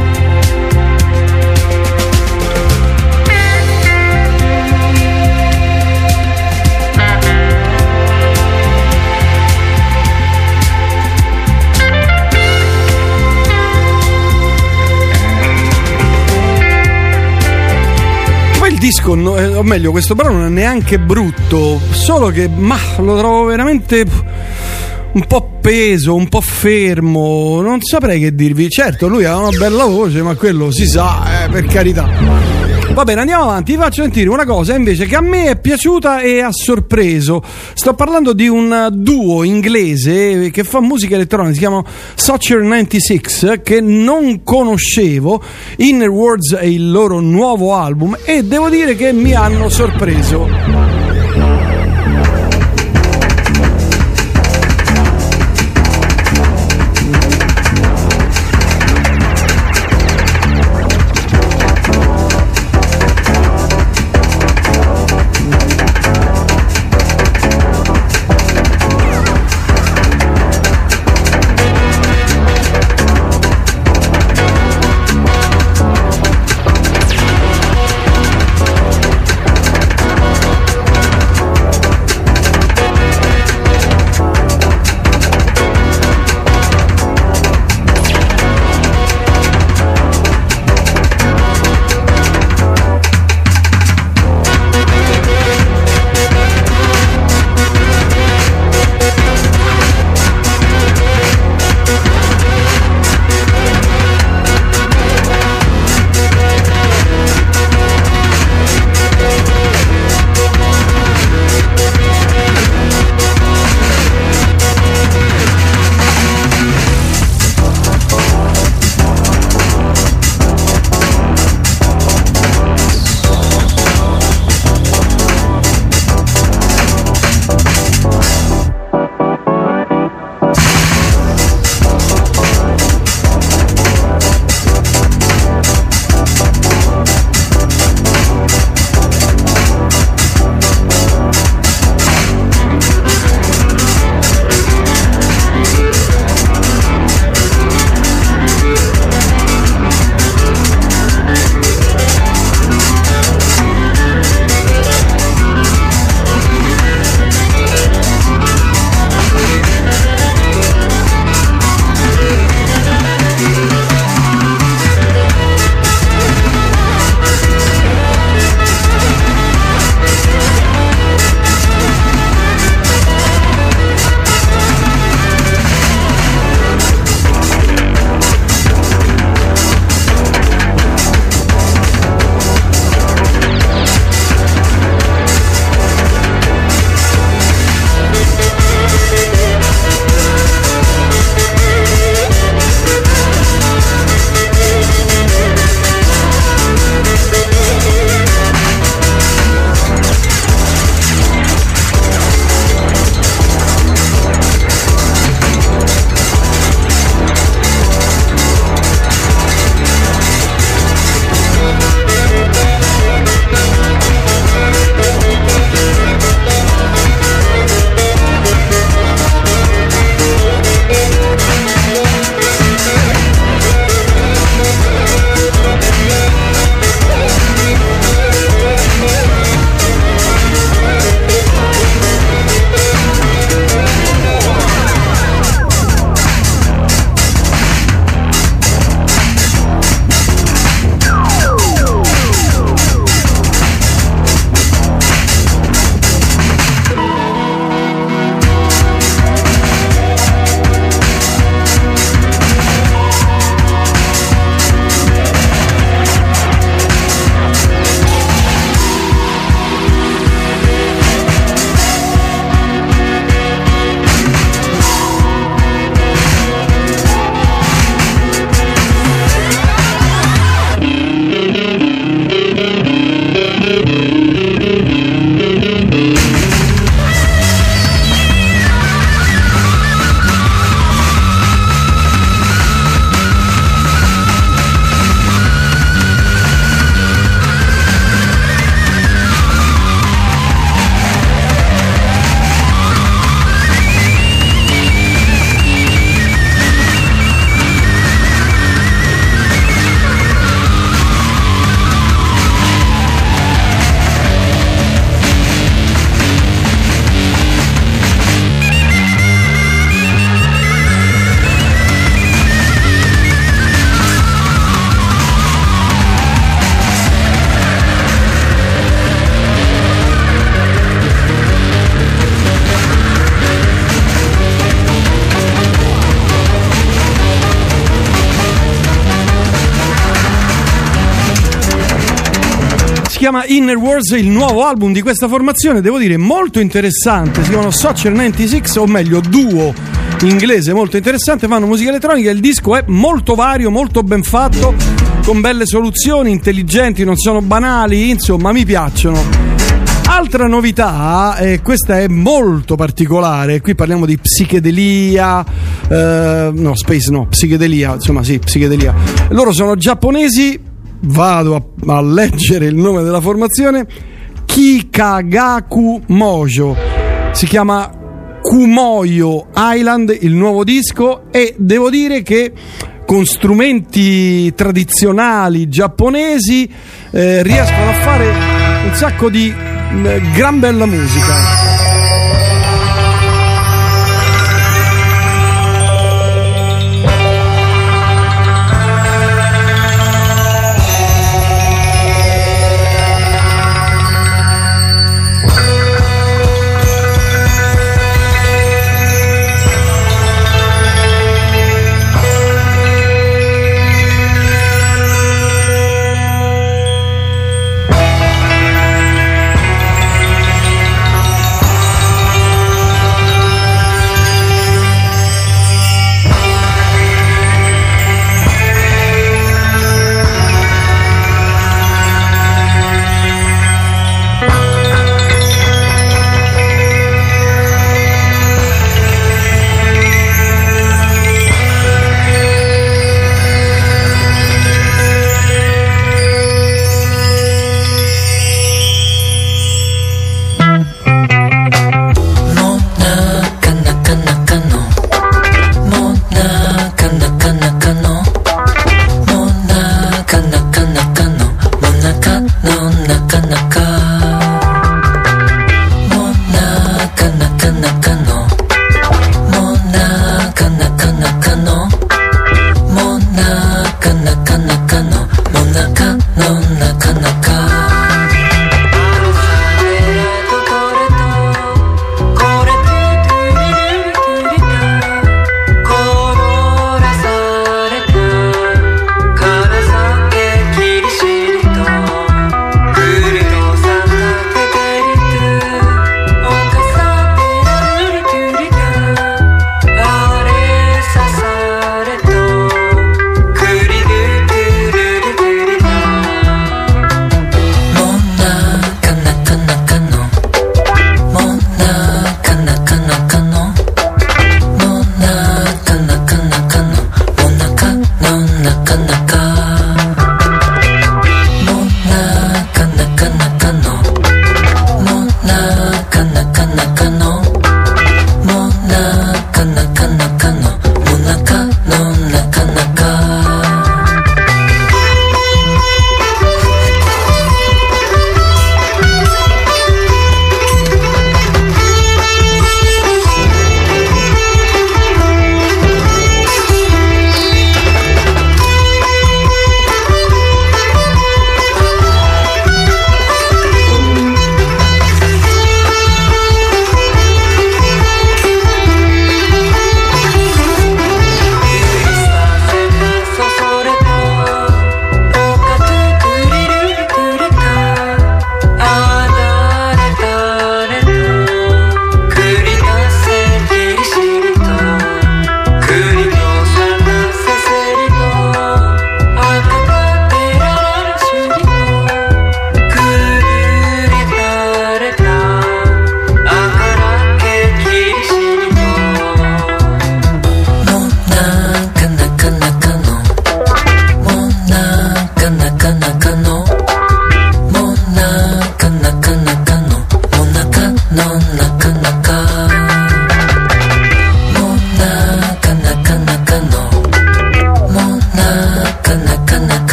Speaker 11: Il disco, o meglio, questo brano non è neanche brutto, solo che lo trovo veramente un po' peso, un po' fermo, non saprei che dirvi. Certo, lui ha una bella voce, ma quello si sa, per carità. Va bene, andiamo avanti. Vi faccio sentire una cosa invece che a me è piaciuta e ha sorpreso. Sto parlando di un duo inglese che fa musica elettronica, si chiama Socher 96, che non conoscevo. Inner Words è il loro nuovo album e devo dire che mi hanno sorpreso. si chiama Inner Wars, il nuovo album di questa formazione, devo dire molto interessante, si chiamano Soccer 96, o meglio duo inglese molto interessante, fanno musica elettronica, il disco è molto vario, molto ben fatto, con belle soluzioni, intelligenti, non sono banali, insomma mi piacciono. Altra novità, questa è molto particolare, qui parliamo di psichedelia, psichedelia, insomma sì, psichedelia. Loro sono giapponesi, vado a leggere il nome della formazione, Kikagaku Mojo, si chiama Kumoyo Island il nuovo disco, e devo dire che con strumenti tradizionali giapponesi riescono a fare un sacco di gran bella musica.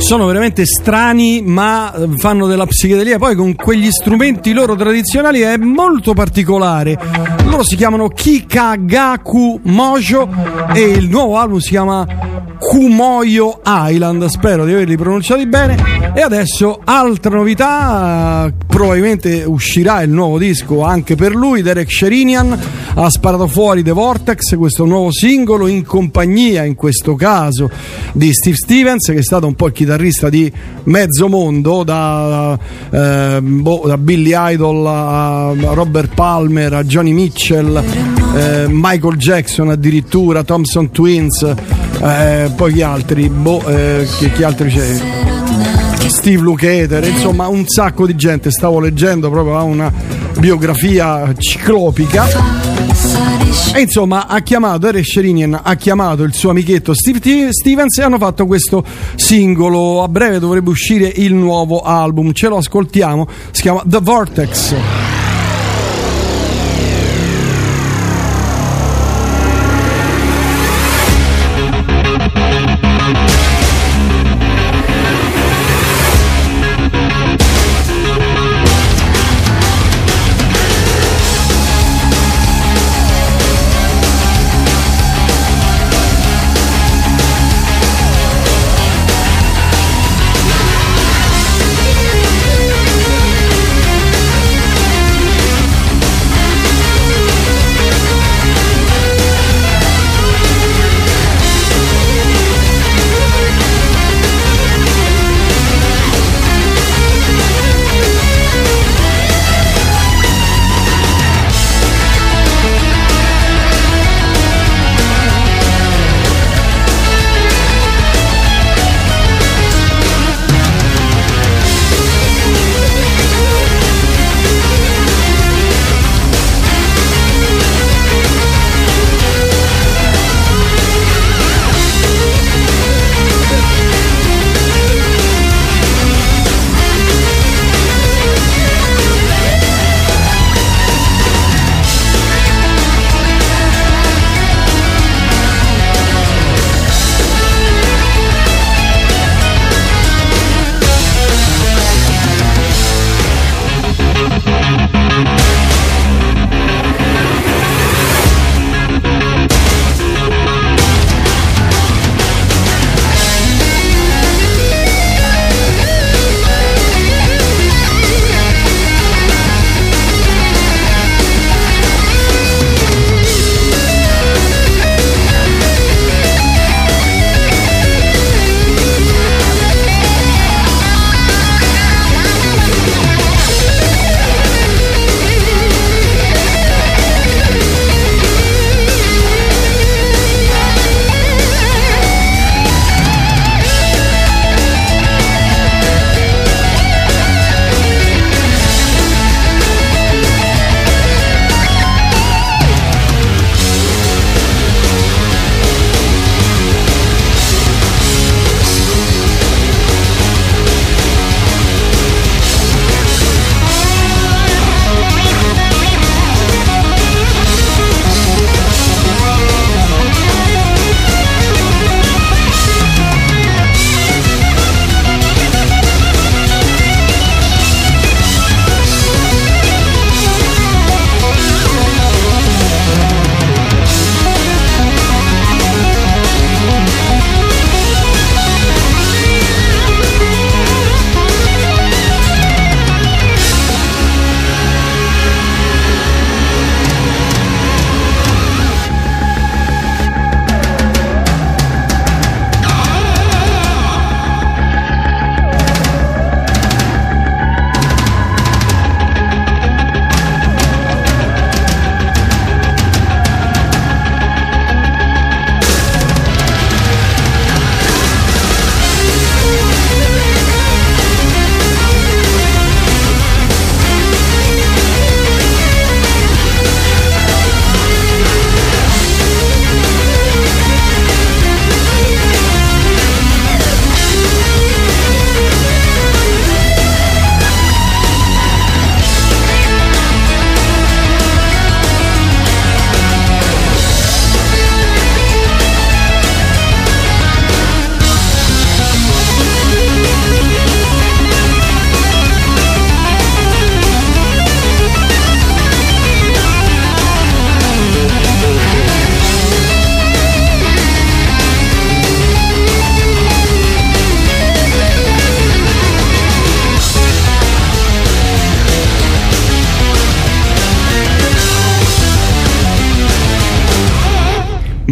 Speaker 11: sono veramente strani, ma fanno della psichedelia poi con quegli strumenti loro tradizionali. È molto particolare. Loro si chiamano Kikagaku Mojo e il nuovo album si chiama Kumoyo Island, spero di averli pronunciati bene. E adesso altra novità, probabilmente uscirà il nuovo disco anche per lui. Derek Sherinian ha sparato fuori The Vortex, questo nuovo singolo, in compagnia in questo caso di Steve Stevens, che è stato un po' il chitarrista di mezzo mondo, da Billy Idol a Robert Palmer a Johnny Mitchell, Michael Jackson addirittura, Thompson Twins, poi chi altri? Chi altri c'è? Steve Lukather, insomma un sacco di gente. Stavo leggendo, proprio ha una biografia ciclopica. E insomma ha chiamato Derek Sherinian, ha chiamato il suo amichetto Steve Stevens e hanno fatto questo singolo. A breve dovrebbe uscire il nuovo album, ce lo ascoltiamo, si chiama The Vortex.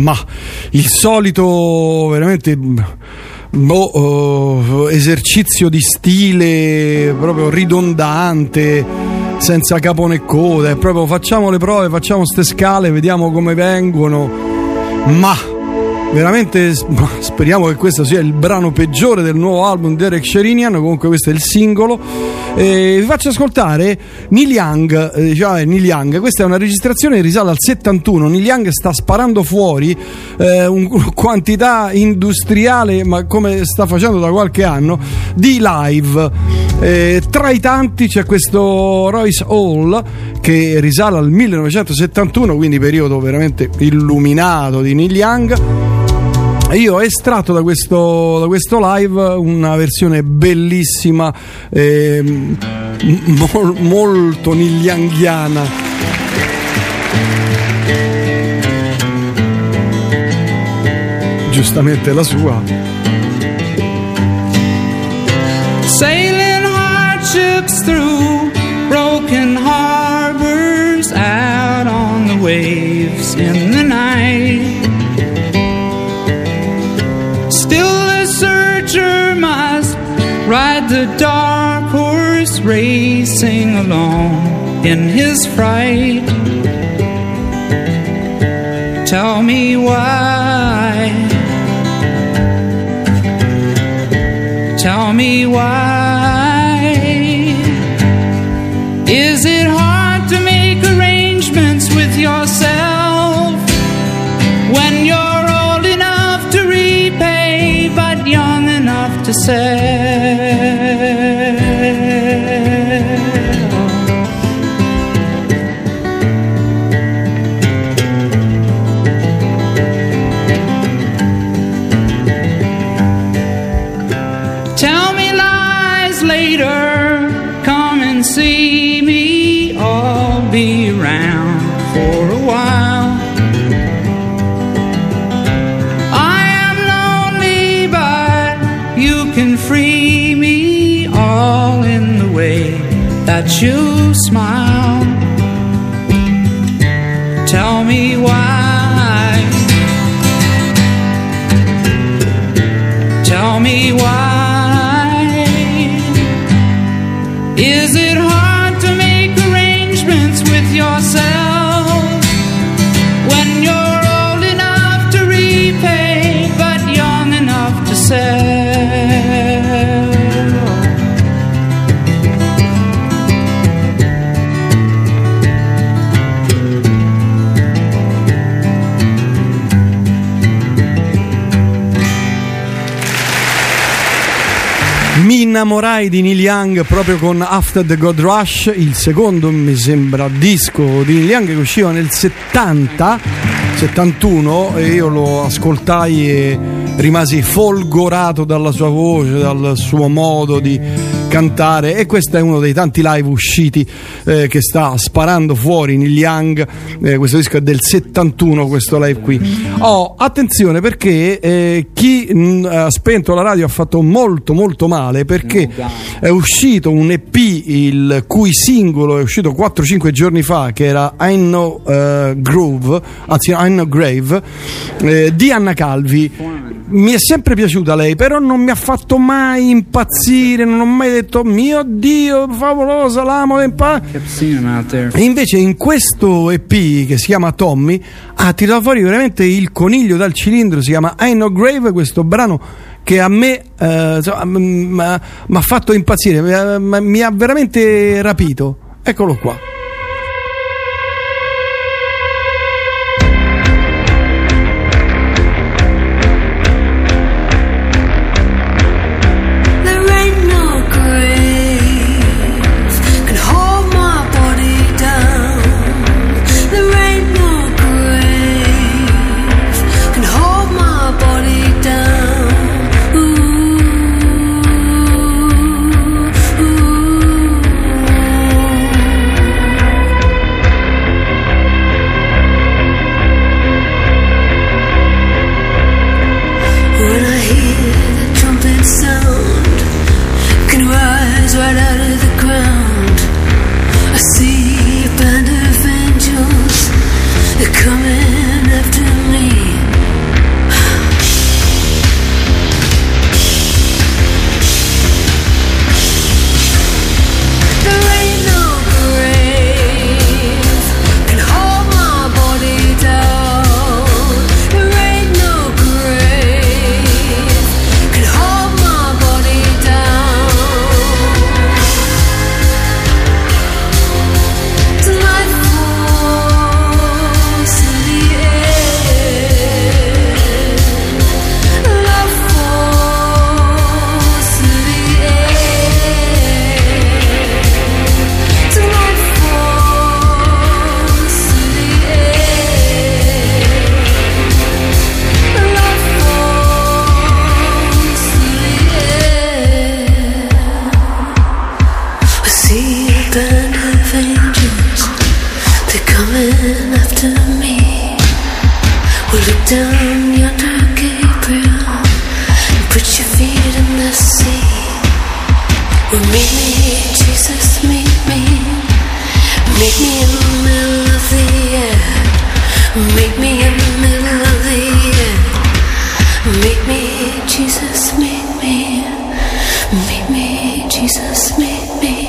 Speaker 11: ma il solito veramente esercizio di stile proprio ridondante, senza capo né coda, è proprio facciamo le prove, facciamo ste scale, vediamo come vengono, ma veramente speriamo che questo sia il brano peggiore del nuovo album di Derek Sherinian. Comunque questo è il singolo. Vi faccio ascoltare Neil Young. Neil Young, questa è una registrazione che risale al 71. Neil Young sta sparando fuori quantità industriale, ma come sta facendo da qualche anno, di live. Tra i tanti c'è questo Royce Hall che risale al 1971, quindi periodo veramente illuminato di Neil Young. Io ho estratto da questo live una versione bellissima, molto nilianghiana. Giustamente la sua.
Speaker 18: Sailing hardships through broken harbors, out on the waves in the night. Ride the dark horse racing along in his fright. Tell me why. Tell me why. Is it hard to make arrangements with yourself when you're old enough to repay but young enough to sell? Tell me lies later, come and see me, I'll be around for a while. I am lonely but you can free me, all in the way that you smile. Tell me why. Tell me why. Is it hard to make arrangements with yourself when you're old enough to repay but young enough to sell?
Speaker 11: Mi innamorai di Neil Young proprio con After the Gold Rush, il secondo mi sembra disco di Neil Young che usciva nel 71 e io lo ascoltai e rimasi folgorato dalla sua voce, dal suo modo di cantare, e questo è uno dei tanti live usciti che sta sparando fuori Neil Young. Questo disco è del 71, questo live qui. Attenzione perché chi ha spento la radio ha fatto molto molto male, perché è uscito un EP il cui singolo è uscito 4-5 giorni fa, che era I Know Grave di Anna Calvi. Mi è sempre piaciuta lei, però non mi ha fatto mai impazzire, non ho mai detto mio Dio favolosa, l'amo. E invece in questo EP che si chiama Tommy ha tirato fuori veramente il coniglio dal cilindro. Si chiama I Know Grave, questo brano che a me mi ha fatto impazzire, mi ha veramente rapito. Eccolo qua.
Speaker 15: Ooh.
Speaker 10: down yonder, Gabriel, and put your feet in the sea. Well, meet me, Jesus, meet me. Meet me in the middle of the air. Meet me in the middle of the air. Meet me, Jesus, meet me. Meet me, Jesus, meet me.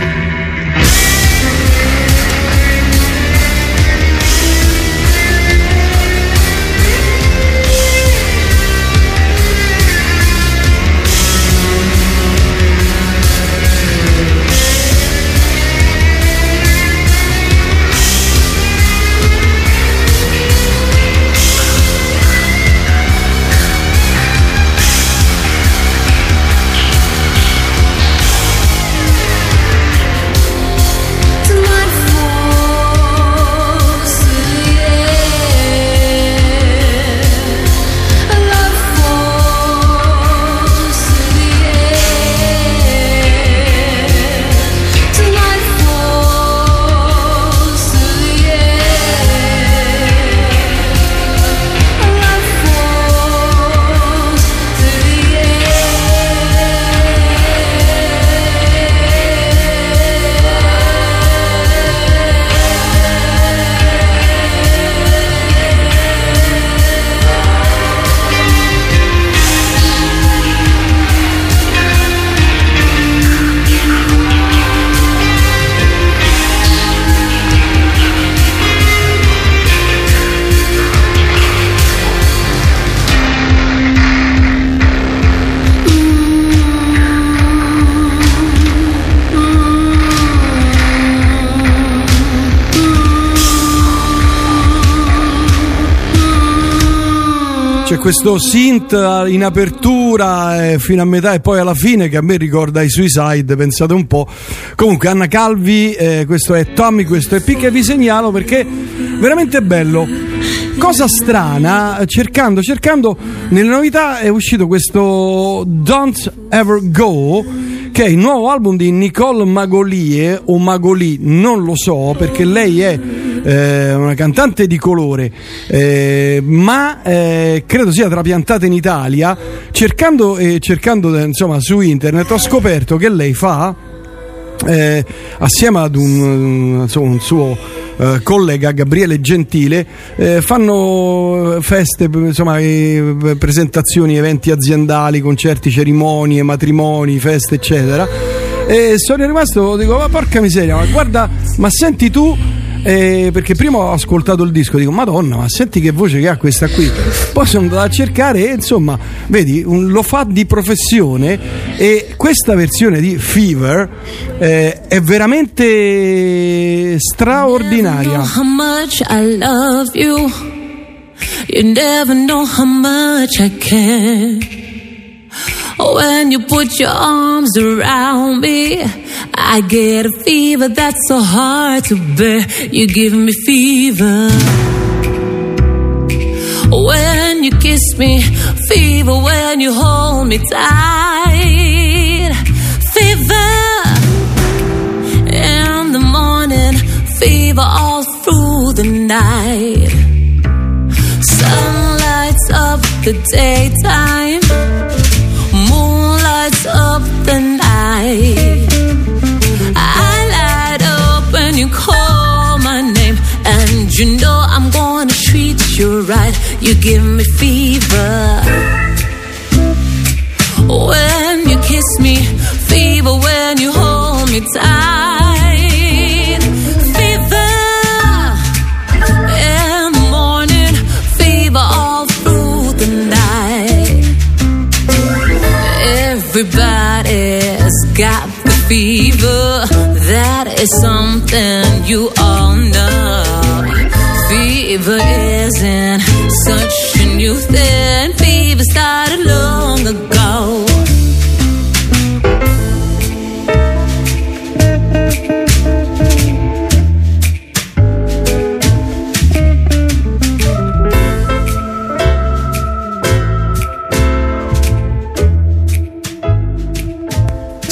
Speaker 11: Questo synth in apertura fino a metà e poi alla fine che a me ricorda i Suicide, pensate un po'. Comunque Anna Calvi, questo è Tommy, questo è P, che vi segnalo perché veramente bello. Cosa strana, cercando nelle novità è uscito questo Don't Ever Go, che è il nuovo album di Nicole Magolie o Magoli, non lo so perché lei è una cantante di colore, ma credo sia trapiantata in Italia. Cercando insomma su internet ho scoperto che lei fa assieme ad un suo collega Gabriele Gentile fanno feste, insomma presentazioni, eventi aziendali, concerti, cerimonie, matrimoni, feste eccetera, e sono rimasto, dico, ma porca miseria, ma guarda, ma senti tu. Perché prima ho ascoltato il disco, dico madonna, ma senti che voce che ha questa qui. Poi sono andato a cercare e insomma vedi, lo fa di professione, e questa versione di Fever è veramente straordinaria.
Speaker 10: How much I love you, you never know how much I care. When you put your arms around me, I get a fever that's so hard to bear. You give me fever. When you kiss me, fever when you hold me tight. Fever in the morning, fever all through the night. Sun lights up the daytime, moon lights up the night. I light up when you call my name, and you know I'm gonna treat you right. You give me fever. When you kiss me, fever when you hold me tight. Fever in the morning, fever all through the night. Everybody's got the fever, that is something you all know. Fever isn't such a new thing, fever started long ago.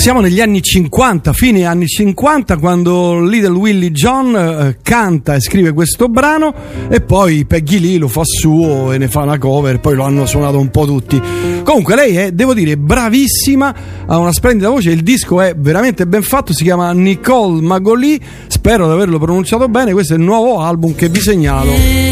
Speaker 11: Siamo negli anni 50, fine anni 50, quando Little Willie John canta e scrive questo brano e poi Peggy Lee lo fa suo e ne fa una cover, poi lo hanno suonato un po' tutti. Comunque lei è, devo dire, bravissima, ha una splendida voce, il disco è veramente ben fatto, si chiama Nicole Magoli, spero di averlo pronunciato bene, questo è il nuovo album che vi segnalo.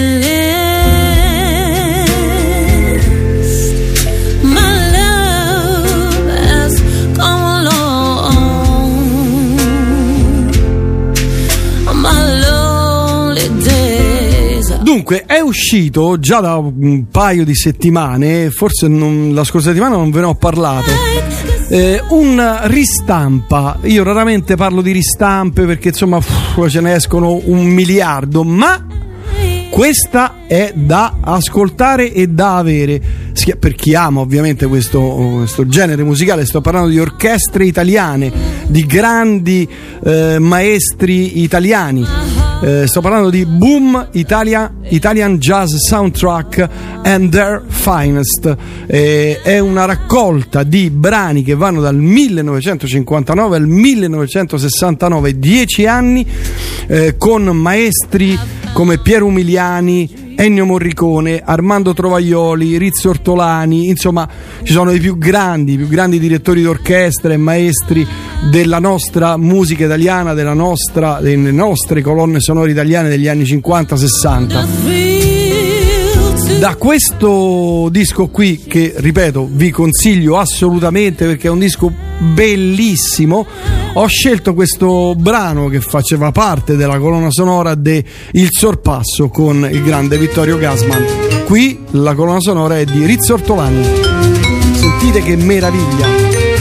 Speaker 11: Dunque è uscito già da un paio di settimane, forse la scorsa settimana non ve ne ho parlato, un ristampa. Io raramente parlo di ristampe perché insomma ce ne escono 1 miliardo, ma questa è da ascoltare e da avere per chi ama ovviamente questo genere musicale. Sto parlando di orchestre italiane, di grandi maestri italiani. Sto parlando di Boom Italian Jazz Soundtrack and Their Finest. È una raccolta di brani che vanno dal 1959 al 1969, 10 anni, con maestri come Piero Umiliani, Ennio Morricone, Armando Trovaioli, Rizzo Ortolani, insomma ci sono i più grandi direttori d'orchestra e maestri della nostra musica italiana, delle nostre colonne sonore italiane degli anni 50-60. Da questo disco qui, che ripeto vi consiglio assolutamente perché è un disco bellissimo, ho scelto questo brano che faceva parte della colonna sonora de Il Sorpasso con il grande Vittorio Gassman. Qui la colonna sonora è di Rizzo Ortolani, sentite che meraviglia.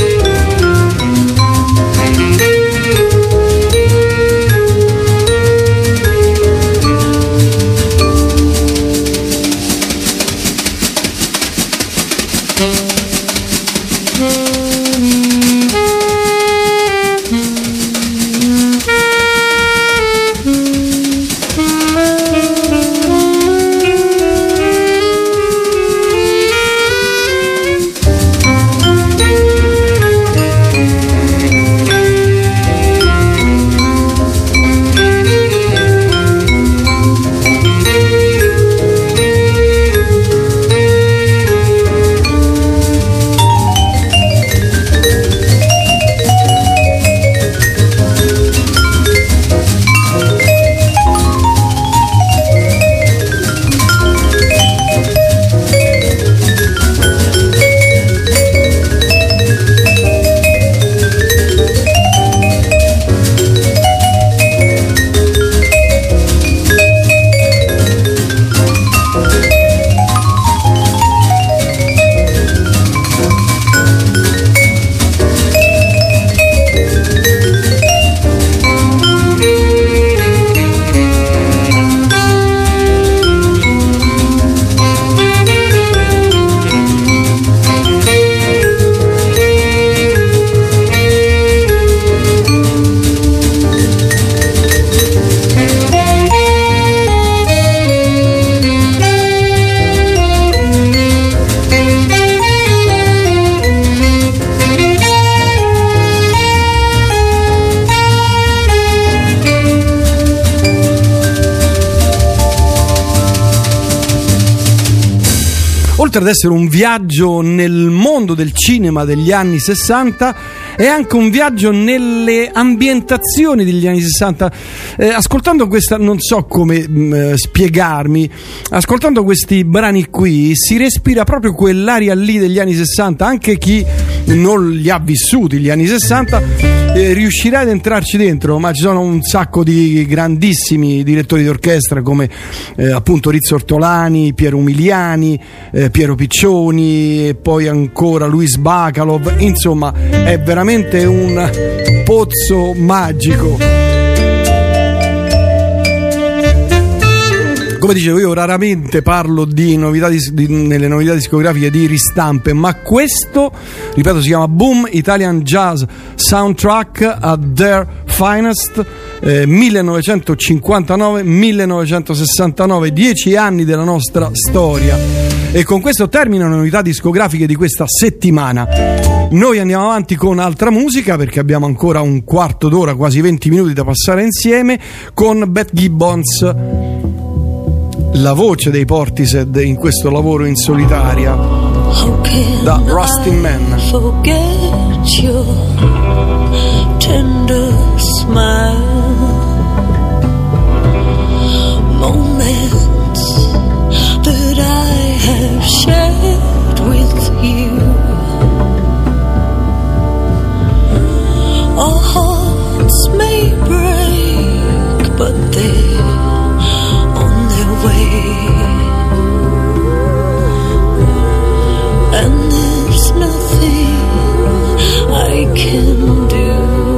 Speaker 11: Oltre ad essere un viaggio nel mondo del cinema degli anni 60, è anche un viaggio nelle ambientazioni degli anni 60. Ascoltando questa, non so come spiegarmi, ascoltando questi brani qui si respira proprio quell'aria lì degli anni 60. Anche chi non li ha vissuti gli anni 60 riuscirà ad entrarci dentro, ma ci sono un sacco di grandissimi direttori d'orchestra come appunto Rizzo Ortolani, Piero Umiliani, Piero Piccioni e poi ancora Luis Bacalov. Insomma è veramente un pozzo magico. Come dicevo, io raramente parlo di novità nelle novità discografiche di ristampe, ma questo, ripeto, si chiama Boom Italian Jazz Soundtrack at Their Finest, 1959-1969, 10 anni della nostra storia. E con questo terminano le novità discografiche di questa settimana. Noi andiamo avanti con altra musica perché abbiamo ancora un quarto d'ora, quasi 20 minuti da passare insieme, con Beth Gibbons, la voce dei Portishead in questo lavoro in solitaria, da Rustin Man.
Speaker 10: Forget your tender smile, moments that I have shared with you. Our hearts may break, but they're on their way. And there's nothing I can do.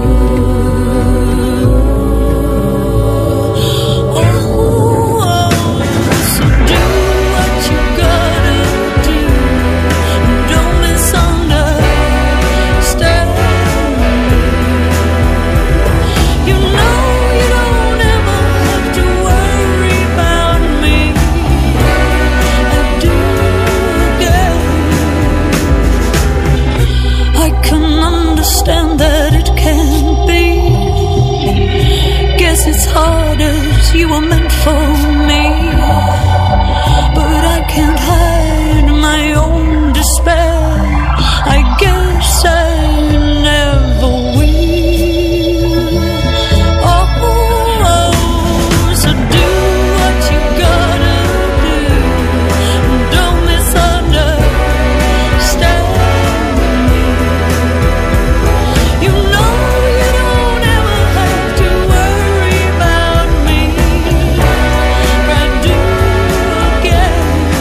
Speaker 10: It's hard as you were meant for me, but I can't hide my own despair. I guess I never will. Oh, so do what you gotta do. Don't misunderstand me. You know you don't ever have to worry about me. I do again.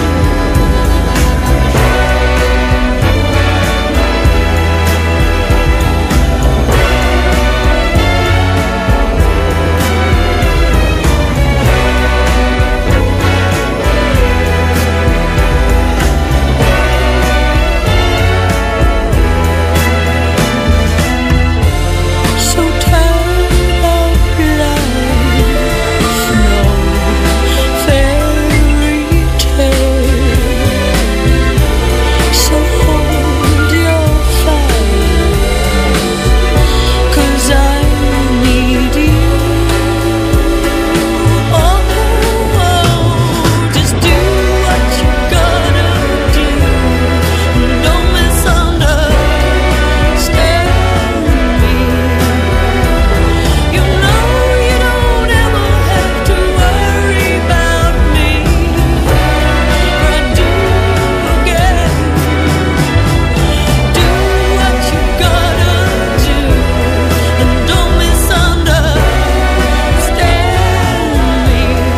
Speaker 10: So tired of life, no fairy tale. So hold your fire, 'cause I need you. Oh, just do what you gotta do. Don't misunderstand me. You know you don't ever have to worry about me. I do again. Do what you gotta do, and don't misunderstand me.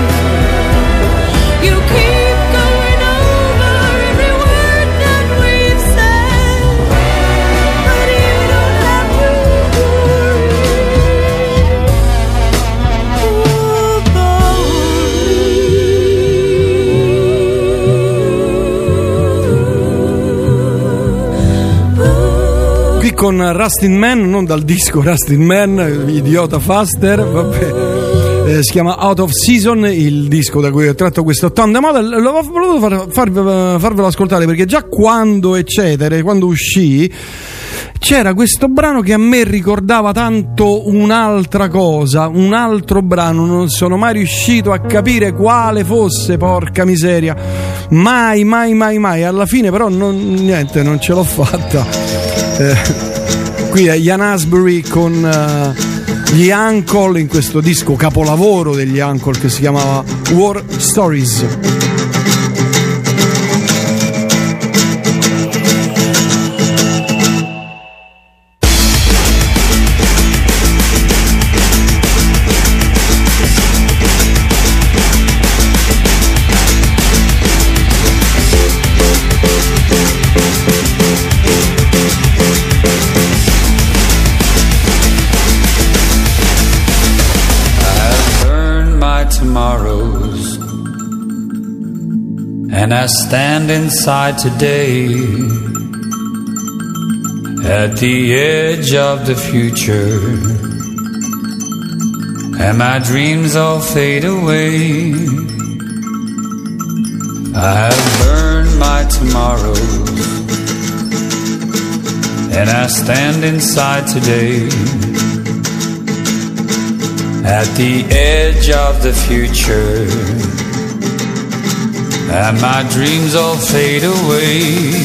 Speaker 10: You keep going over every word that we've said, but you don't have to
Speaker 11: Qui con Rustin Man, non dal disco Rustin Man, idiota Faster, vabbè. Si chiama Out of Season, il disco da cui ho tratto questo Tom the Model. L'ho voluto farvelo ascoltare perché già quando uscì c'era questo brano che a me ricordava tanto un'altra cosa, un altro brano, non sono mai riuscito a capire quale fosse, porca miseria, mai, alla fine però niente, non ce l'ho fatta. Qui è Ian Astbury con gli Uncle in questo disco capolavoro degli Uncle che si chiamava War Stories.
Speaker 18: Tomorrows, and I stand inside today at the edge of the future, and my dreams all fade away. I have burned burn my tomorrows, and I stand inside today at the edge of the future, and my dreams all fade away.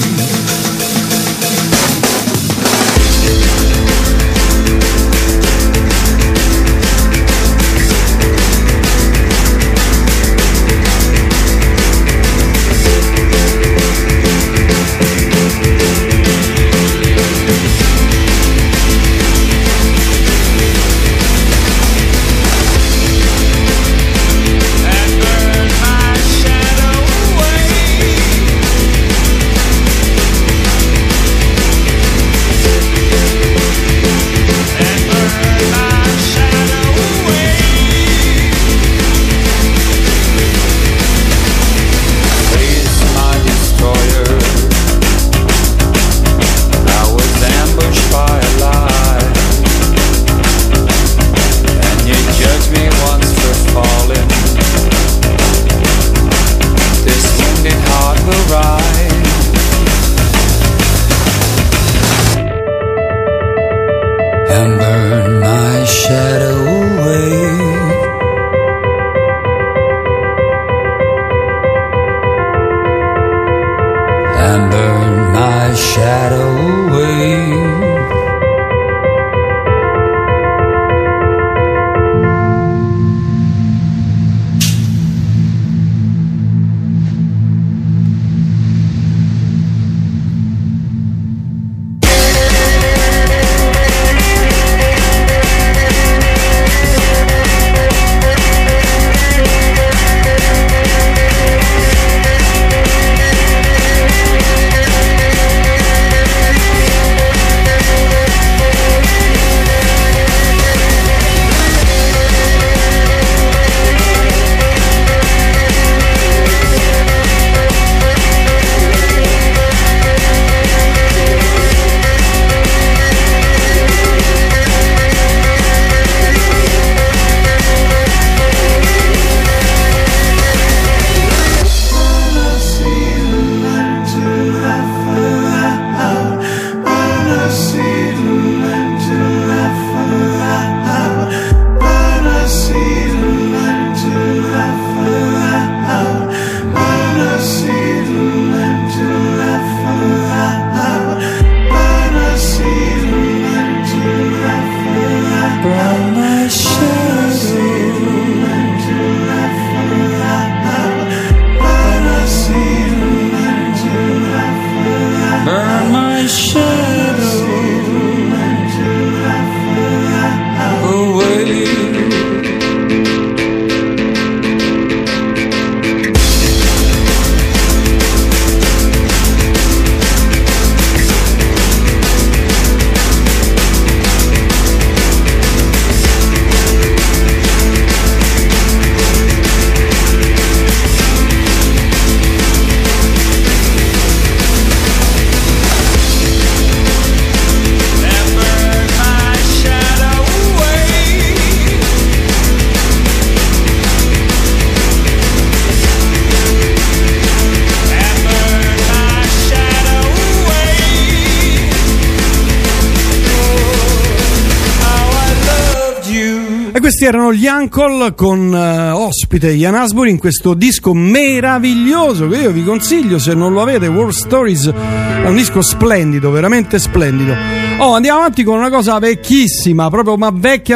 Speaker 11: Questi erano gli Uncle con ospite Ian Astbury in questo disco meraviglioso che io vi consiglio se non lo avete. War Stories è un disco splendido, veramente splendido. Andiamo avanti con una cosa vecchissima, proprio ma vecchia.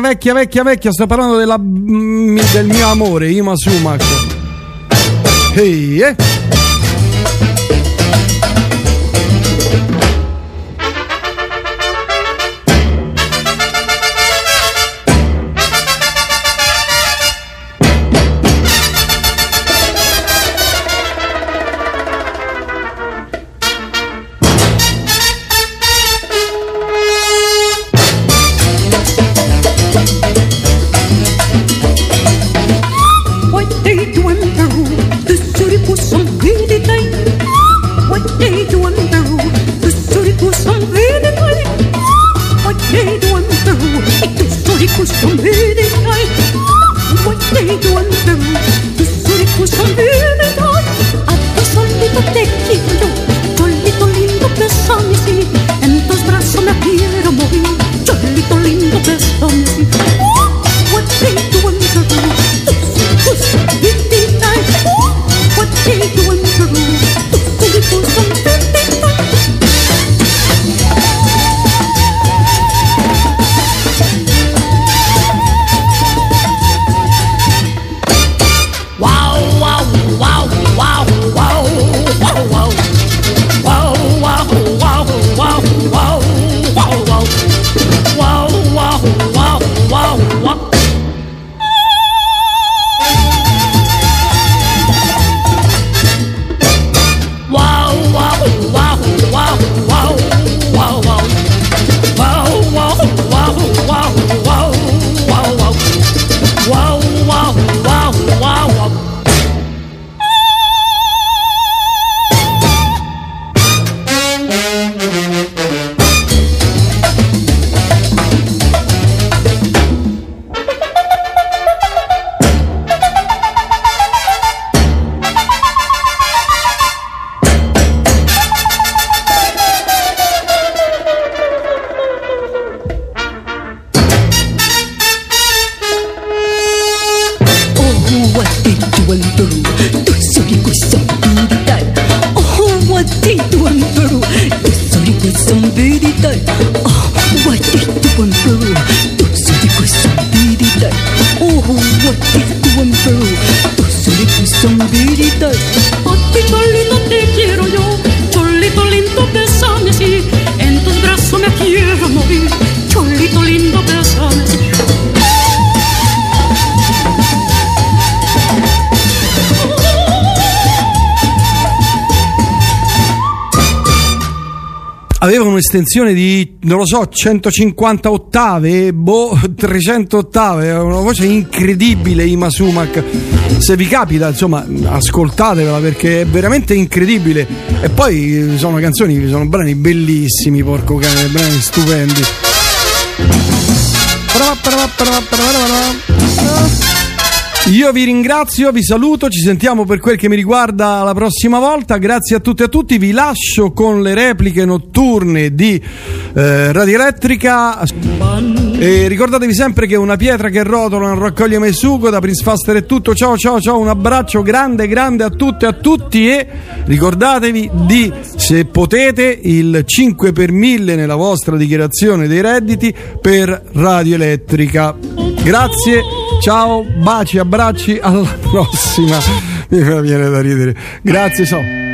Speaker 11: Sto parlando del mio amore, Yma Sumac. Hey,
Speaker 10: What they doing now? The city for some greedy
Speaker 11: un'estensione di, non lo so, 150 ottave, 300 ottave, è una voce incredibile Ima Sumac. Se vi capita, insomma, ascoltatevela perché è veramente incredibile. E poi sono canzoni, sono brani bellissimi, porco cane, brani stupendi. Io vi ringrazio, vi saluto, ci sentiamo per quel che mi riguarda la prossima volta. Grazie a tutti e a tutti, vi lascio con le repliche notturne di Radio Elettrica e ricordatevi sempre che una pietra che rotola non raccoglie mai sugo. Da Prince Faster è tutto, ciao ciao ciao, un abbraccio grande grande a tutte e a tutti e ricordatevi di, se potete, il 5 per 1000 nella vostra dichiarazione dei redditi per Radio Elettrica. Grazie, ciao, baci, abbracci, alla prossima. Mi viene da ridere. Grazie, ciao.